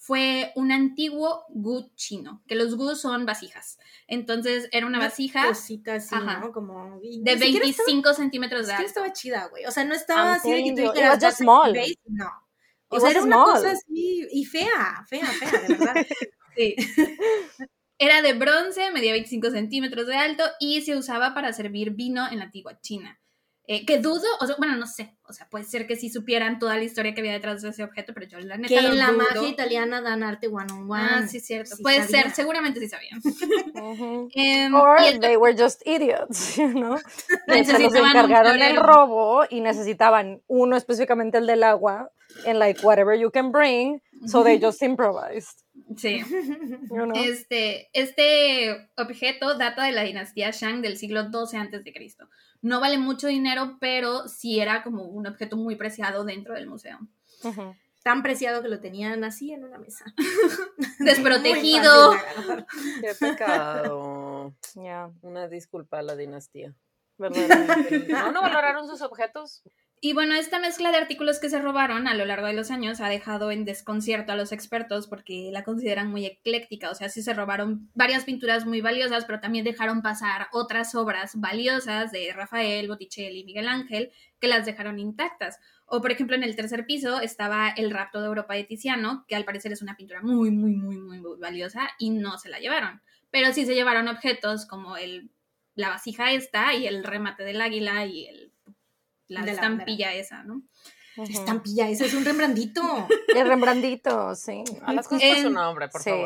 fue un antiguo gu chino, que los gus son vasijas. Entonces era una vasija cosita así, ajá, ¿no? Como de 25 centímetros de alto. alto. Estaba chida, güey. O sea, no estaba así de que tú It dijeras, was just small. base, no. O It sea, was era una small. cosa así, y fea, de verdad. Sí. Era de bronce, medía 25 centímetros de alto y se usaba para servir vino en la antigua China. Que dudo, o sea, bueno, no sé, o sea, puede ser que sí supieran toda la historia que había detrás de ese objeto, pero yo la neta Que lo en la dudo. magia italiana dan arte one-on-one. Ah, sí, cierto. Sí puede sabía. ser, seguramente sí sabían. Or y el- they were just idiots, you know? Que se los Necesitaban un encargaron el florero. robo y necesitaban uno específicamente el del agua and like whatever you can bring, so they just improvised. Sí. You know? Este objeto data de la dinastía Shang del siglo XII a.C. No vale mucho dinero, pero sí era como un objeto muy preciado dentro del museo. Ujú. Tan preciado que lo tenían así en una mesa. Desprotegido. Muy fácil de agarrar. Qué pecado. Yeah, Una disculpa a la dinastía. verdaderamente. ¿No valoraron sus objetos? Y bueno, esta mezcla de artículos que se robaron a lo largo de los años ha dejado en desconcierto a los expertos porque la consideran muy ecléctica. O sea, sí se robaron varias pinturas muy valiosas, pero también dejaron pasar otras obras valiosas de Rafael, Botticelli y Miguel Ángel que las dejaron intactas. O, por ejemplo, en el tercer piso estaba El rapto de Europa de Tiziano, que al parecer es una pintura muy, muy, muy, muy, muy valiosa y no se la llevaron. Pero sí se llevaron objetos como la vasija esta y el remate del águila y la De la estampilla esa, ¿no? Ujú. Estampilla, ese es un Rembrandtito. El Rembrandtito, sí. A las cosas por su nombre, por Sí. favor.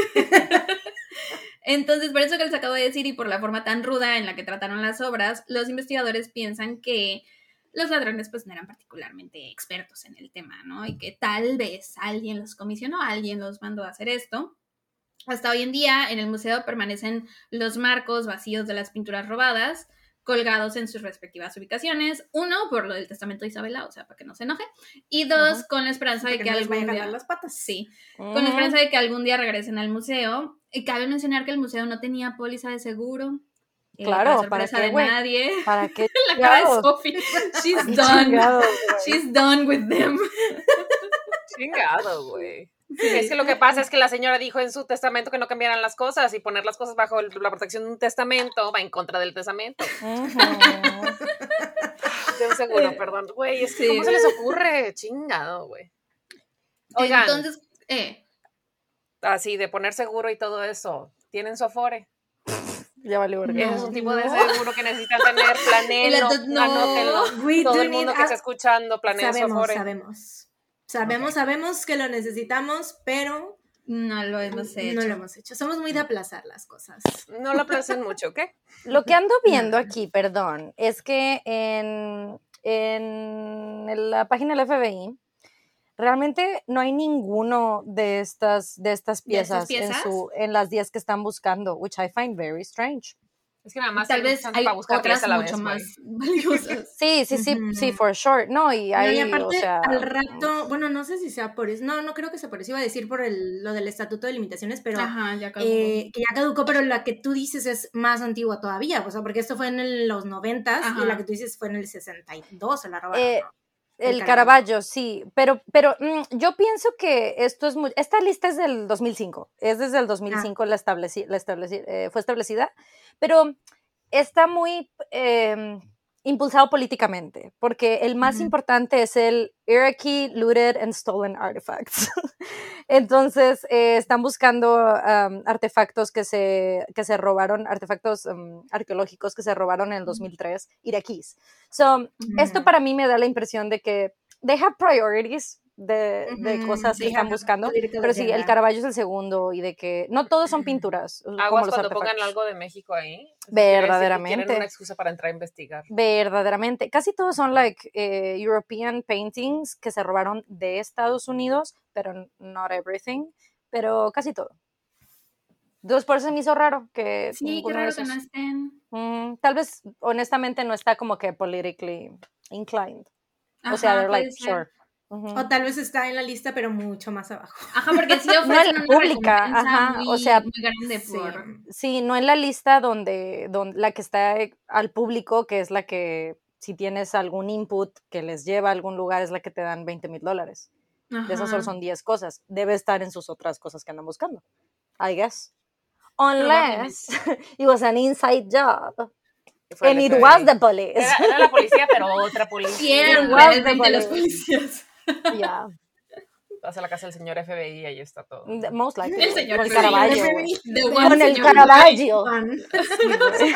Entonces, por eso que les acabo de decir y por la forma tan ruda en la que trataron las obras, los investigadores piensan que los ladrones pues no eran particularmente expertos en el tema, ¿no? Y que tal vez alguien los comisionó, alguien los mandó a hacer esto. Hasta hoy en día en el museo permanecen los marcos vacíos de las pinturas robadas, colgados en sus respectivas ubicaciones. Uno, por lo del testamento de Isabela, o sea, para que no se enoje. Y dos, Ujú. con la esperanza de Porque que no les vaya a algún jalar día... las patas. Sí, con la esperanza de que algún día regresen al museo. Y cabe mencionar que el museo no tenía póliza de seguro. Claro, para sorpresa ¿para qué, de güey? nadie. ¿Para qué? La cara de chingados? Sophie. She's Qué done. chingados, güey. She's done with them. Chingado, güey. Es que lo que pasa es que la señora dijo en su testamento que no cambiaran las cosas y poner las cosas bajo la protección de un testamento va en contra del testamento. Ujú. De un seguro, perdón. Güey, es que Sí. ¿cómo se les ocurre? Chingado, güey. Oigan, Entonces, así de poner seguro y todo eso. ¿Tienen su Afore? Ya vale, verga. Ese es un tipo de No. seguro que necesitan tener. Planéenlo, No. anótenlo. We Todo do el mundo need que está escuchando, planeen su Afore. Sabemos que lo necesitamos, pero no lo hemos hecho. no lo hemos hecho. Somos muy de aplazar las cosas. No lo aplacen mucho, ¿ok? Lo que ando viendo No. aquí, perdón, es que en la página del FBI realmente no hay ninguno de estas piezas, piezas? en las 10 que están buscando, which I find very strange. Es que nada más Tal tengo vez chance hay para buscar otras 10 a la mucho vez, güey. más valiosas. Sí, Ujú. for sure. No, y No, hay, y aparte, o sea, al rato, bueno, no sé si sea por eso, no creo que sea por eso, iba a decir por lo del Estatuto de Limitaciones, pero Ajá, ya caducó. que ya caducó, pero la que tú dices es más antigua todavía, o sea, porque esto fue en los 90s Ajá. y la que tú dices fue en el 62, se la robaron, Eh, ¿no? el Caravaggio, sí, pero yo pienso que esto es esta lista es del 2005, es desde el 2005 fue establecida, pero está muy impulsado políticamente, porque el más Ujú. importante es el Iraqi Looted and Stolen Artifacts. Entonces, están buscando artefactos que se robaron, artefactos arqueológicos que se robaron en el 2003, iraquíes. So, esto para mí me da la impresión de que they have priorities de cosas que están buscando, pero sí, el Caravaggio es el segundo y de que no todos son pinturas como Aguas los cuando artefactos. pongan algo de México ahí. Verdaderamente. Quieren una excusa para entrar a investigar. Verdaderamente. Casi todos son like European paintings que se robaron de Estados Unidos, pero not everything, pero casi todo. Entonces por eso se me hizo raro que Sí, qué ninguno de raro que esos. no estén. Tal vez, honestamente, no está como que politically inclined. Ajá, O sea, they're puede like, ser. sure. Ujú. O tal vez está en la lista, pero mucho más abajo. Ajá, porque sí No ofrecen en la una pública, recompensa ajá, muy, o sea, muy grande Sí. por... Sí, no en la lista donde la que está al público, que es la que si tienes algún input que les lleva a algún lugar, es la que te dan $20,000. De esas solo Ajá. son 10 cosas. Debe estar en sus otras cosas que andan buscando. I guess. Unless it was an inside job. Y fue el And it FBI. was the police. Era la policía, pero otra Sí, policía. eran Igual de realmente los policía. policías. Yeah. Vas a la casa del señor FBI y ahí está todo. Most likely. El señor Con el FBI. Caravaggio, güey. The one Con el señor Caravaggio. Fan. Sí, güey.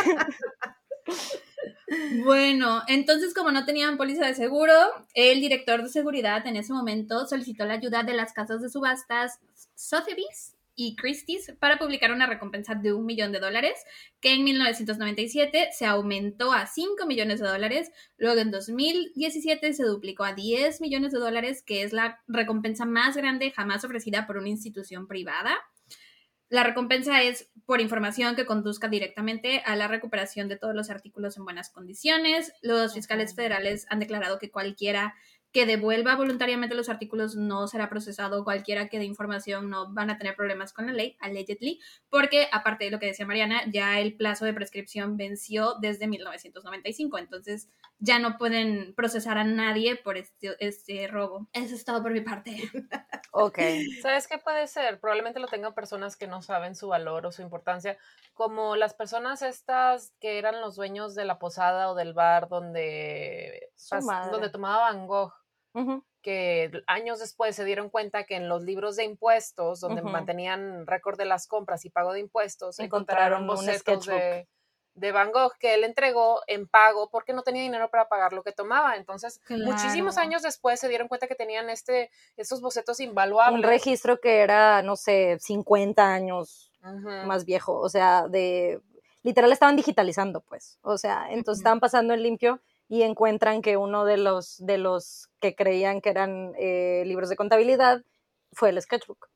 Bueno, entonces como no tenían póliza de seguro, el director de seguridad en ese momento solicitó la ayuda de las casas de subastas Sotheby's y Christie's para publicar una recompensa de $1 millón, que en 1997 se aumentó a $5 millones, luego en 2017 se duplicó a $10 millones, que es la recompensa más grande jamás ofrecida por una institución privada. La recompensa es por información que conduzca directamente a la recuperación de todos los artículos en buenas condiciones. Los fiscales federales han declarado que cualquiera que devuelva voluntariamente los artículos no será procesado, cualquiera que dé información no van a tener problemas con la ley, allegedly, porque aparte de lo que decía Mariana, ya el plazo de prescripción venció desde 1995, entonces ya no pueden procesar a nadie por este robo. Eso es todo por mi parte. Ok. ¿Sabes qué puede ser? Probablemente lo tengan personas que no saben su valor o su importancia, como las personas estas que eran los dueños de la posada o del bar donde tomaba Van Gogh, que años después se dieron cuenta que en los libros de impuestos, donde mantenían récord de las compras y pago de impuestos, encontraron bocetos de Van Gogh que él entregó en pago porque no tenía dinero para pagar lo que tomaba. Entonces, muchísimos años después se dieron cuenta que tenían estos bocetos invaluables. Un registro que era, no sé, 50 años más viejo. O sea, literal estaban digitalizando, pues. O sea, entonces estaban pasando en limpio y encuentran que uno de los que creían que eran libros de contabilidad fue el sketchbook.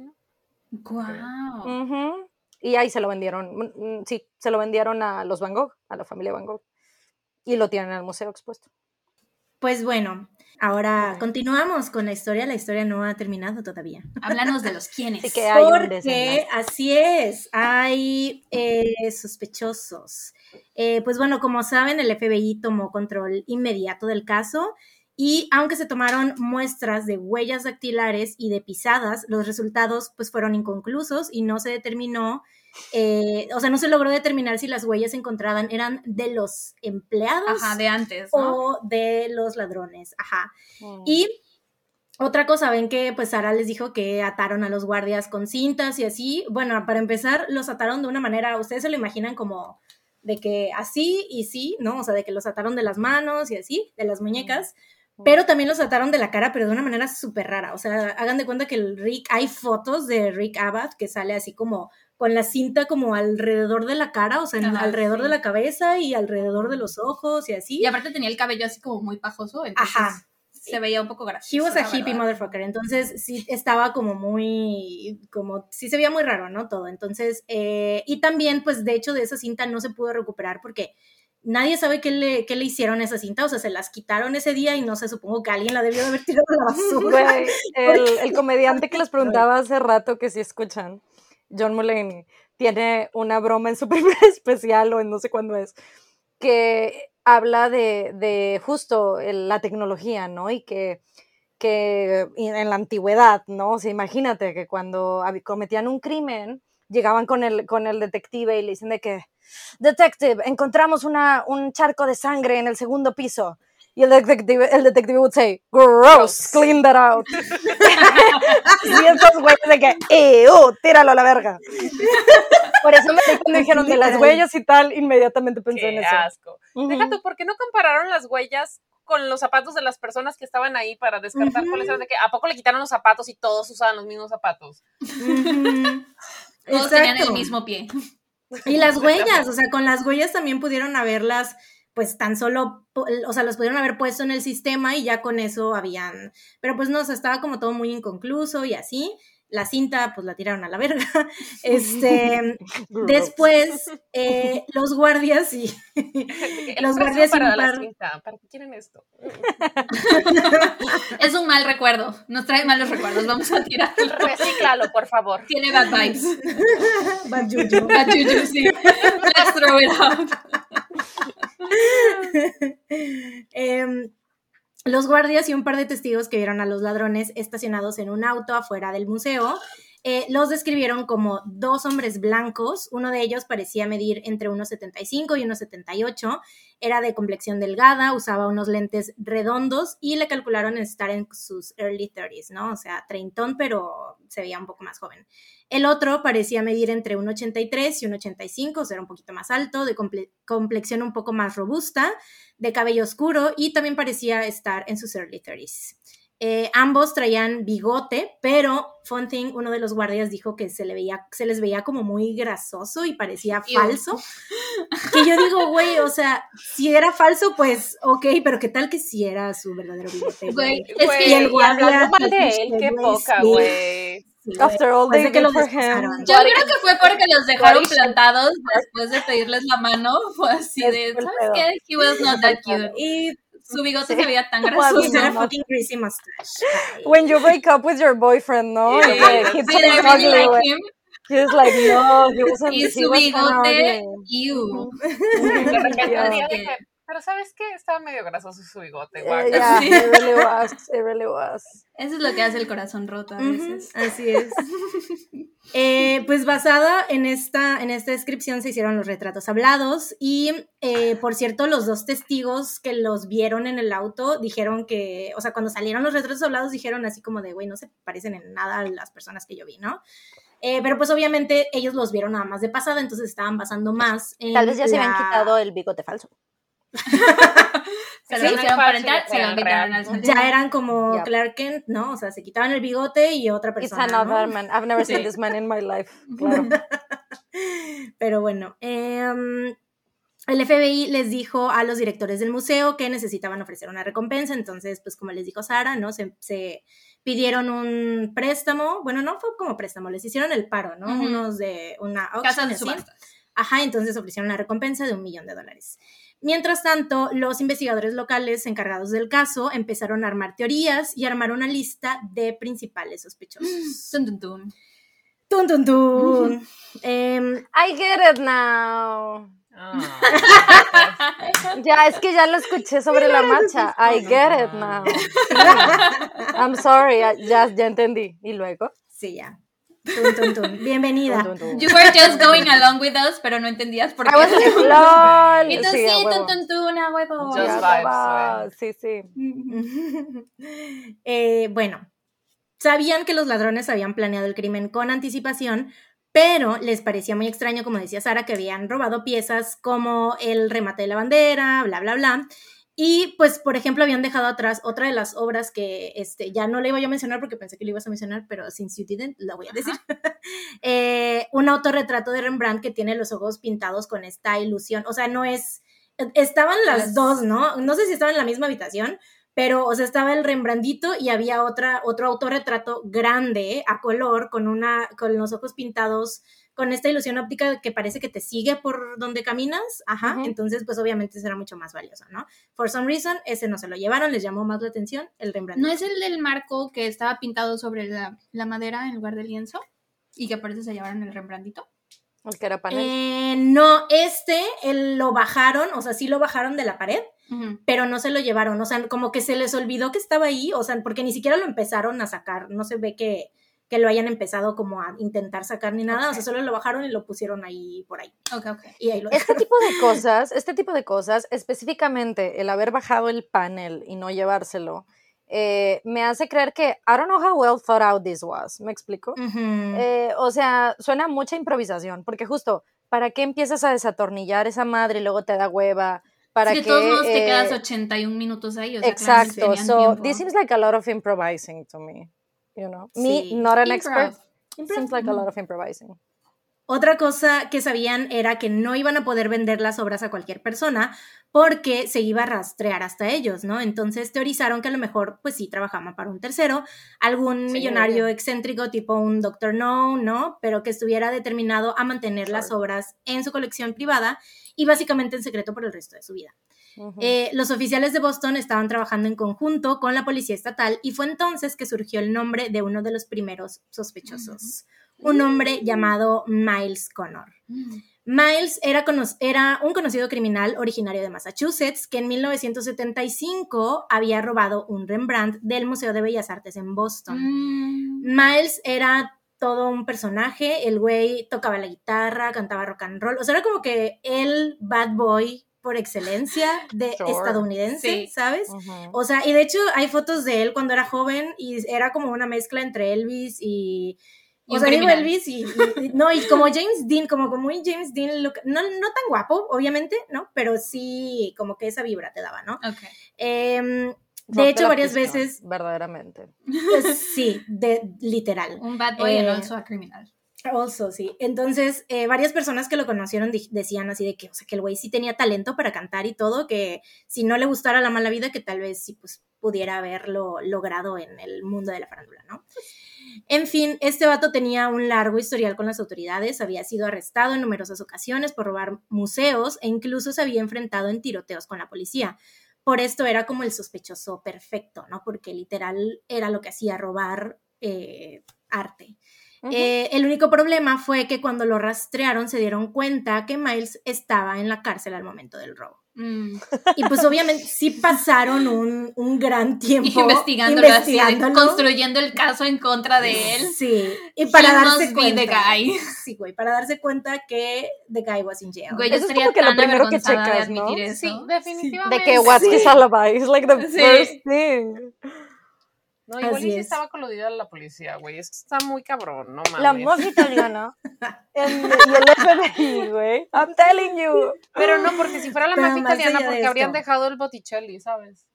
¡Guau! Y ahí se lo vendieron, sí, se lo vendieron a los Van Gogh, a la familia Van Gogh, y lo tienen en el museo expuesto. Pues bueno, ahora continuamos con la historia no ha terminado todavía. Háblanos de los quiénes. Sí que hay un Porque desenlace. así es, hay sospechosos. Pues bueno, como saben, el FBI tomó control inmediato del caso y aunque se tomaron muestras de huellas dactilares y de pisadas, los resultados pues fueron inconclusos y no se determinó, no se logró determinar si las huellas encontradas eran de los empleados de antes, ¿no? o de los ladrones. Y otra cosa, ven que pues Sara les dijo que ataron a los guardias con cintas y así. Bueno, para empezar, los ataron de una manera, ustedes se lo imaginan como de que así y sí, ¿no? O sea, de que los ataron de las manos y así, de las muñecas, pero también los ataron de la cara, pero de una manera súper rara. O sea, hagan de cuenta que hay fotos de Rick Abbott que sale así como con la cinta como alrededor de la cara, o sea, alrededor de la cabeza y alrededor de los ojos y así. Y aparte tenía el cabello así como muy pajoso, entonces se veía un poco gracioso. He was a hippie motherfucker, entonces sí estaba como sí se veía muy raro, ¿no? Todo, entonces, y también, pues, de hecho, de esa cinta no se pudo recuperar porque nadie sabe qué le hicieron a esa cinta, o sea, se las quitaron ese día y no sé, supongo que alguien la debió de haber tirado a la basura. Güey, el comediante que les preguntaba hace rato que si escuchan, John Mulaney, tiene una broma en su primer especial o en no sé cuándo es, que habla de justo la tecnología, ¿no? Y que en la antigüedad, ¿no? O sea, imagínate que cuando cometían un crimen, llegaban con el detective y le dicen de que, detective, encontramos un charco de sangre en el segundo piso. Y el detective would say, gross, clean that out. Y estos güeyes de que, tíralo a la verga. Por eso me dijeron de las huellas y tal, inmediatamente pensé en eso. ¡Qué asco! Deja tú, ¿por qué no compararon las huellas con los zapatos de las personas que estaban ahí para descartar cuáles eran? De que, ¿a poco le quitaron los zapatos y todos usaban los mismos zapatos? Todos tenían el mismo pie. Y las huellas, o sea, con las huellas también pudieron haberlas, pues tan solo, o sea, las pudieron haber puesto en el sistema y ya con eso habían, pero pues no, o sea, estaba como todo muy inconcluso y así. La cinta, pues la tiraron a la verga. Después, los guardias y los guardias para la cinta. ¿Para qué quieren esto? Es un mal recuerdo. Nos trae malos recuerdos. Vamos a tirar. Recíclalo, por favor. Tiene bad vibes. Bad juju. Bad juju, sí. Let's throw it out. Los guardias y un par de testigos que vieron a los ladrones estacionados en un auto afuera del museo los describieron como 2 hombres blancos. Uno de ellos parecía medir entre 1,75 y 1,78, era de complexión delgada, usaba unos lentes redondos y le calcularon estar en sus early 30s, ¿no? O sea, treintón, pero se veía un poco más joven. El otro parecía medir entre 1,83 y 1,85, o sea, era un poquito más alto, de complexión un poco más robusta, de cabello oscuro y también parecía estar en sus early 30s. Ambos traían bigote, pero fun thing, uno de los guardias dijo que se les veía como muy grasoso y parecía falso. Que yo digo, güey, o sea, si era falso, pues ok, pero qué tal que sí era su verdadero bigote, güey. Es que el guardia mal de él, qué poca, güey. After all they did for him. Yo creo que fue porque los dejaron plantados después de pedirles la mano. Fue así de, ¿sabes qué? He was not that cute. Y su bigote se veía tan grasoso. Era fucking greasy mustache. When you break up with your boyfriend, ¿no? Yeah. He's like him. He's like, no, he wasn't. Y su bigote, ew. De repente pero ¿sabes qué? Estaba medio grasoso su bigote. Yeah, it really was. Eso es lo que hace el corazón roto a veces. Así es. Pues basada en esta descripción se hicieron los retratos hablados y, por cierto, los 2 testigos que los vieron en el auto dijeron que, o sea, cuando salieron los retratos hablados dijeron así como de, güey, no se parecen en nada a las personas que yo vi, ¿no? Pero pues obviamente ellos los vieron nada más de pasada, entonces estaban basando más en Tal vez ya se habían quitado el bigote falso. Se lo hicieron para entrar, se lo quitaron al salir. Ya eran como Clark Kent, ¿no? O sea, se quitaban el bigote y otra persona, It's another man. I've never seen this man in my life. Claro. Pero bueno, el FBI les dijo a los directores del museo que necesitaban ofrecer una recompensa, entonces, pues como les dijo Sara, ¿no? Se pidieron un préstamo, bueno, no fue como préstamo, les hicieron el paro, ¿no? Unos de una casa de subastas. Ajá, entonces ofrecieron una recompensa de $1 millón. Mientras tanto, los investigadores locales encargados del caso empezaron a armar teorías y armar una lista de principales sospechosos. Tun, tun, tun. Tun, tun, tun. I get it now. Ya, es que ya lo escuché sobre la marcha. I get it now. I'm sorry, ya entendí. ¿Y luego? Sí, ya. Tun, tun, tun. Bienvenida. Tun, tun, tun. You were just going along with us, pero no entendías por qué. I was like, lol. Y tú sí, tun, tun, tun, a huevo. Just vibes, sí. Bueno, sabían que los ladrones habían planeado el crimen con anticipación, pero les parecía muy extraño, como decía Sara, que habían robado piezas como el remate de la bandera, bla, bla, bla. Y pues, por ejemplo, habían dejado atrás otra de las obras que ya no le iba yo a mencionar porque pensé que lo ibas a mencionar, pero since you didn't, la voy a decir. Un autorretrato de Rembrandt que tiene los ojos pintados con esta ilusión. O sea, no es... Estaban las dos, ¿no? No sé si estaban en la misma habitación, pero, o sea, estaba el Rembrandtito y había otro autorretrato grande, a color, con los ojos pintados, con esta ilusión óptica que parece que te sigue por donde caminas, entonces, pues, obviamente será mucho más valioso, ¿no? For some reason, ese no se lo llevaron, les llamó más la atención el Rembrandt. ¿No es el del marco que estaba pintado sobre la madera en lugar de lienzo? Y que por eso se llevaron el Rembrandtito. ¿El que era panel? No, lo bajaron, o sea, sí lo bajaron de la pared, pero no se lo llevaron, o sea, como que se les olvidó que estaba ahí, o sea, porque ni siquiera lo empezaron a sacar, no se ve que lo hayan empezado como a intentar sacar ni nada, o sea, solo lo bajaron y lo pusieron ahí, por ahí. Okay. Y ahí lo Este tipo de cosas, específicamente el haber bajado el panel y no llevárselo, me hace creer que I don't know how well thought out this was, ¿me explico? O sea, suena mucha improvisación, porque justo, ¿para qué empiezas a desatornillar esa madre y luego te da hueva? ¿Para de todos modos te quedas 81 minutos ahí, o sea, exacto, so this seems like a lot of improvising to me, you know? Me, not an expert, seems like a lot of improvising. Otra cosa que sabían era que no iban a poder vender las obras a cualquier persona porque se iba a rastrear hasta ellos, ¿no? Entonces teorizaron que a lo mejor, pues sí, trabajaban para un tercero, algún millonario excéntrico tipo un Dr. No, ¿no? Pero que estuviera determinado a mantener las obras en su colección privada y básicamente en secreto por el resto de su vida. Los oficiales de Boston estaban trabajando en conjunto con la policía estatal y fue entonces que surgió el nombre de uno de los primeros sospechosos, un hombre llamado Miles Connor. Miles era un conocido criminal originario de Massachusetts que en 1975 había robado un Rembrandt del Museo de Bellas Artes en Boston. Miles era todo un personaje, el güey tocaba la guitarra, cantaba rock and roll, o sea, era como que el bad boy por excelencia de estadounidense, ¿sabes? O sea, y de hecho hay fotos de él cuando era joven y era como una mezcla entre Elvis y o sea, digo Elvis y como James Dean, como muy James Dean, no tan guapo, obviamente, ¿no? Pero sí, como que esa vibra te daba, ¿no? Okay. De hecho, varias veces... Verdaderamente. Sí, literal. Un bad boy and also a criminal. Also, sí. Entonces, varias personas que lo conocieron decían así de que, o sea, que el güey sí tenía talento para cantar y todo, que si no le gustara la mala vida, que tal vez sí, pues, pudiera haberlo logrado en el mundo de la farándula, ¿no? En fin, este vato tenía un largo historial con las autoridades, había sido arrestado en numerosas ocasiones por robar museos e incluso se había enfrentado en tiroteos con la policía. Por esto era como el sospechoso perfecto, ¿no? Porque literal era lo que hacía, robar arte. El único problema fue que cuando lo rastrearon se dieron cuenta que Miles estaba en la cárcel al momento del robo. Y pues obviamente sí pasaron un gran tiempo investigándolo, construyendo el caso en contra de él. Sí, y para darse cuenta. Sí, güey, para darse cuenta que the guy was in jail. Güey, yo eso estaría es como que lo primero que checas, ¿no? Eso. Sí, definitivamente. De que what's his alibi is like the first thing. No, igual sí estaba coludida la policía, güey. Esto está muy cabrón, no mames. La mafia italiana y el FBI, güey. I'm telling you. Pero no, porque si fuera la mafia italiana, porque habrían dejado el Botticelli, ¿sabes?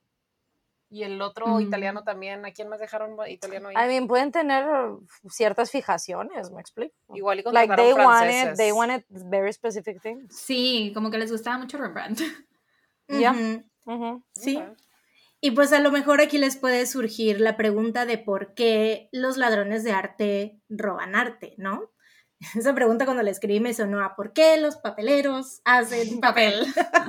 Y el otro italiano también. ¿A quién más dejaron italiano ahí? I mean, pueden tener ciertas fijaciones, ¿me explico? Igual y contrataron franceses. They wanted very specific things. Sí, como que les gustaba mucho Rembrandt. Yeah. Sí. Okay. Y pues a lo mejor aquí les puede surgir la pregunta de por qué los ladrones de arte roban arte, ¿no? Esa pregunta cuando la escribí me sonó a ¿por qué los papeleros hacen papel?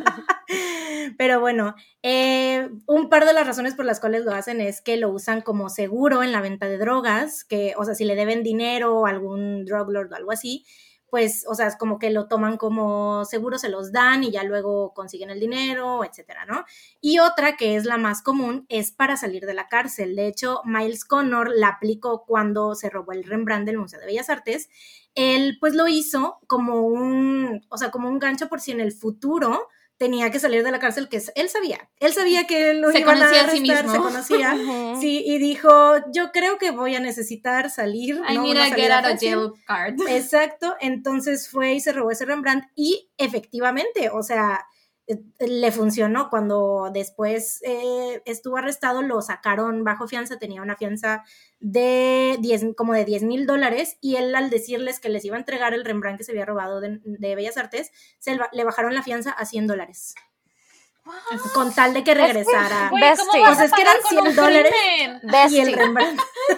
Pero bueno, un par de las razones por las cuales lo hacen es que lo usan como seguro en la venta de drogas, que, o sea, si le deben dinero a algún drug lord o algo así, pues, o sea, es como que lo toman como seguro, se los dan y ya luego consiguen el dinero, etcétera, ¿no? Y otra, que es la más común, es para salir de la cárcel. De hecho, Miles Connor la aplicó cuando se robó el Rembrandt del Museo de Bellas Artes. Él, pues, lo hizo como un gancho por si en el futuro tenía que salir de la cárcel, que él sabía que lo iban a arrestar, se conocía, sí, y dijo, yo creo que voy a necesitar salir. I need a get out of jail card. Exacto, entonces fue y se robó ese Rembrandt y efectivamente, o sea, le funcionó. Cuando después estuvo arrestado, lo sacaron bajo fianza, tenía una fianza de $10,000 y él, al decirles que les iba a entregar el Rembrandt que se había robado de Bellas Artes, le bajaron la fianza a $100. Wow. Con tal de que regresara. O sea, es que eran $100 y el Rembrandt.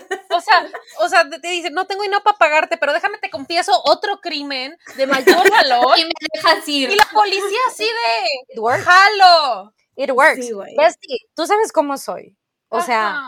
O sea, te dicen, no tengo dinero para pagarte, pero déjame te confieso otro crimen de mayor valor. Y me dejas ir. Y la policía así de, ¡jalo! It works. Sí, Bestie, tú sabes cómo soy. O sea,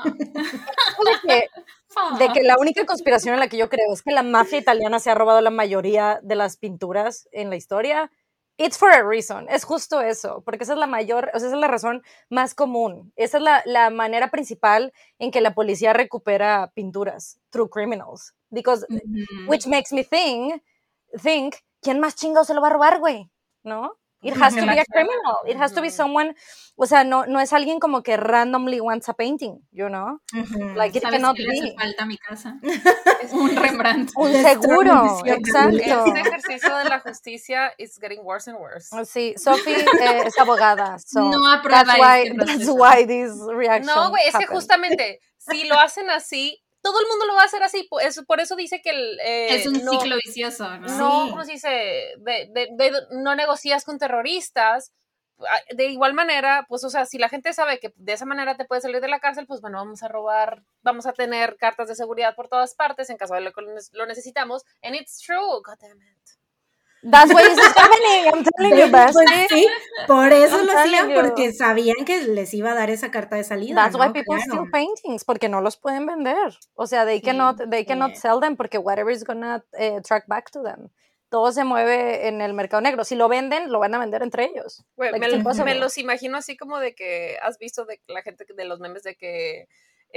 de que la única conspiración en la que yo creo es que la mafia italiana se ha robado la mayoría de las pinturas en la historia. It's for a reason. Es justo eso, porque esa es la mayor, o sea, esa es la razón más común. Esa es la manera principal en que la policía recupera pinturas, through criminals. Because, which makes me think, ¿quién más chingado se lo va a robar, güey? ¿No? It has to be a criminal. It has to be someone, o sea, no es alguien como que randomly wants a painting, you know? Like, it cannot be. Le hace falta a mi casa. Es un Rembrandt. Un seguro, exacto. Este ejercicio de la justicia is getting worse and worse. Sí, Sophie es abogada, so no aprueba that's why this reaction No, güey, es que justamente, si lo hacen así, todo el mundo lo va a hacer así, por eso dice que es un ciclo vicioso, ¿no? No, ¿cómo se dice? No negocias con terroristas. De igual manera, pues, o sea, si la gente sabe que de esa manera te puedes salir de la cárcel, pues, bueno, vamos a robar, vamos a tener cartas de seguridad por todas partes en caso de que lo necesitamos. And it's true, god damn it. That's why this is happening. I'm telling you, Pues bestie. sí, por eso I'm lo telling hacían, you. porque sabían que les iba a dar esa carta de salida, That's why ¿no? people Claro. steal paintings, porque no los pueden vender. O sea, they cannot sell them porque whatever is gonna track back to them. Todo se mueve en el mercado negro. Si lo venden, lo van a vender entre ellos. Güey, Like, me, it's me impossible. los imagino así como de que has visto de la gente de los memes de que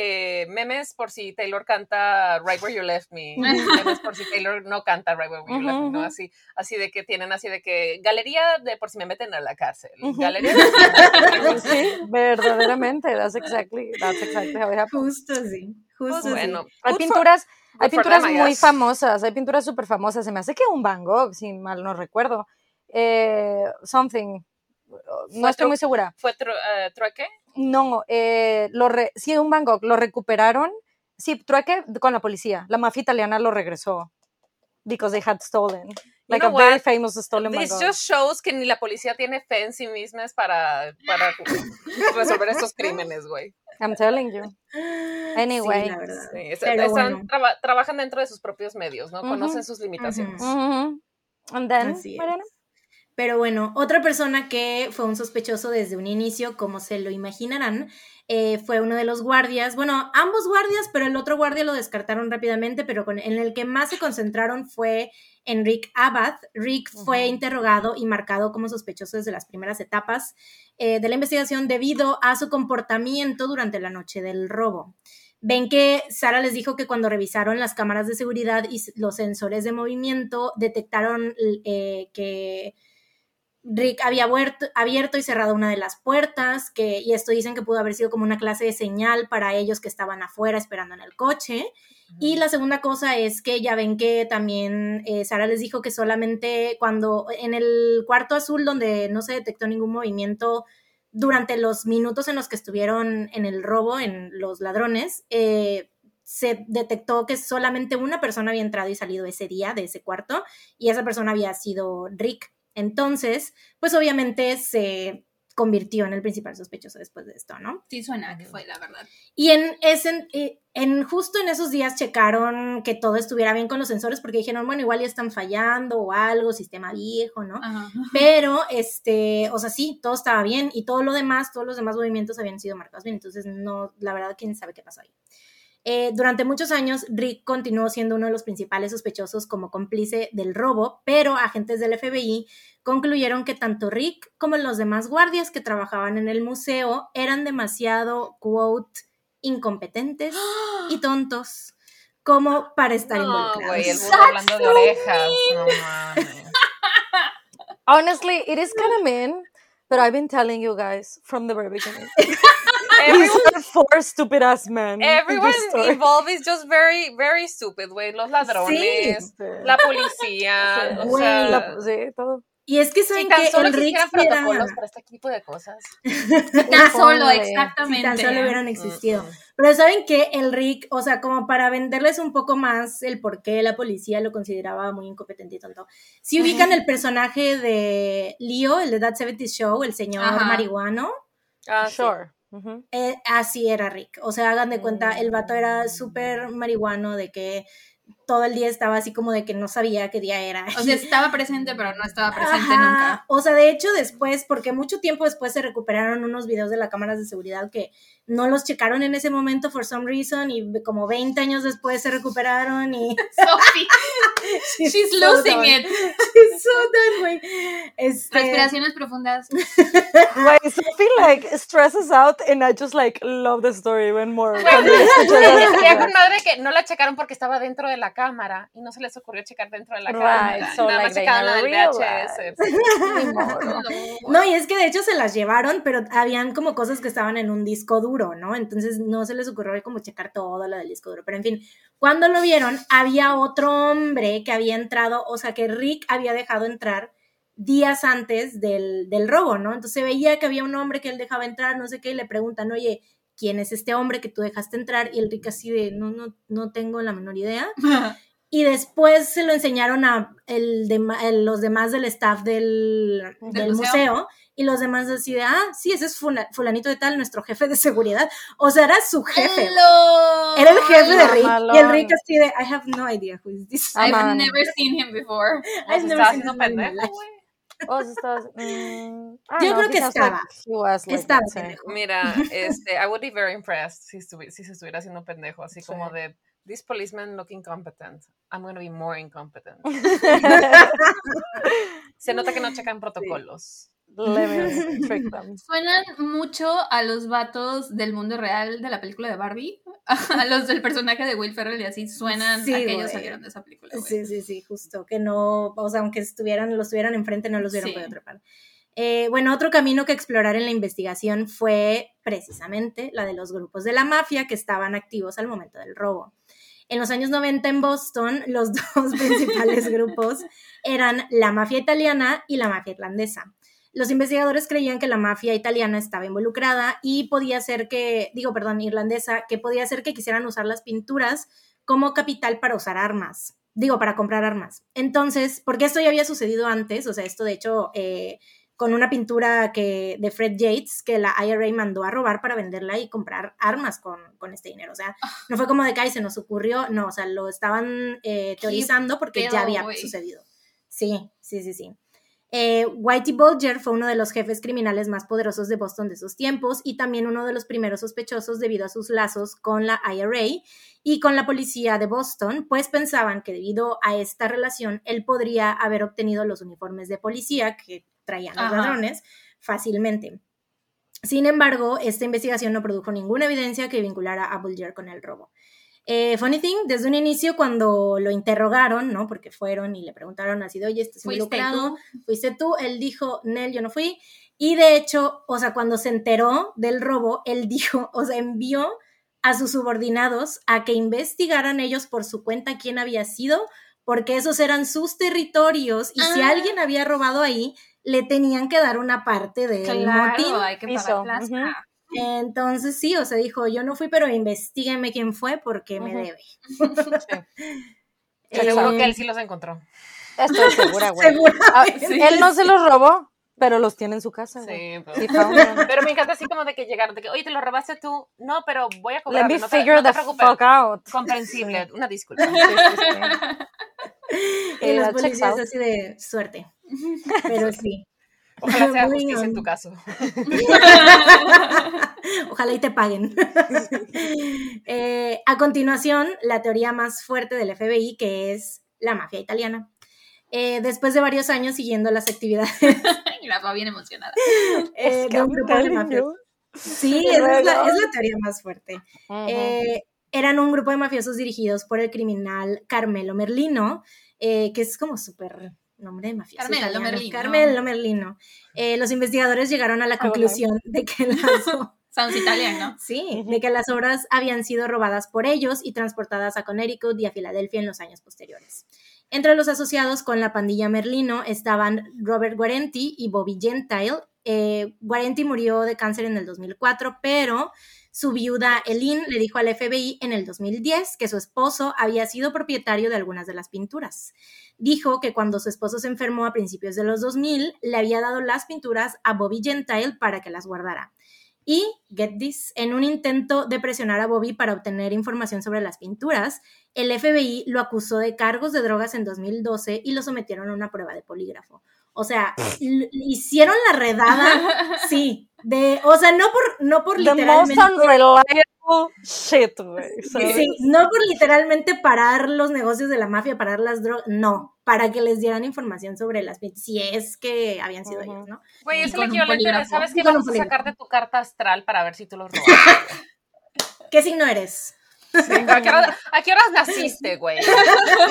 memes por si Taylor canta Right Where You Left Me, memes por si Taylor no canta Right Where You Left Me, ¿no? Así de que tienen así de que galería de por si me meten a la cárcel, galería de por si me meten a la cárcel. Sí, verdaderamente. That's exactly how it happens. Justo así, justo Pues bueno, así. Hay good pinturas for them, I muy guess. famosas, hay pinturas súper famosas. Se me hace que un Van Gogh, si mal no recuerdo. Something. No estoy muy segura. ¿Fue trueque? No, sí, un Van Gogh. Lo recuperaron. Sí, trueque con la policía. La mafia italiana lo regresó. Because they had stolen. Like know a very what? famous stolen Van This Gogh. just shows que ni la policía tiene fe en sí mismas para resolver estos crímenes, güey. I'm telling you. Anyway. Sí, la verdad. Sí, Pero bueno. trabajan dentro de sus propios medios, ¿no? Conocen sus limitaciones. And then, Así es. Mariana? Pero bueno, otra persona que fue un sospechoso desde un inicio, como se lo imaginarán, fue uno de los guardias, bueno, ambos guardias, pero el otro guardia lo descartaron rápidamente, pero en el que más se concentraron fue en Rick Abad. Rick fue interrogado y marcado como sospechoso desde las primeras etapas de la investigación debido a su comportamiento durante la noche del robo. Ven que Sara les dijo que cuando revisaron las cámaras de seguridad y los sensores de movimiento, detectaron que Rick había abierto y cerrado una de las puertas, y esto dicen que pudo haber sido como una clase de señal para ellos que estaban afuera esperando en el coche. Y la segunda cosa es que ya ven que también Sara les dijo que solamente cuando en el cuarto azul donde no se detectó ningún movimiento durante los minutos en los que estuvieron en el robo, en los ladrones, se detectó que solamente una persona había entrado y salido ese día de ese cuarto, y esa persona había sido Rick. Entonces, pues obviamente se convirtió en el principal sospechoso después de esto, ¿no? Sí suena que fue, la verdad. Y justo en esos días checaron que todo estuviera bien con los sensores, porque dijeron, bueno, igual ya están fallando o algo, sistema viejo, ¿no? Ajá. Pero, o sea, sí, todo estaba bien, y todos los demás movimientos habían sido marcados bien, entonces no, la verdad, quién sabe qué pasó ahí. Durante muchos años, Rick continuó siendo uno de los principales sospechosos como cómplice del robo, pero agentes del FBI concluyeron que tanto Rick como los demás guardias que trabajaban en el museo eran demasiado, quote, incompetentes y tontos como para estar involucrados. No, güey, el burro hablando de orejas, no mames. Honestly, it is kind of mean, but I've been telling you guys from the very beginning. These are four stupid ass men. Everyone involved is just very, very stupid, güey. Los ladrones, Sí. la policía, Sí. o sea, Sí, todo. Y es que saben si tan que solo el Rick existieran protocolos para este tipo de cosas. Tan solo, Ponle. exactamente. Si tan solo hubieran existido. Pero saben que el Rick, o sea, como para venderles un poco más el por qué la policía lo consideraba muy incompetente y tonto. Si ubican el personaje de Leo, el de That 70's Show, el señor marihuano. Sure. Así era Rick. O sea, hagan de cuenta, el vato era súper marihuano, de que todo el día estaba así como de que no sabía qué día era. O sea, estaba presente, pero no estaba presente nunca. O sea, de hecho después, porque mucho tiempo después se recuperaron unos videos de las cámaras de seguridad que no los checaron en ese momento for some reason, y como 20 años después se recuperaron y... Sophie, she's losing it. She's so done, güey. Respiraciones profundas. Güey, Sophie like stresses out and I just like love the story even more. Estaría con madre que no la checaron porque estaba dentro de la cámara y no se les ocurrió checar dentro de la cámara. So nada like más checaban la del realize. VHS. No, y es que de hecho se las llevaron, pero habían como cosas que estaban en un disco duro, ¿no? Entonces no se les ocurrió como checar todo lo del disco duro. Pero en fin, cuando lo vieron, había otro hombre que había entrado, o sea, que Rick había dejado entrar días antes del robo, ¿no? Entonces se veía que había un hombre que él dejaba entrar, no sé qué, y le preguntan, oye, ¿quién es este hombre que tú dejaste entrar? Y el Rick así de, no tengo la menor idea. y después se lo enseñaron a los demás del staff del museo, y los demás así de, sí, ese es fulanito de tal, nuestro jefe de seguridad. O sea, era su jefe. Era el jefe de Rick. Y el Rick así de, I have no idea who is this. I've never seen him before. I've never seen him pendejo, Yo creo que estaba. Estaba pendejo. Mira, I would be very impressed si se estuviera haciendo pendejo, así como de, this policeman look incompetent. I'm going to be more incompetent. Se nota que no checan protocolos. Suenan mucho a los vatos del mundo real de la película de Barbie, a los del personaje de Will Ferrell, y así suenan a que ellos salieron de esa película. Sí, justo, que no, o sea, aunque los tuvieran enfrente, no los hubieran podido trepar. Bueno, otro camino que explorar en la investigación fue precisamente la de los grupos de la mafia que estaban activos al momento del robo. En los años 90 en Boston, los dos principales grupos eran la mafia italiana y la mafia irlandesa. Los investigadores creían que la mafia italiana estaba involucrada y irlandesa, que podía ser que quisieran usar las pinturas como capital para para comprar armas. Entonces, porque esto ya había sucedido antes, o sea, esto de hecho con una pintura de Fred Yates que la IRA mandó a robar para venderla y comprar armas con este dinero. O sea, no fue como de que se nos ocurrió, no, o sea, lo estaban teorizando porque ya había sucedido. Sí. Whitey Bulger fue uno de los jefes criminales más poderosos de Boston de esos tiempos y también uno de los primeros sospechosos debido a sus lazos con la IRA y con la policía de Boston, pues pensaban que debido a esta relación él podría haber obtenido los uniformes de policía que traían los ladrones fácilmente. Sin embargo, esta investigación no produjo ninguna evidencia que vinculara a Bulger con el robo. Funny thing, desde un inicio cuando lo interrogaron, ¿no? Porque fueron y le preguntaron así de, oye, ¿estás involucrado? ¿Fuiste tú? Él dijo, Nel, yo no fui. Y de hecho, o sea, cuando se enteró del robo, él dijo, o sea, envió a sus subordinados a que investigaran ellos por su cuenta quién había sido, porque esos eran sus territorios y si alguien había robado ahí, le tenían que dar una parte del motín. Claro, hay que pagar plaza. Entonces sí, o sea, dijo, yo no fui, pero investíguenme quién fue porque me debe. Seguro que él sí los encontró. Estoy segura, güey. Él no se los robó, pero los tiene en su casa. Sí, pero me encanta así como de que llegaron, de que, oye, ¿te lo robaste tú? No, pero voy a cobrar. Let me figure the fuck out. Comprensible, una disculpa. Y los policías así de suerte. Pero sí. Ojalá sea justicia en tu caso. Ojalá y te paguen. A continuación, la teoría más fuerte del FBI, que es la mafia italiana. Después de varios años siguiendo las actividades. Y la va bien emocionada. De un grupo de mafiosos. Sí, es la teoría más fuerte. Eran un grupo de mafiosos dirigidos por el criminal Carmelo Merlino, que es como súper nombre de mafioso. Carmelo Merlino. Los investigadores llegaron a la conclusión de que Sounds Italian, ¿no? Sí, de que las obras habían sido robadas por ellos y transportadas a Connecticut y a Filadelfia en los años posteriores. Entre los asociados con la pandilla Merlino estaban Robert Guarenti y Bobby Gentile. Guarenti murió de cáncer en el 2004, pero su viuda Eileen le dijo al FBI en el 2010 que su esposo había sido propietario de algunas de las pinturas. Dijo que cuando su esposo se enfermó a principios de los 2000, le había dado las pinturas a Bobby Gentile para que las guardara. Y, get this, en un intento de presionar a Bobby para obtener información sobre las pinturas, el FBI lo acusó de cargos de drogas en 2012 y lo sometieron a una prueba de polígrafo. O sea, hicieron la redada, sí, o sea, no por literalmente... The most unreliable shit, güey. Sí, no por literalmente parar los negocios de la mafia, parar las drogas, no, para que les dieran información sobre las pinturas, si es que habían sido ellos, ¿no? Güey, es el equivalente de, ¿sabes qué? Vamos a sacarte tu carta astral para ver si tú los robaste. ¿Qué signo eres? Sí, ¿a qué horas naciste, güey? Sí,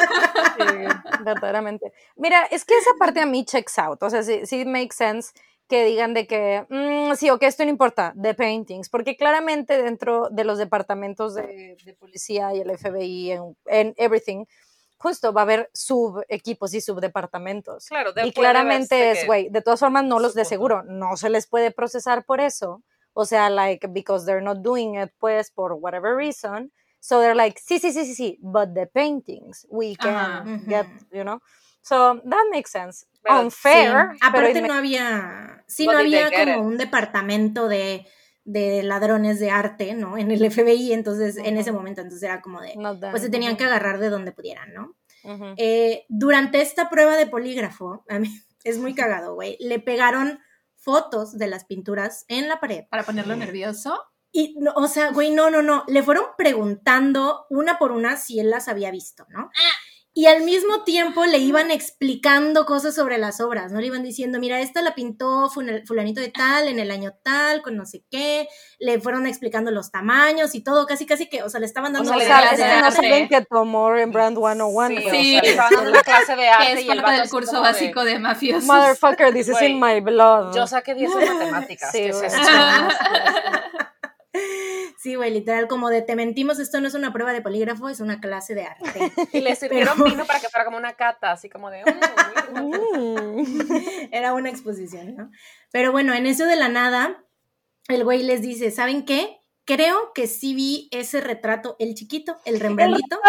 verdaderamente. Mira, es que esa parte a mí checks out, o sea, sí makes sense que digan de que, sí, ok, esto no importa, de paintings, porque claramente dentro de los departamentos de policía y el FBI en everything, justo va a haber subequipos y subdepartamentos. Claro, y claramente es, güey, de todas formas no los de seguro, no se les puede procesar por eso, o sea, like, because they're not doing it, pues, por whatever reason, So they're like, sí, but the paintings we can get, you know. So that makes sense. Pero, Unfair. Sí. Aparte pero no había, But no did they había get como it? un departamento de ladrones de arte, ¿no? En el FBI, entonces, en ese momento, entonces era como de, Not them. pues se tenían que agarrar de donde pudieran, ¿no? Ujú. Durante esta prueba de polígrafo, a mí es muy cagado, güey, le pegaron fotos de las pinturas en la pared. Para ponerlo nervioso. Y, no, o sea, güey, no, le fueron preguntando una por una si él las había visto, ¿no? Y al mismo tiempo le iban explicando cosas sobre las obras, ¿no? Le iban diciendo, mira, esta la pintó fulanito de tal, en el año tal, con no sé qué, le fueron explicando los tamaños y todo, casi que, o sea, le estaban dando... O sea, O le sea, dieron es clase que de no arte. saben que tomó Rembrandt 101. Sí, pero- o sea, le estaban dando una clase de arte Que es y el parte vato del así curso como de, básico de mafiosos. Motherfucker, this is Güey, in my blood. yo saqué 10 en matemáticas. Sí, ¿Qué es güey. esto? Sí, güey, literal, como de te mentimos, esto no es una prueba de polígrafo, es una clase de arte. Y le sirvieron vino para que fuera como una cata, así como de... Era una exposición, ¿no? Pero bueno, en eso de la nada, el güey les dice, ¿saben qué? Creo que sí vi ese retrato, el chiquito, el Rembrandtito.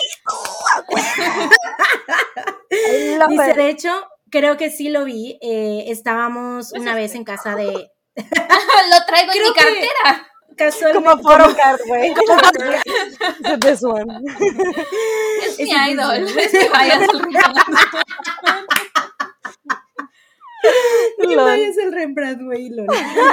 Dice, de hecho, creo que sí lo vi. Estábamos una vez en casa de... Lo traigo en Creo mi que- cartera. Casualmente, Como photocard, güey. This one. Es mi Ese idol. mismo. Es mi bias al Rembrandt. es el Rembrandt, güey, lol.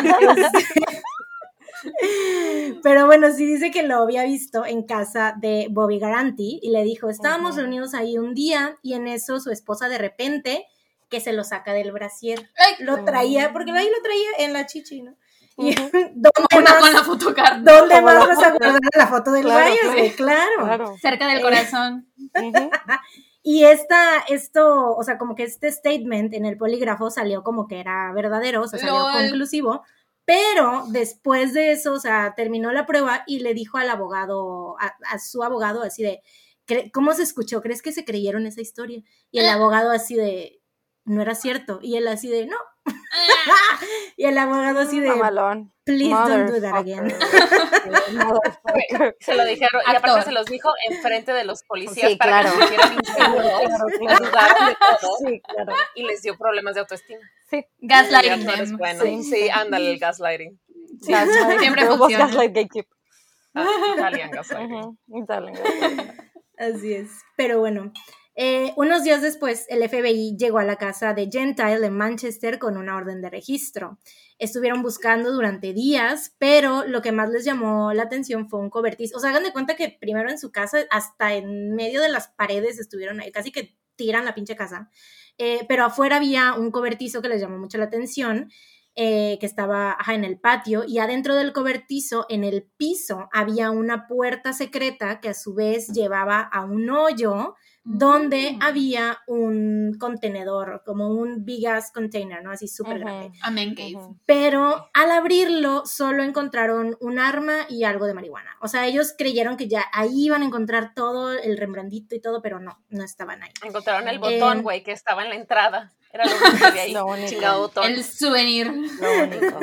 Pero bueno, sí dice que lo había visto en casa de Bobby Garanti y le dijo, estábamos reunidos ahí un día y en eso su esposa de repente que se lo saca del brasier. Ay. Lo traía, porque ahí lo traía en la chichi, ¿no? Y ¿dónde Una con la más, fotocarta. ¿dónde Como más la vas a guardar la foto del Claro, bias, claro. güey? Claro. Claro. Cerca del corazón. Ujú. Y o sea, como que este statement en el polígrafo salió como que era verdadero, o sea, salió Lol. conclusivo, pero después de eso, o sea, terminó la prueba y le dijo al abogado, a su abogado, así de, ¿cómo se escuchó? ¿Crees que se creyeron esa historia? Y el abogado así de, no era cierto, y él así de, no. Y el abogado así de, Mamalón. please don't do that again. Motherfucker. Se lo dijeron, y aparte Actor. se los dijo enfrente de los policías Sí, para claro. que se sintieran inseguros, Claro. dudaron de todo Sí, claro. y les dio problemas de autoestima. Sí. Gaslighting Ya, tú eres them. bueno. Sí. Sí, ándale, el gaslighting. Gaslight. Siempre Pero vos funciona. gaslight gatekeep. Italian gaslighting. Ujú. Italian gaslight. Así es. Pero bueno, unos días después, el FBI llegó a la casa de Gentile en Manchester con una orden de registro. Estuvieron buscando durante días, pero lo que más les llamó la atención fue un cobertizo. O sea, hagan de cuenta que primero en su casa, hasta en medio de las paredes estuvieron ahí, casi que tiran la pinche casa. Pero afuera había un cobertizo que les llamó mucho la atención, que estaba en el patio, y adentro del cobertizo, en el piso, había una puerta secreta que a su vez llevaba a un hoyo donde había un contenedor, como un big ass container, ¿no? Así súper grande. A man cave. Ujú. Pero al abrirlo solo encontraron un arma y algo de marihuana. O sea, ellos creyeron que ya ahí iban a encontrar todo, el Rembrandtito y todo, pero no estaban ahí. Encontraron el botón, güey, que estaba en la entrada. Era lo único que había ahí. Lo único. Chingado botón. El souvenir. Lo único.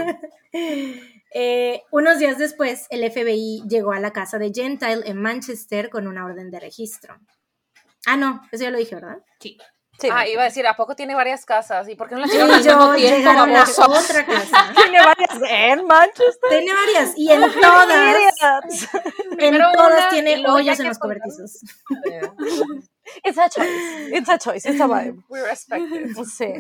Unos días después, el FBI llegó a la casa de Gentile en Manchester con una orden de registro. Ah, no, eso ya lo dije, ¿verdad? Sí. Sí. Iba a decir, ¿a poco tiene varias casas? ¿Y por qué no las Y llevan al mismo yo tiempo, llegaron a babosos? otra casa. Tiene varias en Manchester. Tiene varias, y en todas, Idiots. en Primero todas una, y tiene luego ya hoyos que en los contaron. cobertizos. It's a choice. It's a choice. It's a vibe. We respect it. Sí.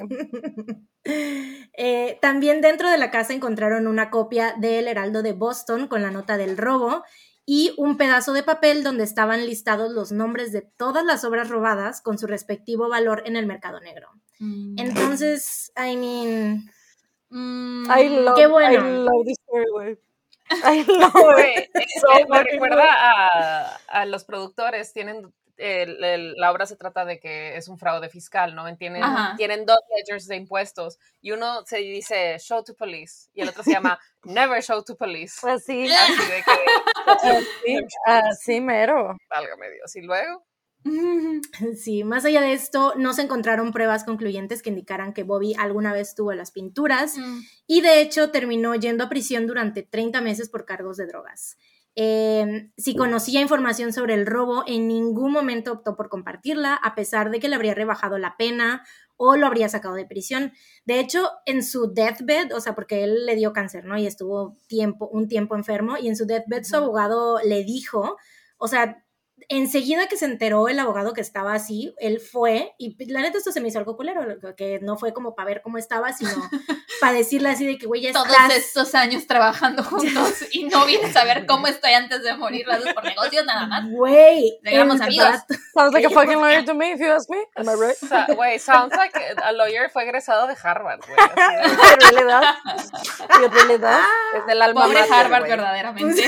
También dentro de la casa encontraron una copia del Heraldo de Boston con la nota del robo y un pedazo de papel donde estaban listados los nombres de todas las obras robadas con su respectivo valor en el mercado negro. Entonces, I mean, I love, Qué bueno. I love this story, güey. I love Güey, it. me fucking recuerda a los productores, tienen la obra se trata de que es un fraude fiscal, ¿no? Tienen Ajá. 2 ledgers de impuestos y uno se dice show to police y el otro se llama never show to police. Así, Así de que, así mero. válgame Dios. Y luego, sí, más allá de esto, no se encontraron pruebas concluyentes que indicaran que Bobby alguna vez tuvo las pinturas y de hecho terminó yendo a prisión durante 30 meses por cargos de drogas. Si conocía información sobre el robo, en ningún momento optó por compartirla, a pesar de que le habría rebajado la pena o lo habría sacado de prisión. De hecho, en su deathbed, o sea, porque él le dio cáncer, ¿no? Y estuvo un tiempo enfermo, y en su deathbed su abogado le dijo, o sea, enseguida que se enteró el abogado que estaba así, él fue, y la neta esto se me hizo algo culero, que no fue como para ver cómo estaba, sino para decirle así de que, güey, ya todos estás... estos años trabajando juntos y no vienes a ver cómo estoy antes de morir, las dos por negocios nada más. Güey, Llegamos amigos. Sounds like a fucking lawyer to me, if you ask me. Am I right? Güey, sounds like a lawyer fue egresado de Harvard, güey. ¿En realidad? ¿En realidad? Es del alma Pobre mater, Harvard, güey. verdaderamente.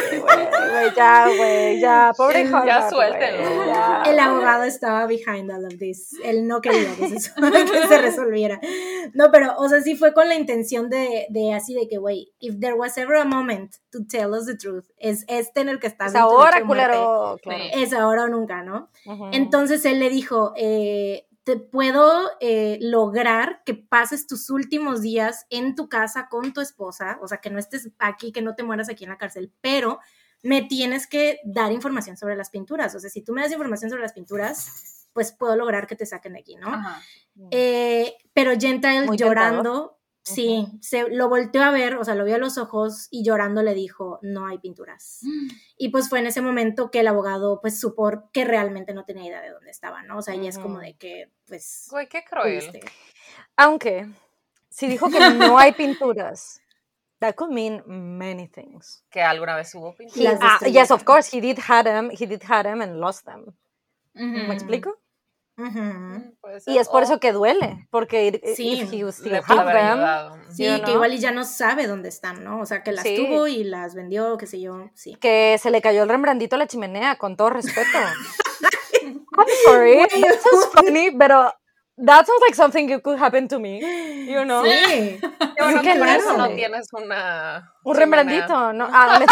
Güey, ya, pobre Harvard. Ya suéltelo. Güey, ya. El abogado estaba behind all of this. Él no quería que se resolviera. No, pero, o sea, sí fue con la intención de así de que, güey, if there was ever a moment to tell us the truth, es este en el que estás. Es ahora, culero. Claro. Es ahora o nunca, ¿no? Uh-huh. Entonces él le dijo, te puedo lograr que pases tus últimos días en tu casa con tu esposa, o sea, que no estés aquí, que no te mueras aquí en la cárcel, pero me tienes que dar información sobre las pinturas. O sea, si tú me das información sobre las pinturas, pues puedo lograr que te saquen de aquí, ¿no? Ajá. Pero Gentile Muy llorando, sí, se lo volteó a ver, o sea, lo vio a los ojos y llorando le dijo, no hay pinturas. Y pues fue en ese momento que el abogado pues supo que realmente no tenía idea de dónde estaba, ¿no? O sea, ya es como de que, pues... Güey, qué cruel. pudiste. Aunque, si dijo que no hay pinturas, that could mean many things. Que alguna vez hubo pinturas. Yes, of course, he did had them and lost them. ¿Me explico? Puede ser. Y es por eso que duele, porque Sí, if he still Le pudo have haber them, ayudado. Sí, you que know, igual y ya no sabe dónde están, ¿no? O sea, que las Sí. tuvo y las vendió, qué sé yo, sí. que se le cayó el Rembrandtito a la chimenea, con todo respeto. I'm sorry, that sounds funny, pero that sounds like something that could happen to me, you know? Sí. Qué bueno Qué que por eso raro. no tienes una... Un chimenea. Rembrandtito, ¿no?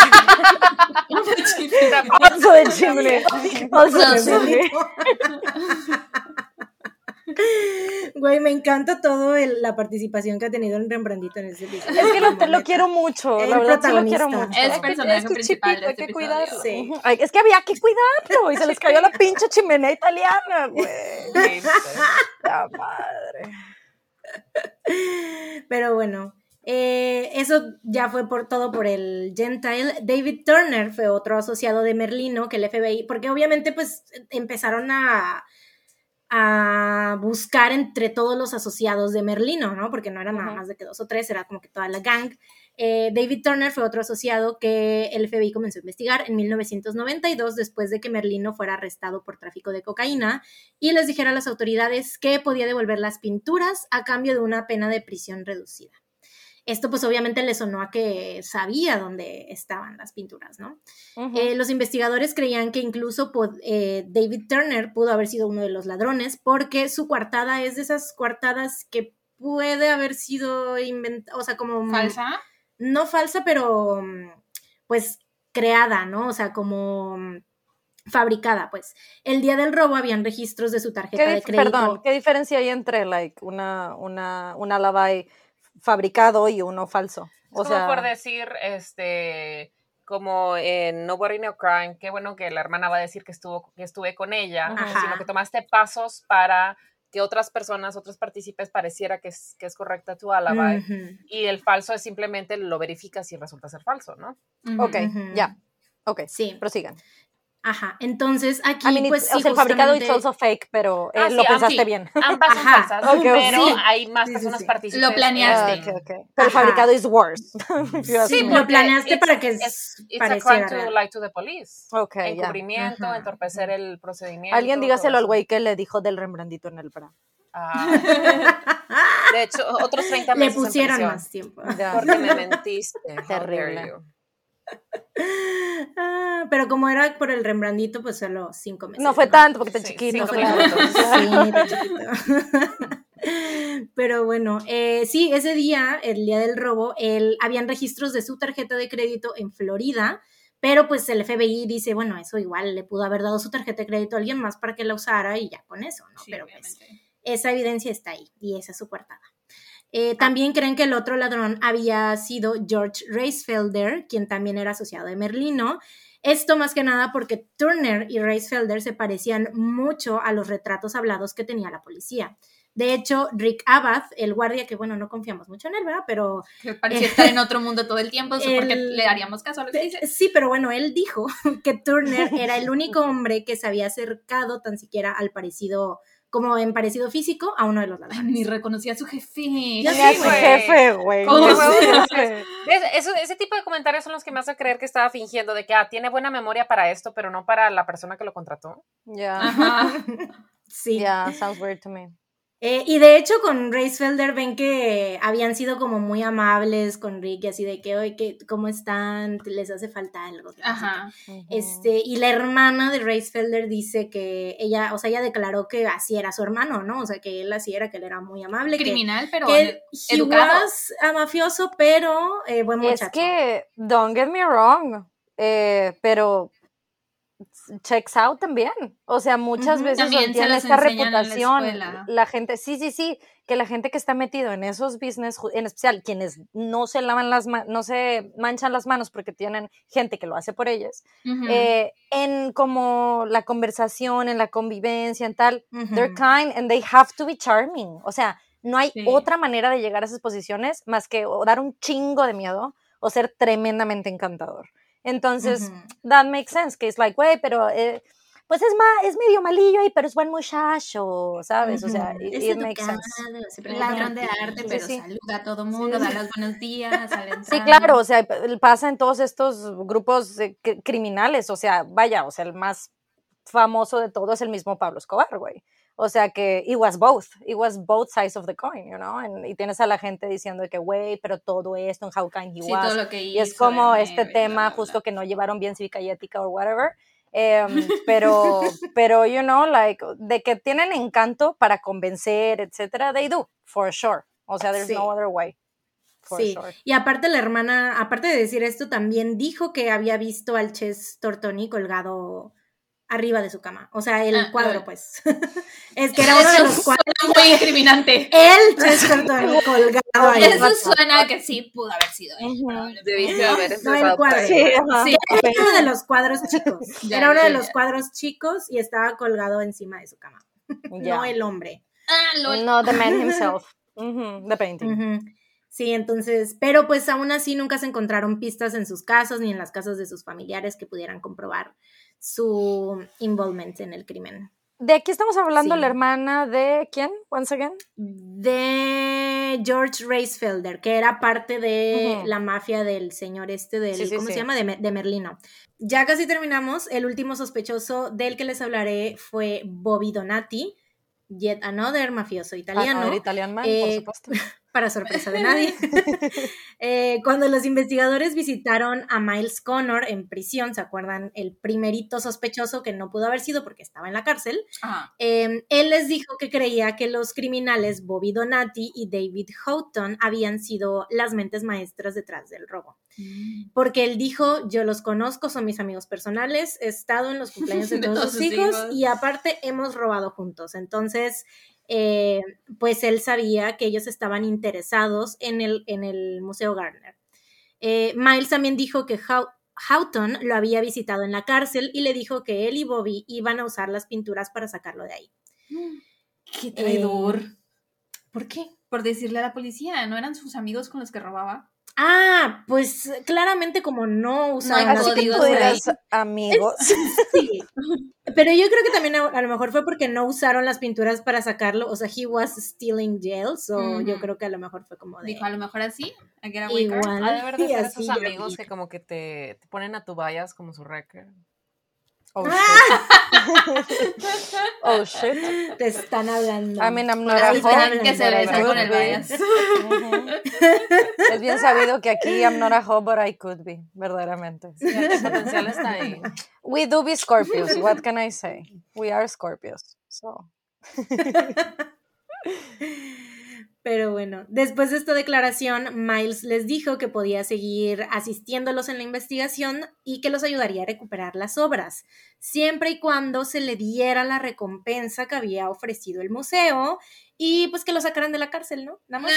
Una Also the chimney. Also the Los- chimney. Güey, me encanta todo la participación que ha tenido el Rembrandtito en ese episodio. Es que lo quiero mucho, El la verdad sí lo protagonista. quiero mucho. Es personaje que es principal chiquito, de hay este que episodio. cuidarlo. Sí. Ay, es que había que cuidarlo y se les cayó la pinche chimenea italiana, güey. La madre. Pero bueno, eso ya fue todo por el Gentile. David Turner fue otro asociado de Merlino que el FBI, porque obviamente pues empezaron a buscar entre todos los asociados de Merlino, ¿no? Porque no eran nada más de que 2 o 3, era como que toda la gang. David Turner fue otro asociado que el FBI comenzó a investigar en 1992 después de que Merlino fuera arrestado por tráfico de cocaína y les dijera a las autoridades que podía devolver las pinturas a cambio de una pena de prisión reducida. Esto pues obviamente le sonó a que sabía dónde estaban las pinturas, ¿no? Los investigadores creían que incluso David Turner pudo haber sido uno de los ladrones porque su coartada es de esas coartadas que puede haber sido inventada, o sea, como... ¿Falsa? No falsa, pero pues creada, ¿no? O sea, como fabricada, pues. El día del robo habían registros de su tarjeta de crédito. Perdón, ¿qué diferencia hay entre una alibi fabricado y uno falso? O sea, como por decir, como en Nobody No Crime, qué bueno que la hermana va a decir que estuve con ella, sino que tomaste pasos para que otras personas, otros partícipes pareciera que es correcta tu alibi, y el falso es simplemente lo verificas y resulta ser falso, ¿no? Ok, ya. Ok, sí. Prosigan. Ajá, entonces aquí pues sí, o sea, el fabricado es also fake, pero lo pensaste bien. Ambas son falsas, pero hay más personas participantes. Lo planeaste. Okay. Pero el fabricado es worse. Sí, lo planeaste para que pareciera a crime to lie to the police. Okay, encubrimiento, entorpecer el procedimiento. Alguien dígaselo al güey que le dijo del Rembrandtito en el bra. De hecho, otros 30 meses le pusieron más tiempo. Porque me mentiste. Terrible. Pero como era por el Rembrandtito, pues solo 5 meses. No fue tanto porque está chiquito. Sí, está chiquito. Pero bueno, sí, ese día, el día del robo, habían registros de su tarjeta de crédito en Florida, pero pues el FBI dice, bueno, eso igual le pudo haber dado su tarjeta de crédito a alguien más para que la usara y ya con eso, ¿no? Sí, pero obviamente. pues esa evidencia está ahí y esa es su coartada. También creen que el otro ladrón había sido George Reisfelder, quien también era asociado de Merlino. Esto más que nada porque Turner y Reisfelder se parecían mucho a los retratos hablados que tenía la policía. De hecho, Rick Abath, el guardia, que bueno, no confiamos mucho en él, ¿verdad? Pero... que parecía estar en otro mundo todo el tiempo, porque le haríamos caso a lo que dice. Sí, pero bueno, él dijo que Turner era el único hombre que se había acercado tan siquiera al parecido, como en parecido físico, a uno de los ladrones. Ay, ni reconocía a su jefe. Ya sí, su jefe, güey. Ese tipo de comentarios son los que me hacen creer que estaba fingiendo, de que tiene buena memoria para esto, pero no para la persona que lo contrató. Ya. Sí. Yeah, sounds weird to me. Y de hecho con Reisfelder ven que habían sido como muy amables con Rick, y así de que, oye, ¿cómo están? ¿Les hace falta algo? Ajá. Y la hermana de Reisfelder dice que ella declaró que así era su hermano, ¿no? O sea, que él así era, que él era muy amable. Criminal, pero que educado. Mafioso, pero buen muchacho. Es que, don't get me wrong, pero... checks out también, o sea, muchas veces tiene esta reputación, la gente, sí, que la gente que está metido en esos business, en especial quienes no se lavan no se manchan las manos porque tienen gente que lo hace por ellas, en como la conversación, en la convivencia, en tal, they're kind and they have to be charming, o sea, no hay otra manera de llegar a esas posiciones más que o dar un chingo de miedo o ser tremendamente encantador. Entonces, that makes sense, que es like, güey, pero pues es medio malillo ahí, pero es buen muchacho, ¿sabes? O sea, it makes sense. Ladrón de arte, pero saluda a todo mundo, da los buenos días a la entrada. Sí, claro, o sea, pasa en todos estos grupos criminales, o sea, vaya, o sea, el más famoso de todos es el mismo Pablo Escobar, güey. O sea que it was both sides of the coin, you know, y tienes a la gente diciendo que, güey, pero todo esto, en how kind he was, todo lo que hizo, y es como este tema justo que no llevaron bien cívica y ética o whatever, pero, you know, like, de que tienen encanto para convencer, etcétera, they do, for sure, o sea, there's no other way. Sure. Y aparte la hermana, aparte de decir esto, también dijo que había visto al Chess Tortoni colgado arriba de su cama, o sea, el cuadro, pues. Es que era uno de los cuadros. Muy incriminante. El Chess Tortoni colgado ahí. Eso suena que sí pudo haber sido él. Debiste haber no, el cuadro. Sí, era uno de los cuadros chicos. Era uno de los cuadros chicos y estaba colgado encima de su cama. No el hombre. No, the man himself. The painting. Sí, entonces, pero pues aún así nunca se encontraron pistas en sus casas ni en las casas de sus familiares que pudieran comprobar su involvement en el crimen. ¿De aquí estamos hablando la hermana de quién? Once again. De George Reisfelder, que era parte de la mafia del señor ¿cómo se llama? De Merlino. Ya casi terminamos. El último sospechoso del que les hablaré fue Bobby Donati, yet another mafioso italiano. Another Italian man, por supuesto. Para sorpresa de nadie. Cuando los investigadores visitaron a Miles Connor en prisión, ¿se acuerdan? El primerito sospechoso que no pudo haber sido porque estaba en la cárcel. Él les dijo que creía que los criminales Bobby Donati y David Houghton habían sido las mentes maestras detrás del robo. Porque él dijo, yo los conozco, son mis amigos personales, he estado en los cumpleaños de todos sus hijos y aparte hemos robado juntos. Entonces... pues él sabía que ellos estaban interesados en el Museo Gardner. Miles también dijo que Houghton lo había visitado en la cárcel y le dijo que él y Bobby iban a usar las pinturas para sacarlo de ahí. ¡Qué traidor! ¿Por qué? Por decirle a la policía, ¿no eran sus amigos con los que robaba? Pues claramente como no usaban las pinturas, amigos. Sí, pero yo creo que también a lo mejor fue porque no usaron las pinturas para sacarlo, o sea, he was still in jail, so yo creo que a lo mejor fue como de... Dijo, a lo mejor así, igual, ha de haber de ser esos amigos que como que te ponen a tu bias como su record. Oh, shit. Oh, shit. Te están hablando. I mean, I'm not a hoe. Que se besan con el bias. Es bien sabido que aquí I'm not a hoe, but I could be, verdaderamente. Sí, el potencial está ahí. We do be Scorpios, what can I say? We are Scorpios, so... Pero bueno, después de esta declaración, Miles les dijo que podía seguir asistiéndolos en la investigación y que los ayudaría a recuperar las obras, siempre y cuando se le diera la recompensa que había ofrecido el museo y pues que lo sacaran de la cárcel, ¿no? Nada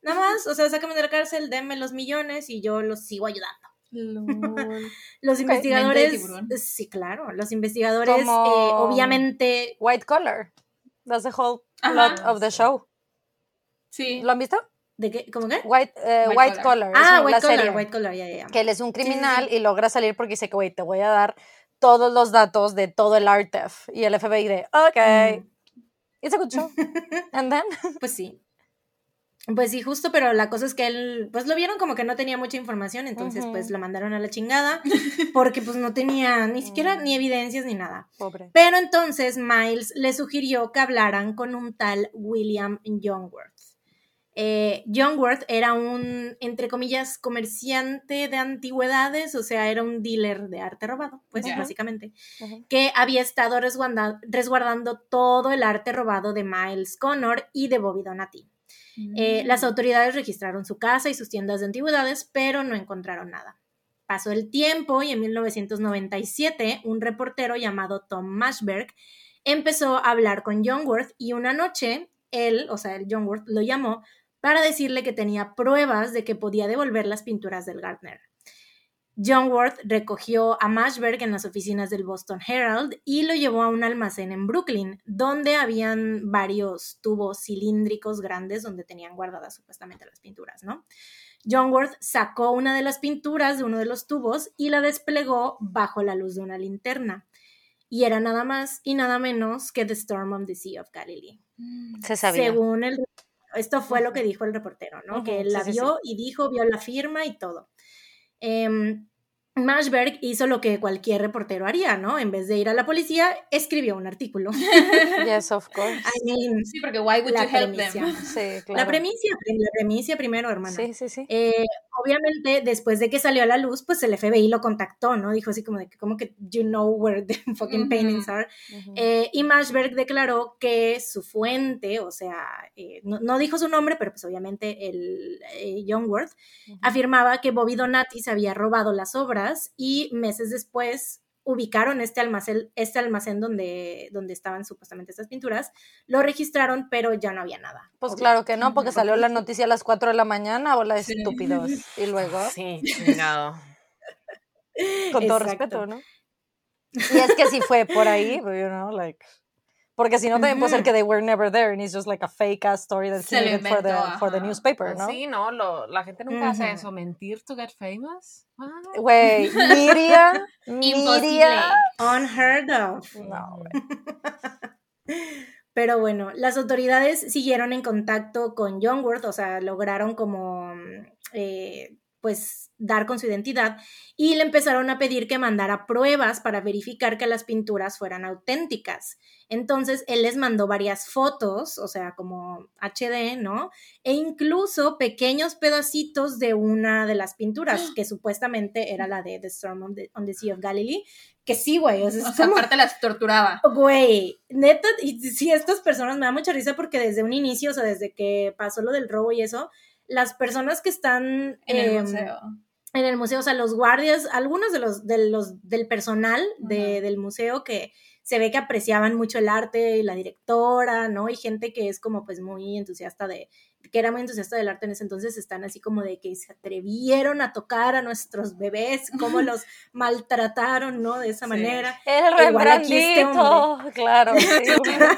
nada más, o sea, sácame de la cárcel, denme los millones y yo los sigo ayudando. Los investigadores, sí, claro, los investigadores, obviamente... White Collar, that's the whole plot of the show. Sí. ¿Lo han visto? ¿De qué? ¿Cómo qué? White Collar. White Collar, ya. Que él es un criminal y logra salir porque dice que, güey, te voy a dar todos los datos de todo el RTF. Y el FBI de, ok, it's a good show. And then? Pues sí. Pues sí, justo, pero la cosa es que él, pues lo vieron como que no tenía mucha información, entonces pues lo mandaron a la chingada, porque pues no tenía ni siquiera ni evidencias ni nada. Pobre. Pero entonces Miles le sugirió que hablaran con un tal William Youngworth. Youngworth era un, entre comillas, comerciante de antigüedades, o sea, era un dealer de arte robado, pues básicamente, que había estado resguardando todo el arte robado de Miles Connor y de Bobby Donati. Las autoridades registraron su casa y sus tiendas de antigüedades, pero no encontraron nada. Pasó el tiempo y en 1997 un reportero llamado Tom Mashberg empezó a hablar con Youngworth y una noche él, o sea, el Youngworth, lo llamó para decirle que tenía pruebas de que podía devolver las pinturas del Gardner. Youngworth recogió a Mashberg en las oficinas del Boston Herald y lo llevó a un almacén en Brooklyn, donde habían varios tubos cilíndricos grandes donde tenían guardadas supuestamente las pinturas, ¿no? Youngworth sacó una de las pinturas de uno de los tubos y la desplegó bajo la luz de una linterna. Y era nada más y nada menos que The Storm on the Sea of Galilee. Se sabía. Según esto fue lo que dijo el reportero, ¿no? Que él la vio y dijo, vio la firma y todo. Mashberg hizo lo que cualquier reportero haría, ¿no? En vez de ir a la policía, escribió un artículo. Yes, of course. I mean, sí, porque why would you help them? Sí, claro. La premisa primero, hermana. Sí. Obviamente, después de que salió a la luz, pues el FBI lo contactó, ¿no? Dijo así como de que, como que you know where the fucking paintings are. Y Mashberg declaró que su fuente, o sea, no dijo su nombre, pero pues obviamente el Youngworth, afirmaba que Bobby Donati se había robado las obras y meses después ubicaron este almacén donde estaban supuestamente estas pinturas, lo registraron, pero ya no había nada. Pues obvio. Claro que no, porque salió la noticia a las 4 de la mañana, bola de estúpidos. Y luego... Sí, chingado. Con todo respeto, ¿no? Y es que si fue por ahí, you know, like... Porque si no, también puede ser que they were never there and it's just like a fake ass story that's created for the newspaper, ¿no? Sí, no, la gente nunca hace eso. ¿Mentir to get famous? Güey, media. Unheard of. No, güey. Pero bueno, las autoridades siguieron en contacto con Youngworth, o sea, lograron como... pues dar con su identidad y le empezaron a pedir que mandara pruebas para verificar que las pinturas fueran auténticas. Entonces él les mandó varias fotos, o sea, como HD, ¿no? E incluso pequeños pedacitos de una de las pinturas, que supuestamente era la de The Storm on the Sea of Galilee, que sí, güey. O sea, aparte las torturaba. Güey, neta, y sí, estas personas me da mucha risa porque desde un inicio, o sea, desde que pasó lo del robo y eso, las personas que están en el museo, o sea, los guardias, algunos del personal del museo que se ve que apreciaban mucho el arte, y la directora, ¿no? Y gente que es como pues muy entusiasta que era muy entusiasta del arte en ese entonces, están así como de que se atrevieron a tocar a nuestros bebés, cómo los maltrataron, ¿no? De esa manera. El Rembrandtito, claro. Sí.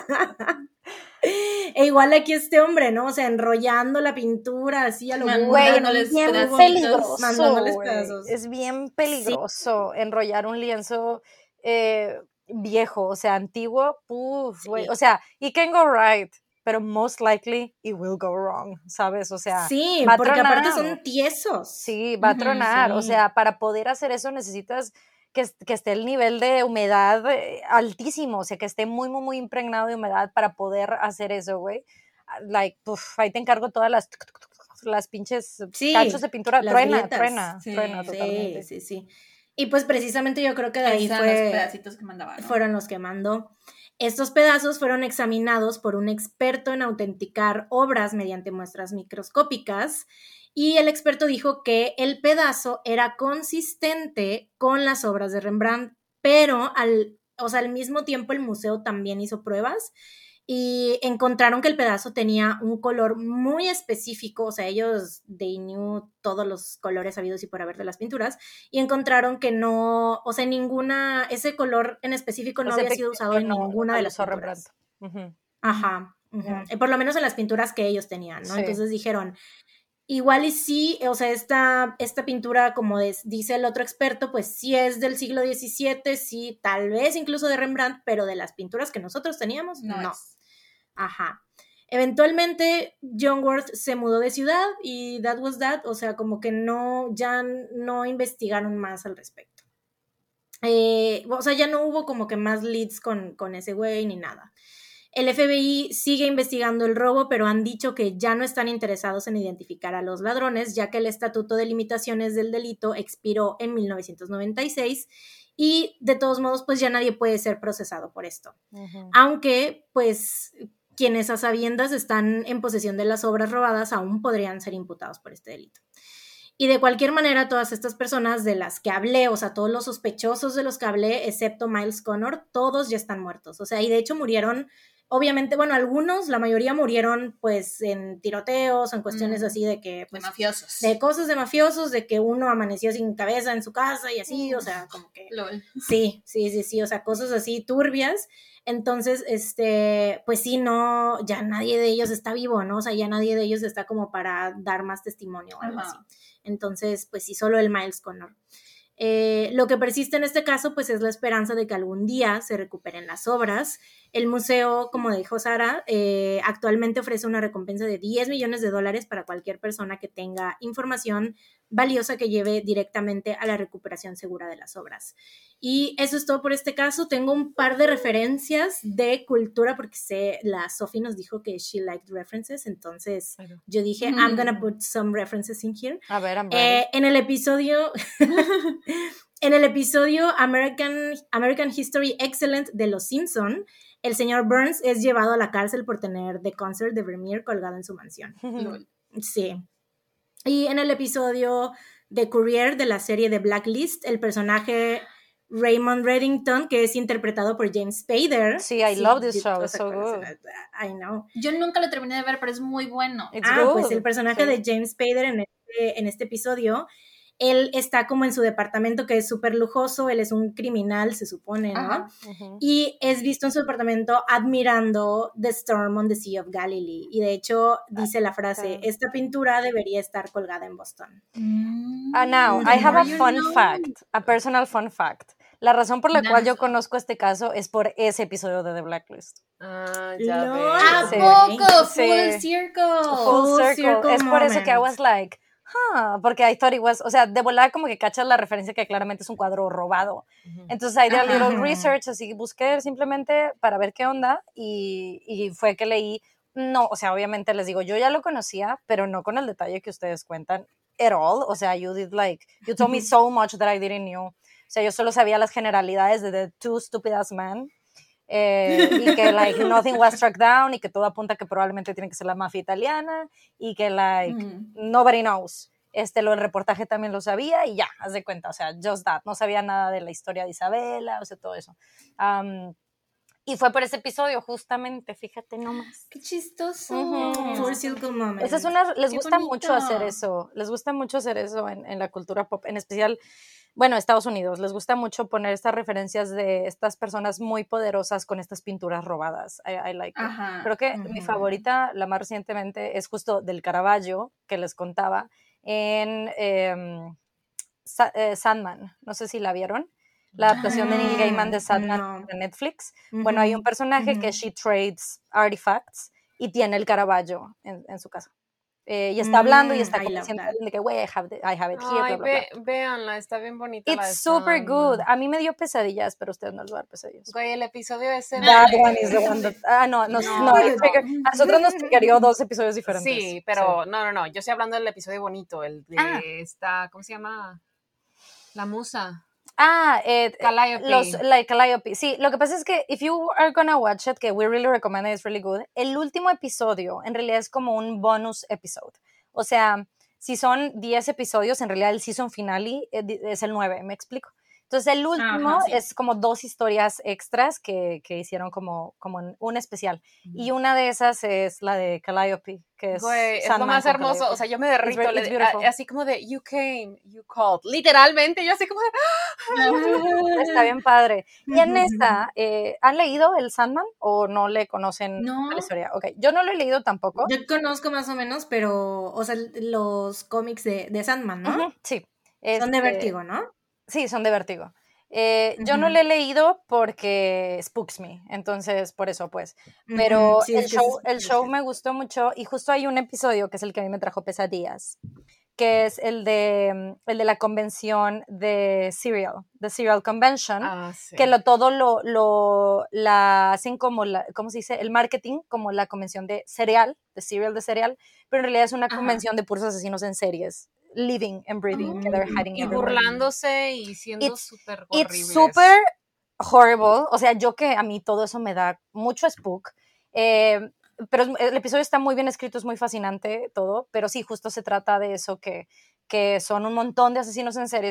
E igual aquí este hombre, ¿no? O sea, enrollando la pintura así a lo mandándoles pedazos. Mandándoles pedazos. Es bien peligroso enrollar un lienzo viejo, o sea, antiguo. Güey. O sea, it can go right, pero most likely it will go wrong, ¿sabes? O sea, sí, va a porque tronar. Aparte son tiesos. Sí, va a tronar. O sea, para poder hacer eso necesitas que esté el nivel de humedad altísimo, o sea, que esté muy, muy, muy impregnado de humedad para poder hacer eso, güey. Like, ahí te encargo todas las pinches cachos de pintura. Truena totalmente. Sí. Y pues precisamente yo creo que de ahí los pedacitos que mandaba, ¿no? Fueron los que mandó. Estos pedazos fueron examinados por un experto en autenticar obras mediante muestras microscópicas y el experto dijo que el pedazo era consistente con las obras de Rembrandt, pero al mismo tiempo el museo también hizo pruebas y encontraron que el pedazo tenía un color muy específico, o sea, ellos they knew todos los colores habidos y por haber de las pinturas, y encontraron que no, o sea, ese color en específico no había sido usado en ninguna de las pinturas. Ajá. Por lo menos en las pinturas que ellos tenían, ¿no? Sí. Entonces dijeron, igual y sí, o sea, esta pintura, como dice el otro experto, pues sí es del siglo XVII, sí, tal vez incluso de Rembrandt, pero de las pinturas que nosotros teníamos, no. Ajá. Eventualmente, John Worth se mudó de ciudad y that was that, o sea, como que ya no investigaron más al respecto. O sea, ya no hubo como que más leads con ese güey ni nada. El FBI sigue investigando el robo, pero han dicho que ya no están interesados en identificar a los ladrones, ya que el Estatuto de Limitaciones del Delito expiró en 1996 y de todos modos, pues ya nadie puede ser procesado por esto. Aunque, pues, quienes a sabiendas están en posesión de las obras robadas aún podrían ser imputados por este delito. Y de cualquier manera, todas estas personas de las que hablé, o sea, todos los sospechosos de los que hablé, excepto Miles Connor, todos ya están muertos. O sea, y de hecho murieron, obviamente, bueno, algunos, la mayoría murieron pues en tiroteos, en cuestiones así de que... Pues, de mafiosos. De cosas de mafiosos, de que uno amaneció sin cabeza en su casa y así, o sea, como que... Lol. Sí, o sea, cosas así turbias. Entonces, pues sí, no, ya nadie de ellos está vivo, ¿no? O sea, ya nadie de ellos está como para dar más testimonio o algo así. Entonces, pues sí, solo el Miles Connor. Lo que persiste en este caso, pues es la esperanza de que algún día se recuperen las obras. El museo, como dijo Sara, actualmente ofrece una recompensa de $10 millones para cualquier persona que tenga información valiosa que lleve directamente a la recuperación segura de las obras. Y eso es todo por este caso. Tengo un par de referencias de cultura porque la Sophie nos dijo que she liked references, entonces yo dije, I'm gonna put some references in here. A ver, I'm ready. En el episodio American History Excellent de Los Simpson, el señor Burns es llevado a la cárcel por tener The Concert de Vermeer colgado en su mansión. Sí. Y en el episodio de Courier de la serie de Blacklist, el personaje Raymond Reddington, que es interpretado por James Spader. Sí, I love this show, it's so good. I know. Yo nunca lo terminé de ver, pero es muy bueno. Pues el personaje de James Spader en este episodio, él está como en su departamento que es súper lujoso, él es un criminal, se supone, ¿no? Y es visto en su departamento admirando The Storm on the Sea of Galilee, y de hecho dice la frase, esta pintura debería estar colgada en Boston. Now, I have a personal fun fact. La razón por la cual yo conozco este caso es por ese episodio de The Blacklist. Ya veo. ¿A poco? Full circle. Es por eso que I was like, porque I thought it was, o sea, de volada como que cachas la referencia que claramente es un cuadro robado. Entonces I did a little research, así busqué simplemente para ver qué onda y fue que leí, no, o sea, obviamente les digo, yo ya lo conocía, pero no con el detalle que ustedes cuentan at all, o sea, you told me so much that I didn't know. O sea, yo solo sabía las generalidades de The Two Stupid Ass Men, y que, like, nothing was struck down, y que todo apunta que probablemente tiene que ser la mafia italiana, y que, like, nobody knows. Lo del reportaje también lo sabía, y ya, haz de cuenta, o sea, just that. No sabía nada de la historia de Isabela, o sea, todo eso. Y fue por ese episodio, justamente, fíjate nomás. ¡Qué chistoso! Full circle moment. Les gusta mucho hacer eso. Les gusta mucho hacer eso en la cultura pop, en especial, bueno, Estados Unidos. Les gusta mucho poner estas referencias de estas personas muy poderosas con estas pinturas robadas. I like it. Creo que mi favorita, la más recientemente, es justo del Caravaggio, que les contaba, en Sandman. No sé si la vieron. La adaptación de Neil Gaiman de Sandman de Netflix. Bueno, hay un personaje que she trades artifacts y tiene el Caravaggio en su casa. Y está hablando y está diciendo de que, güey, I have it here, bla, bla, bla. Véanla, está bien bonita. It's super good. A mí me dio pesadillas, pero a ustedes no les va a dar pesadillas. Güey, el episodio ese... That one is the one that... a nosotros nos triggerió 2 episodios diferentes. Sí, pero no. Yo estoy hablando del episodio bonito, el de esta... ¿Cómo se llama? La musa. Calliope. Calliope. Sí, lo que pasa es que if you are gonna watch it, que we really recommend it, it's really good, el último episodio en realidad es como un bonus episode. O sea, si son 10 episodios, en realidad el season finale es el 9, ¿me explico? Entonces el último Ajá, sí. es como 2 historias extras que hicieron como en un especial. Y una de esas es la de Calliope, que es Güey, es lo Sandman más con hermoso. Calliope. O sea, yo me derrito. It's beautiful. Así como de, you came, you called. Literalmente, yo así como de... Está bien padre. Y en esta, ¿han leído el Sandman o no le conocen No. la historia? Ok, yo no lo he leído tampoco. Yo conozco más o menos, pero, o sea, los cómics de Sandman, ¿no? Ujú, sí. Son de Vértigo, ¿no? Sí, son de Vértigo. Yo no lo he leído porque spooks me, entonces por eso pues. Pero Sí, es que el show me gustó mucho y justo hay un episodio que es el que a mí me trajo pesadillas, que es el de la convención de Serial, The Serial Convention, sí. que todo la hacen como ¿cómo se dice? El marketing como la convención de cereal, de cereal, pero en realidad es una convención de puros asesinos en series, living and breathing, que they're hiding Y everywhere. burlándose y siendo súper horribles. It's super horrible, o sea, yo que a mí todo eso me da mucho spook, pero el episodio está muy bien escrito, es muy fascinante todo, pero sí, justo se trata de eso, que son un montón de asesinos en series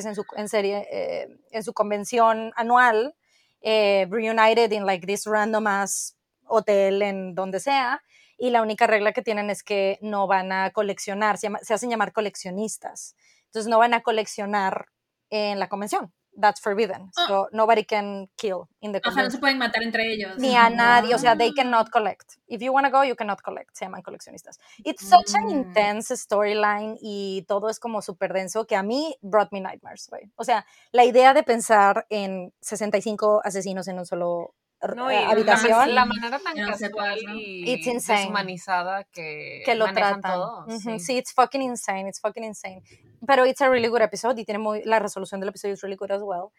en su convención anual, reunited in like this random ass hotel en donde sea, y la única regla que tienen es que no van a coleccionar, se hacen llamar coleccionistas, entonces no van a coleccionar en la convención. That's forbidden. So nobody can kill in the convention. No se pueden matar entre ellos. Ni a nadie, o sea, they cannot collect. If you want to go, you cannot collect. Se llaman coleccionistas. It's such an intense storyline y todo es como súper denso que a mí brought me nightmares, güey. O sea, la idea de pensar en 65 asesinos en un solo habitación. La manera tan casual y deshumanizada que lo manejan tratan. todo. Sí, it's fucking insane, Pero it's a really good episode y tiene la resolución del episodio es really good as well.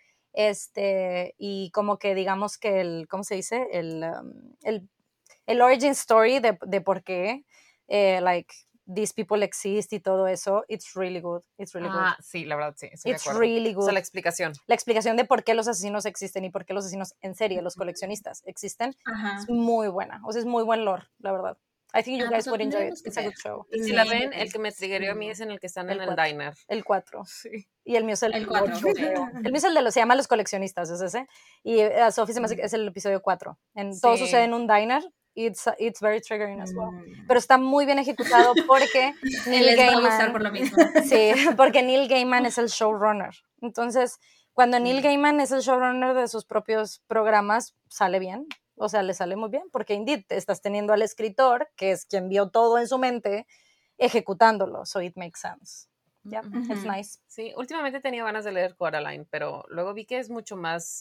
Y como que digamos que ¿cómo se dice? El origin story de por qué, like, these people exist y todo eso, it's really good. Sí, la verdad, sí. It's really good. O sea, la explicación. La explicación de por qué los asesinos existen y por qué los asesinos en serie, los coleccionistas, existen, es muy buena. O sea, es muy buen lore, la verdad. I think you guys would enjoy it. It's a good show. Y si la ven, el que me triggerió a mí es en el que están en el diner. El 4. Sí. Y el mío es el 4. El mío es se llama Los Coleccionistas, es ese. Y a Sophie se me hace que es el episodio 4. Todo sucede en un diner. It's very triggering as well. Pero está muy bien ejecutado porque Neil Gaiman va a gustar por lo mismo. Sí, porque Neil Gaiman es el showrunner. Entonces, cuando Neil Gaiman es el showrunner de sus propios programas, sale bien. O sea, le sale muy bien, porque indeed estás teniendo al escritor, que es quien vio todo en su mente, ejecutándolo. So it makes sense. Yeah, it's nice. Sí, últimamente he tenido ganas de leer Coraline, pero luego vi que es mucho más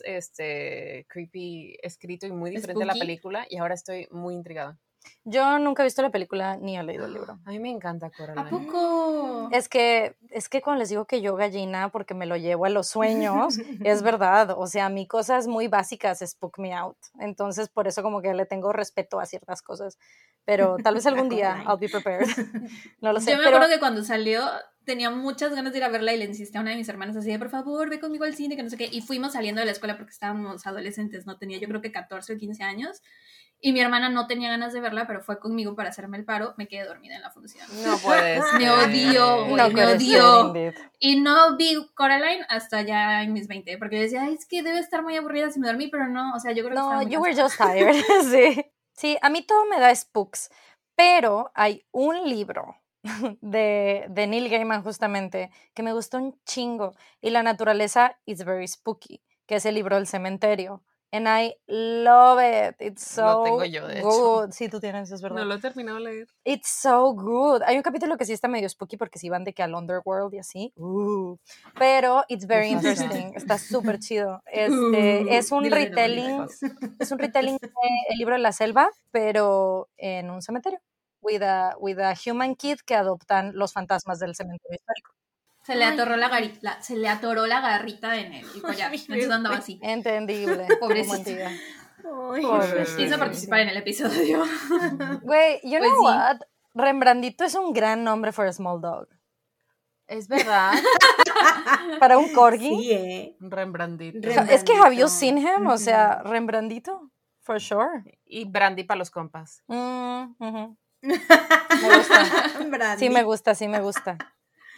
creepy escrito y muy diferente a la película, y ahora estoy muy intrigada. Yo nunca he visto la película ni he leído el libro. A mí me encanta Coraline. ¿A poco? Es que cuando les digo que yo gallina porque me lo llevo a los sueños, es verdad. O sea, a mí cosas muy básicas spook me out. Entonces, por eso como que le tengo respeto a ciertas cosas. Pero tal vez algún día I'll be prepared. No lo sé. Yo me acuerdo que cuando salió tenía muchas ganas de ir a verla y le insistí a una de mis hermanas así de, por favor, ve conmigo al cine, que no sé qué. Y fuimos saliendo de la escuela porque estábamos adolescentes, no tenía yo creo que 14 o 15 años. Y mi hermana no tenía ganas de verla, pero fue conmigo para hacerme el paro. Me quedé dormida en la función. No puedes. Me odió, güey, me odió. Y no vi Coraline hasta ya en mis 20, porque yo decía, ay, es que debe estar muy aburrida si me dormí, pero no, o sea, yo creo que no, you were just tired, sí. Sí, a mí todo me da spooks, pero hay un libro de Neil Gaiman justamente que me gustó un chingo, y la naturaleza is very spooky, que es el libro del cementerio. And I love it. It's so lo tengo yo, de good. hecho. Sí, tú tienes, es verdad. No lo he terminado de leer. It's so good. Hay un capítulo que sí está medio spooky porque sí van de que al Underworld y así. Pero it's very interesting. Está súper chido. Es un retelling. Es un retelling del libro de la selva, pero en un cementerio. With a human kid que adoptan los fantasmas del cementerio histórico. Se le atoró la garrita en el collar. Entonces andaba así. Entendible. Pobrecita. Quiso participar en el episodio. Güey, you know what? Rembrandito es un gran nombre for a small dog. Es verdad. Para un corgi. Sí, Rembrandito. Es que have you seen him? O sea, Rembrandito, for sure. Y Brandy para los compas. Me gusta. Sí, me gusta.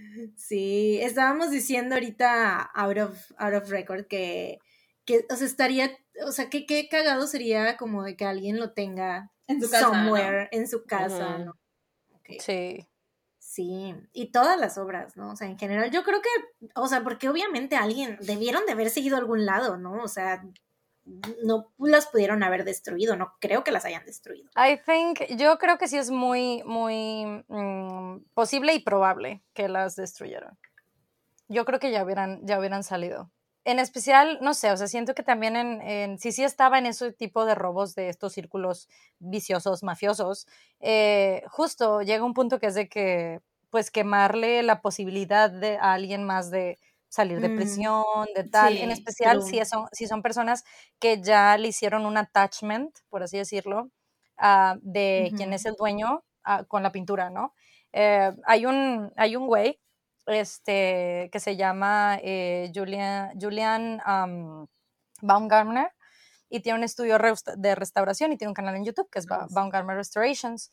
Sí, estábamos diciendo ahorita out of record que o sea, estaría, o sea, qué cagado sería como de que alguien lo tenga En su casa, somewhere en su casa, Ujú. ¿no? Okay. Sí. Sí, y todas las obras, ¿no? O sea, en general, yo creo que, o sea, porque obviamente debieron de haber seguido a algún lado, ¿no? O sea, no las pudieron haber destruido, no creo que las hayan destruido. Yo creo que sí es muy, muy posible y probable que las destruyeran. Yo creo que ya hubieran salido. En especial, no sé, o sea, siento que también sí estaba en ese tipo de robos de estos círculos viciosos, mafiosos, justo llega un punto que es de que, pues, quemarle la posibilidad a alguien más de salir de prisión, de tal, en Sí, especial true. si son personas que ya le hicieron un attachment, por así decirlo, de quién es el dueño con la pintura, ¿no? Hay un güey que se llama Julian Baumgartner y tiene un estudio de restauración y tiene un canal en YouTube que es Baumgartner Restorations.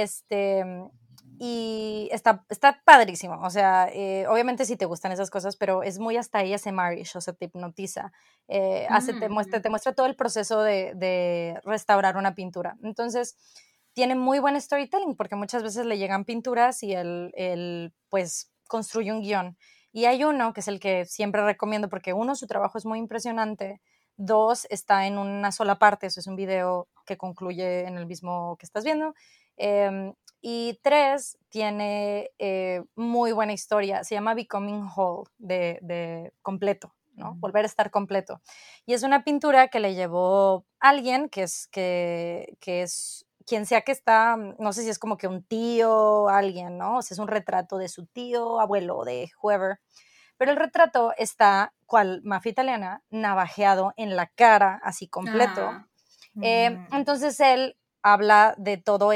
Y está padrísimo, o sea, obviamente si te gustan esas cosas, pero es muy hasta ahí ASMR-ish, o sea, te hipnotiza, te muestra todo el proceso de restaurar una pintura. Entonces, tiene muy buen storytelling porque muchas veces le llegan pinturas y él pues construye un guión. Y hay uno que es el que siempre recomiendo porque uno, su trabajo es muy impresionante, dos, está en una sola parte, eso es un video que concluye en el mismo que estás viendo, y tres, tiene muy buena historia, se llama Becoming Whole, de completo, ¿no? Volver a estar completo. Y es una pintura que le llevó alguien que es quien sea que está, no sé si es como que un tío, alguien, ¿no? O sea, es un retrato de su tío, abuelo, de whoever. Pero el retrato está, cual mafia italiana, navajeado en la cara, así completo. Entonces él habla de todo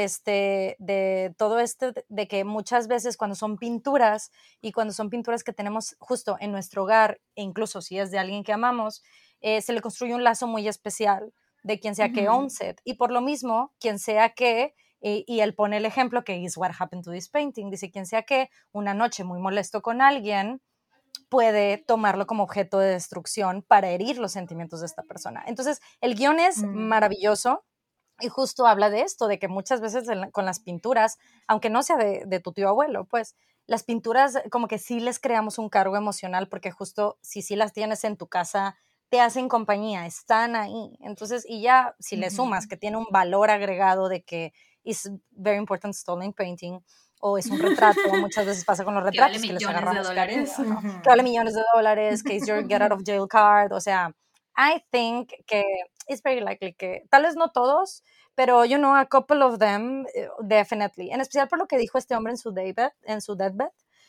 de que muchas veces cuando son pinturas y cuando son pinturas que tenemos justo en nuestro hogar, e incluso si es de alguien que amamos, se le construye un lazo muy especial de quien sea que owns it. Y por lo mismo, quien sea que, y él pone el ejemplo que is what happened to this painting, dice quien sea que una noche muy molesto con alguien, puede tomarlo como objeto de destrucción para herir los sentimientos de esta persona. Entonces, el guión es maravilloso y justo habla de esto, de que muchas veces con las pinturas, aunque no sea de tu tío abuelo, pues las pinturas como que sí les creamos un cargo emocional porque justo si sí las tienes en tu casa, te hacen compañía, están ahí. Entonces, y ya si le sumas que tiene un valor agregado de que is very important stolen painting, o es un retrato, muchas veces pasa con los retratos que les agarramos cariño, ¿no? Que vale millones de dólares, que es your get out of jail card, o sea, I think que it's very likely que, tal vez no todos, pero a couple of them, definitely, en especial por lo que dijo este hombre en su deathbed,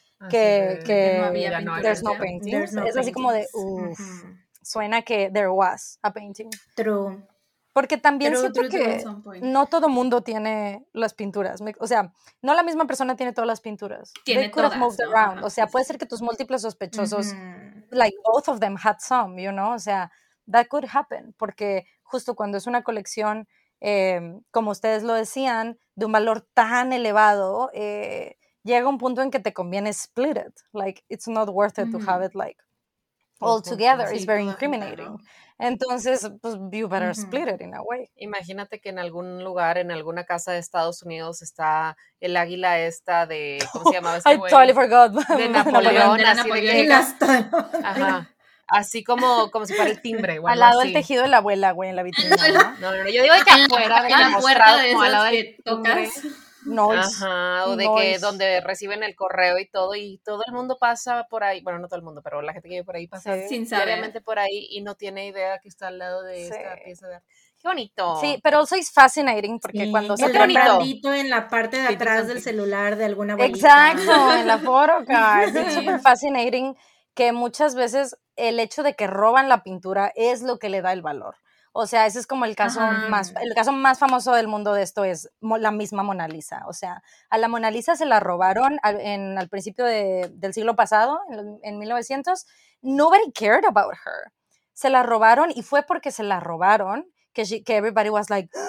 que no había there's no pinturas, paintings, es así como de, suena que there was a painting. True. Porque también siento True, que no todo mundo tiene las pinturas. O sea, no la misma persona tiene todas las pinturas. Tiene They could have todas, moved ¿no? around. O sea, puede ser que tus múltiples sospechosos, like both of them had some, o sea, that could happen. Porque justo cuando es una colección, como ustedes lo decían, de un valor tan elevado, llega un punto en que te conviene split it. Like, it's not worth it to have it, like, all together. Sí, It's very todo incriminating. juntado. Entonces, pues, you better split it in a way. Imagínate que en algún lugar, en alguna casa de Estados Unidos está el águila esta de, ¿cómo se llamaba este I güey? totally forgot. De Napoleón, bandera así de que, ajá, así como si fuera el timbre o Al algo lado así. del tejido de la abuela, güey, en la vitrina, ¿no? No, yo digo que afuera de la puerta de como al lado esas del que timbre. tocas. Noise. Ajá, o de que donde reciben el correo y todo el mundo pasa por ahí, bueno, no todo el mundo, pero la gente que vive por ahí pasa Sin saber. diariamente por ahí y no tiene idea que está al lado de esta pieza de arte. ¡Qué bonito! Sí, pero also is fascinating porque cuando el rembrandito en la parte de atrás del celular de alguna abuelita. Exacto, en la photocard. Es súper fascinating que muchas veces el hecho de que roban la pintura es lo que le da el valor. O sea, ese es como el caso más famoso del mundo de esto es la misma Mona Lisa. O sea, a la Mona Lisa se la robaron al principio del siglo pasado, en 1900. Nobody cared about her. Se la robaron y fue porque se la robaron que everybody was like,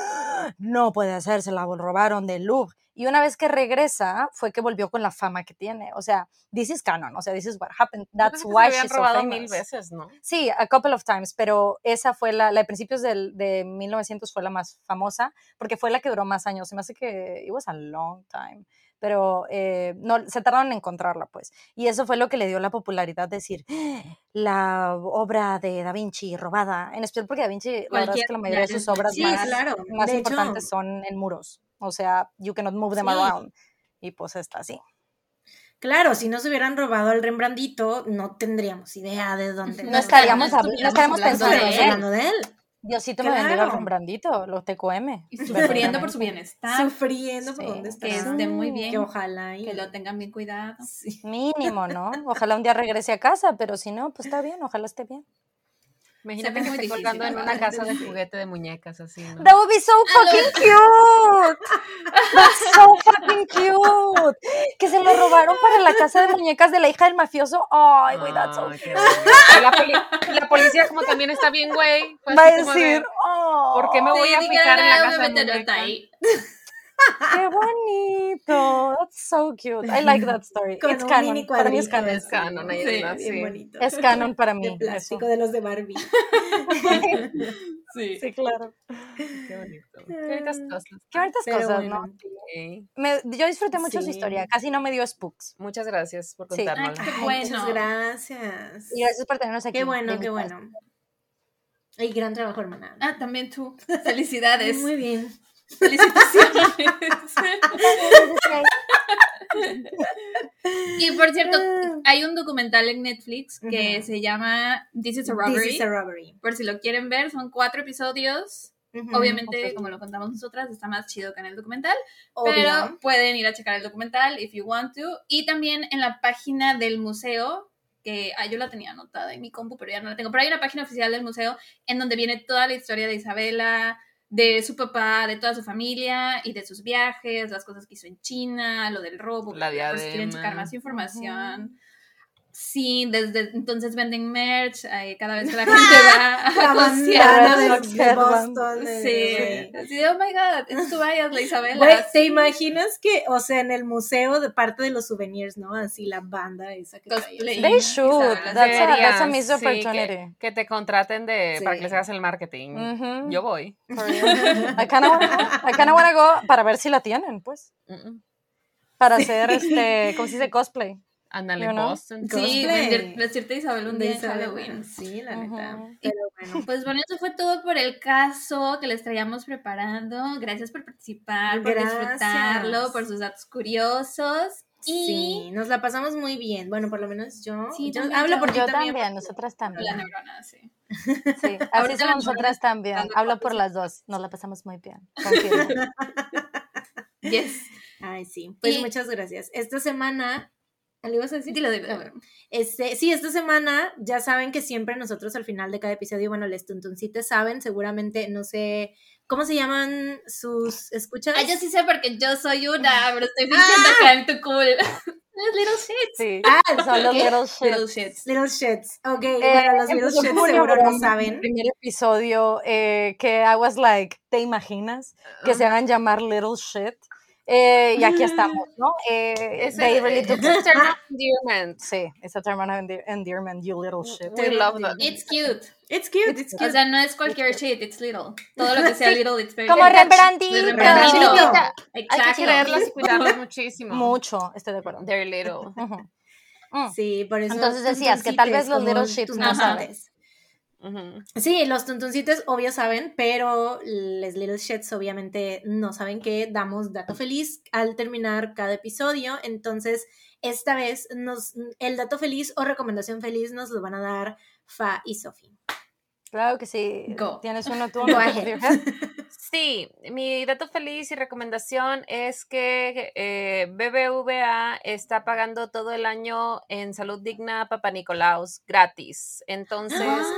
no puede ser, se la robaron del Louvre. Y una vez que regresa, fue que volvió con la fama que tiene. O sea, this is canon. O sea, this is what happened. Yo That's pensé que why se lo she's habían so robado famous. 1000 veces, ¿no? Sí, a couple of times, pero esa fue la de principios de 1900 fue la más famosa, porque fue la que duró más años. Se me hace que it was a long time, pero no, se tardaron en encontrarla, pues. Y eso fue lo que le dio la popularidad, decir, la obra de Da Vinci robada, en especial porque Da Vinci, la verdad es que la mayoría de sus obras Sí, más, claro. más De importantes hecho, son en muros. O sea, you cannot move them Sí. around. Y pues está así. claro, si no se hubieran robado al Rembrandtito, no tendríamos idea de dónde. No estaríamos estuviéramos pensando hablando en de él. hablando de él. Diosito me bendiga al Claro. Rembrandtito, los TQM. Y sufriendo por su bienestar. Sufriendo por Sí, dónde está. Que esté muy bien. Que ojalá y... Que lo tengan bien cuidado. Sí. Mínimo, ¿no? Ojalá un día regrese a casa, pero si no, pues está bien, ojalá esté bien. Imagínate ve que muy esté difícil, colgando en la una verdad. casa de juguete de muñecas, así, ¿no? That would be so fucking cute. That's so fucking cute. Que se lo robaron para la casa de muñecas de la hija del mafioso. Ay, güey, that's so Ay, cute. qué bonito. Y la policía como también está bien, güey. Pues, Va a así como de, decir, oh, ¿por qué me voy a fijar en la casa de obviamente no está muñecas? ahí. qué bonito. That's so cute. I like that story. Con It's un canon. mini Para mí es cuadrito. canon. Es canon, ahí Sí, está, Bien sí. bonito. Es canon para mí. De plástico eso. de los de Barbie. Sí. Sí, claro. Qué bonito. Qué bonitas cosas. Qué bonitas Pero cosas, bueno. ¿no? Sí. Yo disfruté mucho su Sí. historia. Casi no me dio spooks. Muchas gracias por Sí. contárnosla. Ay, qué Ay, bueno. muchas gracias. Y gracias por tenernos aquí. Qué bueno, qué invitadas. bueno. Y gran trabajo, hermana. Ah, también tú. Felicidades. Muy bien. Felicitaciones. Y por cierto, hay un documental en Netflix que Ujú. se llama This is a Robbery. This is a robbery. Por si lo quieren ver, son 4 episodios. Ujú. Obviamente, ok. como lo contamos nosotras, está más chido que en el documental. Obvio. Pero pueden ir a checar el documental if you want to. Y también en la página del museo, que yo la tenía anotada en mi compu, pero ya no la tengo. Pero hay una página oficial del museo en donde viene toda la historia de Isabela, de su papá, de toda su familia y de sus viajes, las cosas que hizo en China, lo del robo. La por si quieren diadema. checar más información. Sí, desde entonces venden merch cada vez que la gente va a La bandana conciertos. de observan. Boston. Sí, así de, oh my god, es tu vayas, la Isabela. Güey, ¿te Sí. imaginas que, o sea, en el museo, de parte de los souvenirs, ¿no? Así la banda esa que Cosplay. traía. They should. Isabela, That's a Deberían, missed sí, opportunity. que te contraten para Sí. que les hagas el marketing. Ujú. Yo voy. For real. I kinda wanna go para ver si la tienen, pues. Para hacer ¿cómo se dice? Cosplay. Ándale, You know? Boston. Sí, Cosplay. vestirte Isabel un De día en Isabela. Halloween. Sí, la neta. Ujú. Pero bueno. Pues bueno, eso fue todo por el caso que les traíamos preparando. Gracias por participar, por Gracias. disfrutarlo, por sus datos curiosos. Y Sí, nos la pasamos muy bien. Bueno, por lo menos yo. Sí, yo también hablo yo. por ti Yo también. también, nosotras también. la neurona, sí. Sí, así Ahorita son la nosotras neurona también. dando Hablo por pasos. las dos. Nos la pasamos muy bien. Confirmo. Yes. Ay, sí. Pues Y- muchas gracias. Esta semana. ¿Le ibas a decir? Dilo, dilo, Ah, dilo. bueno. Sí, esta semana ya saben que siempre nosotros al final de cada episodio, bueno, les tuntuncites saben, seguramente, no sé, ¿cómo se llaman sus escuchas? Ah, yo sí sé porque yo soy una, pero estoy fingiendo que I'm too cool. Los little shits. Sí, Ah, son los ¿qué? little Little shits. shits. Little shits. Ok, bueno, los little Empezó shits junio, seguro pero no el saben. primer episodio que I was like, ¿te imaginas? Que se hagan llamar little shit. Y aquí estamos, ¿no? They really took It's a term of endearment. Sí, it's a term of endearment, you little shit. We love that. It's cute. It's cute, it's cute. O sea, no es cualquier shit, it's little. Todo lo que sea little, it's very Como little. Rembrandtito. De Rembrandito. Hay Exacto. que quererlas y cuidarlas muchísimo. Mucho, estoy de acuerdo. They're little. Ujú. Sí, por eso. Entonces decías que tal vez los tuntuncites, little shits como no tuntuncites. Ujú. Sí, los tuntuncites obvio saben, pero les little shits obviamente no saben que damos dato feliz al terminar cada episodio, entonces esta vez el dato feliz o recomendación feliz nos lo van a dar Fa y Sofi. Claro que sí. Go. ¿Tienes uno tú? Go on the top of ahead. your head? Sí, mi dato feliz y recomendación es que BBVA está pagando todo el año en Salud Digna a Papá Nicolaus gratis. Entonces,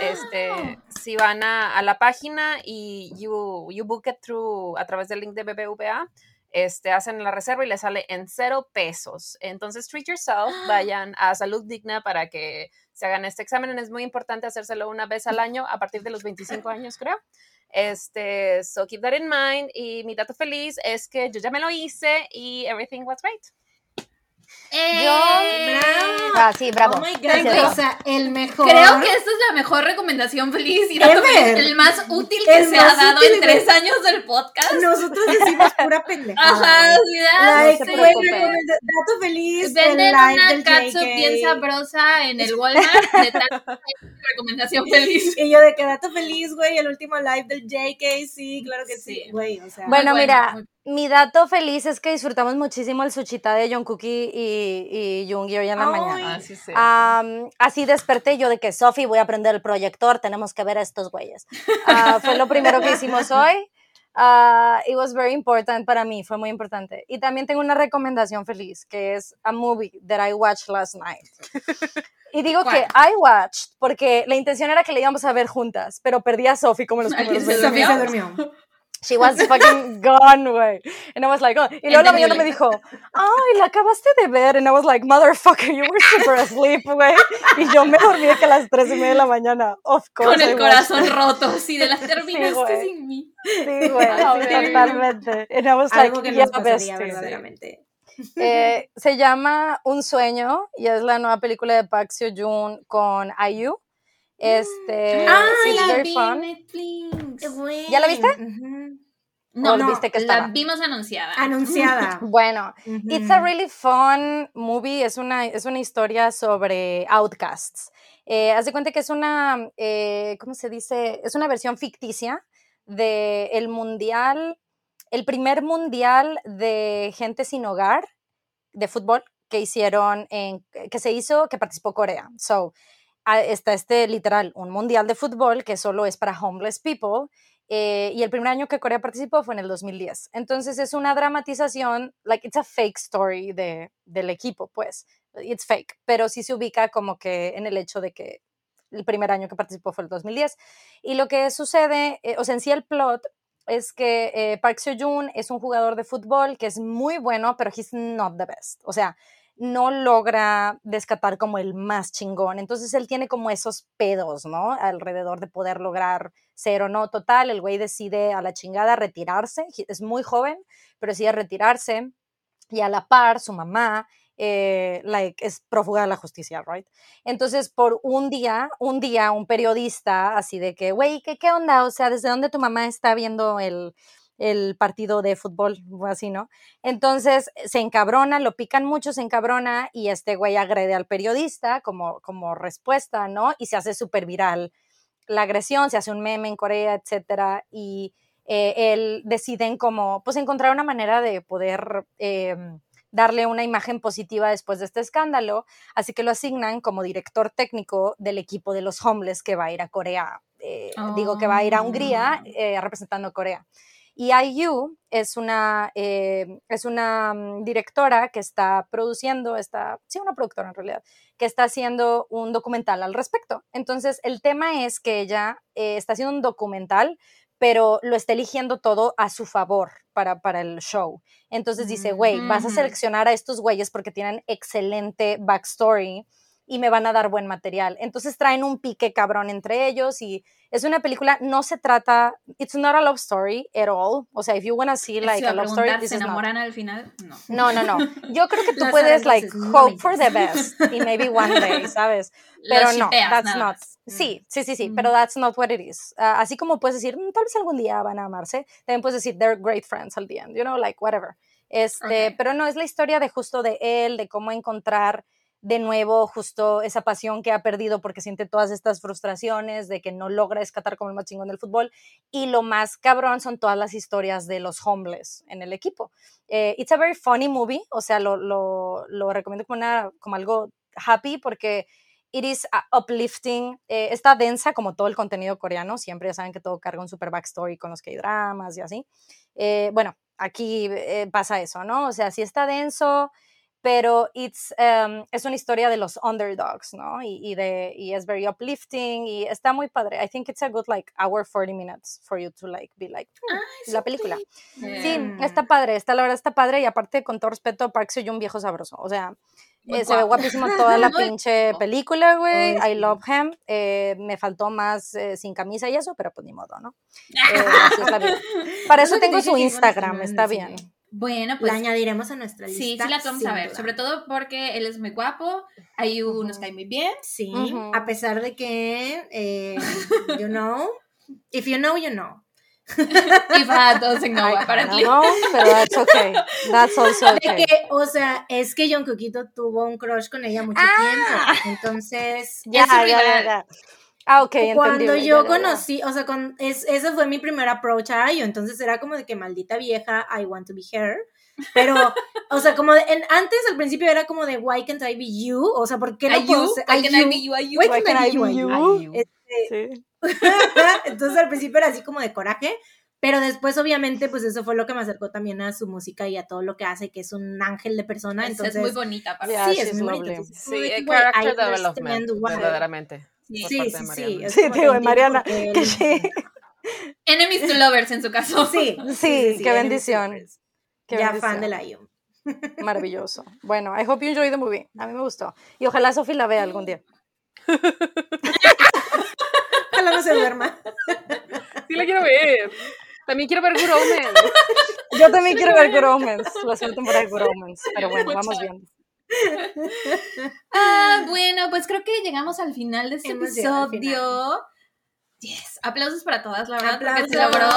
si van a la página y you book it a través del link de BBVA, hacen la reserva y les sale en 0 pesos. Entonces, treat yourself, vayan a Salud Digna para que se hagan este examen. Es muy importante hacérselo una vez al año a partir de los 25 años, creo. So keep that in mind. Y mi dato feliz es que yo ya me lo hice y everything was great. Sí, bravo. Oh my God, o sea, el mejor. Creo que esta es la mejor recomendación feliz y dato feliz, el más útil que se ha dado en 3 años del podcast. Nosotros decimos pura pendejada. Ajá, dato feliz. Venden una catsup bien sabrosa en el Walmart de tal recomendación feliz. Y yo de que dato feliz, güey, el último live del JK, sí, claro que sí, güey, o sea. Bueno, mira, mi dato feliz es que disfrutamos muchísimo el sushita de Jungkookie y Yoongi hoy en la mañana. Sí, sí. Así desperté yo de que, Sophie, voy a prender el proyector, tenemos que ver a estos güeyes. Fue lo primero que hicimos hoy. It was very important para mí, fue muy importante. Y también tengo una recomendación feliz, que es a movie that I watched last night. Y digo que I watched, porque la intención era que la íbamos a ver juntas, pero perdí a Sophie como los primeros 20 minutos. Sophie se durmió. She was fucking gone, güey. And I was like, oh. Y luego la mañana me dijo, ay, la acabaste de ver. And I was like, motherfucker, you were super asleep, güey. Y yo me dormí que a las 3:30 de la mañana. Of course. Con el corazón roto, sí, de las terminaste sin mí. Sí, güey, sí, totalmente. And I was algo like, que nos pasaría verdaderamente. Se llama Un Sueño y es la nueva película de Park Seo-joon con IU. It's very fun. Netflix. ¿Ya la viste? No, ¿viste que la vimos anunciada. Bueno, it's a really fun movie. Es una historia sobre outcasts. Haz de cuenta que es una, ¿cómo se dice? Es una versión ficticia del mundial, el primer mundial de gente sin hogar de fútbol que participó Corea. So, está literal, un mundial de fútbol que solo es para homeless people, y el primer año que Corea participó fue en el 2010. Entonces es una dramatización, like it's a fake story del equipo, pues, it's fake, pero sí se ubica como que en el hecho de que el primer año que participó fue el 2010. Y lo que sucede, o sea, en sí el plot es que Park Seo-joon es un jugador de fútbol que es muy bueno, pero he's not the best, o sea, no logra descatar como el más chingón. Entonces él tiene como esos pedos, ¿no? Alrededor de poder lograr ser o no. Total, el güey decide a la chingada retirarse. Es muy joven, pero decide retirarse. Y a la par, su mamá es prófuga de la justicia, right? Entonces, por un día, un periodista así de que, güey, ¿qué onda? O sea, ¿desde dónde tu mamá está viendo el partido de fútbol o así, ¿no? Entonces se encabrona, lo pican mucho, se encabrona y este güey agrede al periodista como respuesta, ¿no? Y se hace súper viral la agresión, se hace un meme en Corea, etcétera, y él deciden como, pues, encontrar una manera de poder darle una imagen positiva después de este escándalo, así que lo asignan como director técnico del equipo de los homeless que va a ir a Corea, que va a ir a Hungría representando a Corea. Y IU es una directora que está produciendo, una productora en realidad, que está haciendo un documental al respecto. Entonces, el tema es que ella está haciendo un documental, pero lo está eligiendo todo a su favor para el show. Entonces dice, güey, vas a seleccionar a estos güeyes porque tienen excelente backstory y me van a dar buen material. Entonces traen un pique cabrón entre ellos y es una película, no se trata, it's not a love story at all. O sea, if you wanna see like a love story, this ¿se is enamoran not. al final? No. Yo creo que tú puedes like hope for the best y maybe one day, ¿sabes? Pero no, that's not. Sí, pero that's not what it is. Así como puedes decir, tal vez algún día van a amarse, también puedes decir, they're great friends at the end, you know, like whatever. Pero no, es la historia de justo de él, de cómo encontrar de nuevo justo esa pasión que ha perdido porque siente todas estas frustraciones de que no logra escatar como el más chingón del fútbol, y lo más cabrón son todas las historias de los homeless en el equipo. It's a very funny movie, o sea, lo recomiendo como algo happy porque it is uplifting, está densa como todo el contenido coreano, siempre ya saben que todo carga un super backstory con los K-dramas y así. Bueno, aquí pasa eso, ¿no? O sea, sí está denso, pero es una historia de los underdogs, ¿no? Y es very uplifting y está muy padre. I think it's a good like hour 40 minutes for you to like be like la película. Sí, está padre, la verdad está padre, y aparte con todo respeto, Park Seo-joon viejo sabroso, o sea, Se ve guapísimo toda la pinche película, güey. I love him. Me faltó más sin camisa y eso, pero pues ni modo, ¿no? Así es la vida. Para eso tengo su Instagram, está bien. Bueno, pues la añadiremos a nuestra lista. Sí, la vamos a ver, sobre todo porque él es muy guapo, Ayu nos cae muy bien. Sí, a pesar de que, you know, if you know, you know. If I doesn't know, apparently. No, pero that's okay. That's also okay. O sea, es que Jungkookito tuvo un crush con ella mucho tiempo, entonces... Ya. Ok, entendible. Cuando yo conocí, o sea, ese fue mi primer approach a Ayu, entonces era como de que maldita vieja, I want to be her, pero, o sea, como antes al principio era como de why can't I be you, o sea, ¿por qué no puedo ser Why can't I be you? Why can't I be you? Sí. Entonces al principio era así como de coraje, pero después obviamente pues eso fue lo que me acercó también a su música y a todo lo que hace, que es un ángel de persona, entonces... Es muy bonita. Sí, es muy bonita. Sí, character development, verdaderamente. Sí, digo, Mariana, que sí. Enemies to lovers en su caso. Sí, qué bendición. Ya fan de la IU. Maravilloso. Bueno, I hope you enjoy the movie. A mí me gustó. Y ojalá Sophie la vea algún día. Ojalá no se duerma. Sí la quiero ver. También quiero ver Good Omens. Yo también quiero ver Good Omens. La segunda temporada de Good Omens. Pero bueno, vamos viendo. Bueno, pues creo que llegamos al final de este episodio. Yes, aplausos para todas, la verdad, porque se logró.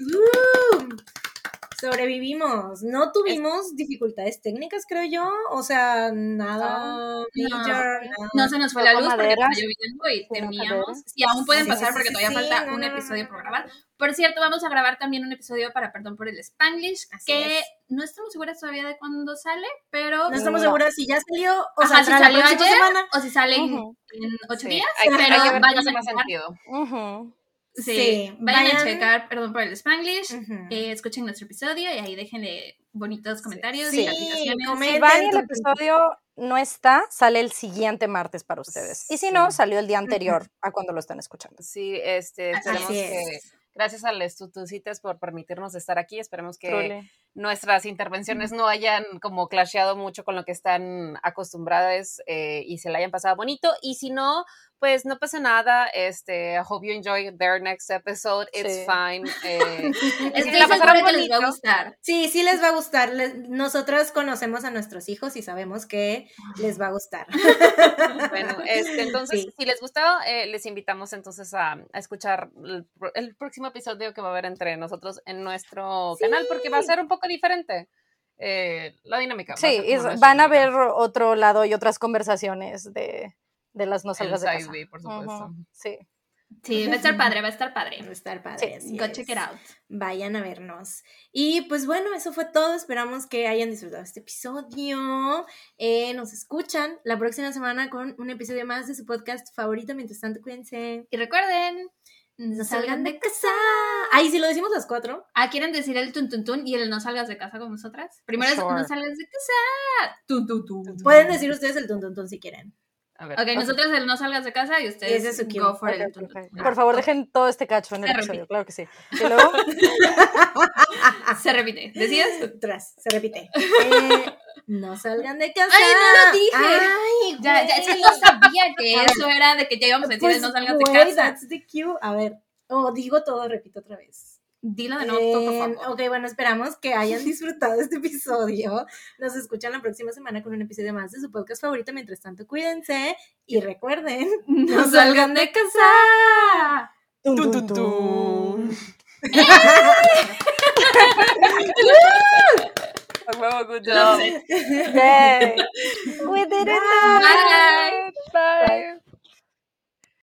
Sobrevivimos. No tuvimos dificultades técnicas, creo yo. O sea, nada major. No se nos fue la luz porque estaba lloviendo y temíamos. Y aún pueden pasar porque todavía falta un episodio por grabar. Por cierto, vamos a grabar también un episodio para Perdón por el Spanglish, no estamos seguras todavía de cuándo sale, pero... No estamos seguras si ya salió o si salió ayer semana. O si sale en 8 días. Pero vayan a más sentido. Sí, vayan a checar Perdón por el Spanglish, escuchen nuestro episodio y ahí déjenle bonitos comentarios y calificaciones. Si van y el episodio no está, sale el siguiente martes para ustedes. Y si no, salió el día anterior a cuando lo están escuchando. Sí, esperemos que... Gracias a las Tutucitas por permitirnos estar aquí. Esperemos que nuestras intervenciones no hayan como clasheado mucho con lo que están acostumbradas y se la hayan pasado bonito. Y si no, pues no pasa nada. Hope you enjoy their next episode. It's fine. Estoy segura que les va a gustar. Sí, sí les va a gustar. Nosotras conocemos a nuestros hijos y sabemos que les va a gustar. Bueno, entonces, si les gustó, les invitamos entonces a escuchar el próximo episodio que va a haber entre nosotros en nuestro canal, porque va a ser un poco diferente la dinámica. Sí, van a ver otro lado y otras conversaciones de las no salgas de casa. Por supuesto. Sí, va a estar padre. Va a estar padre. Sí, go check it out. Vayan a vernos. Y pues bueno, eso fue todo. Esperamos que hayan disfrutado este episodio. Nos escuchan la próxima semana con un episodio más de su podcast favorito. Mientras tanto, cuídense. Y recuerden, no salgan de casa. Ay, si lo decimos las 4. ¿Quieren decir el tun tun tun y el no salgas de casa con nosotras? Primero es no salgas de casa. Tun tun tun. Pueden decir ustedes el tun tun tun si quieren. Ok, nosotros el no salgas de casa y ustedes es su go for el tun tun. Por favor, dejen todo este cacho en el episodio, claro que sí. Y luego se repite. ¿Decías? Se repite. No salgan de casa. ¡Ay, no lo dije! Ay, ya, es que no sabía que eso era de que ya íbamos a decir no salgas de casa. That's the cue. A ver, digo todo, repito otra vez. Dilo de nuevo, por favor. Ok, bueno, esperamos que hayan disfrutado este episodio. Nos escuchan la próxima semana con un episodio más de su podcast favorito. Mientras tanto, cuídense y recuerden, no salgan de casa. Tun, tun, tun. Good job. Yes.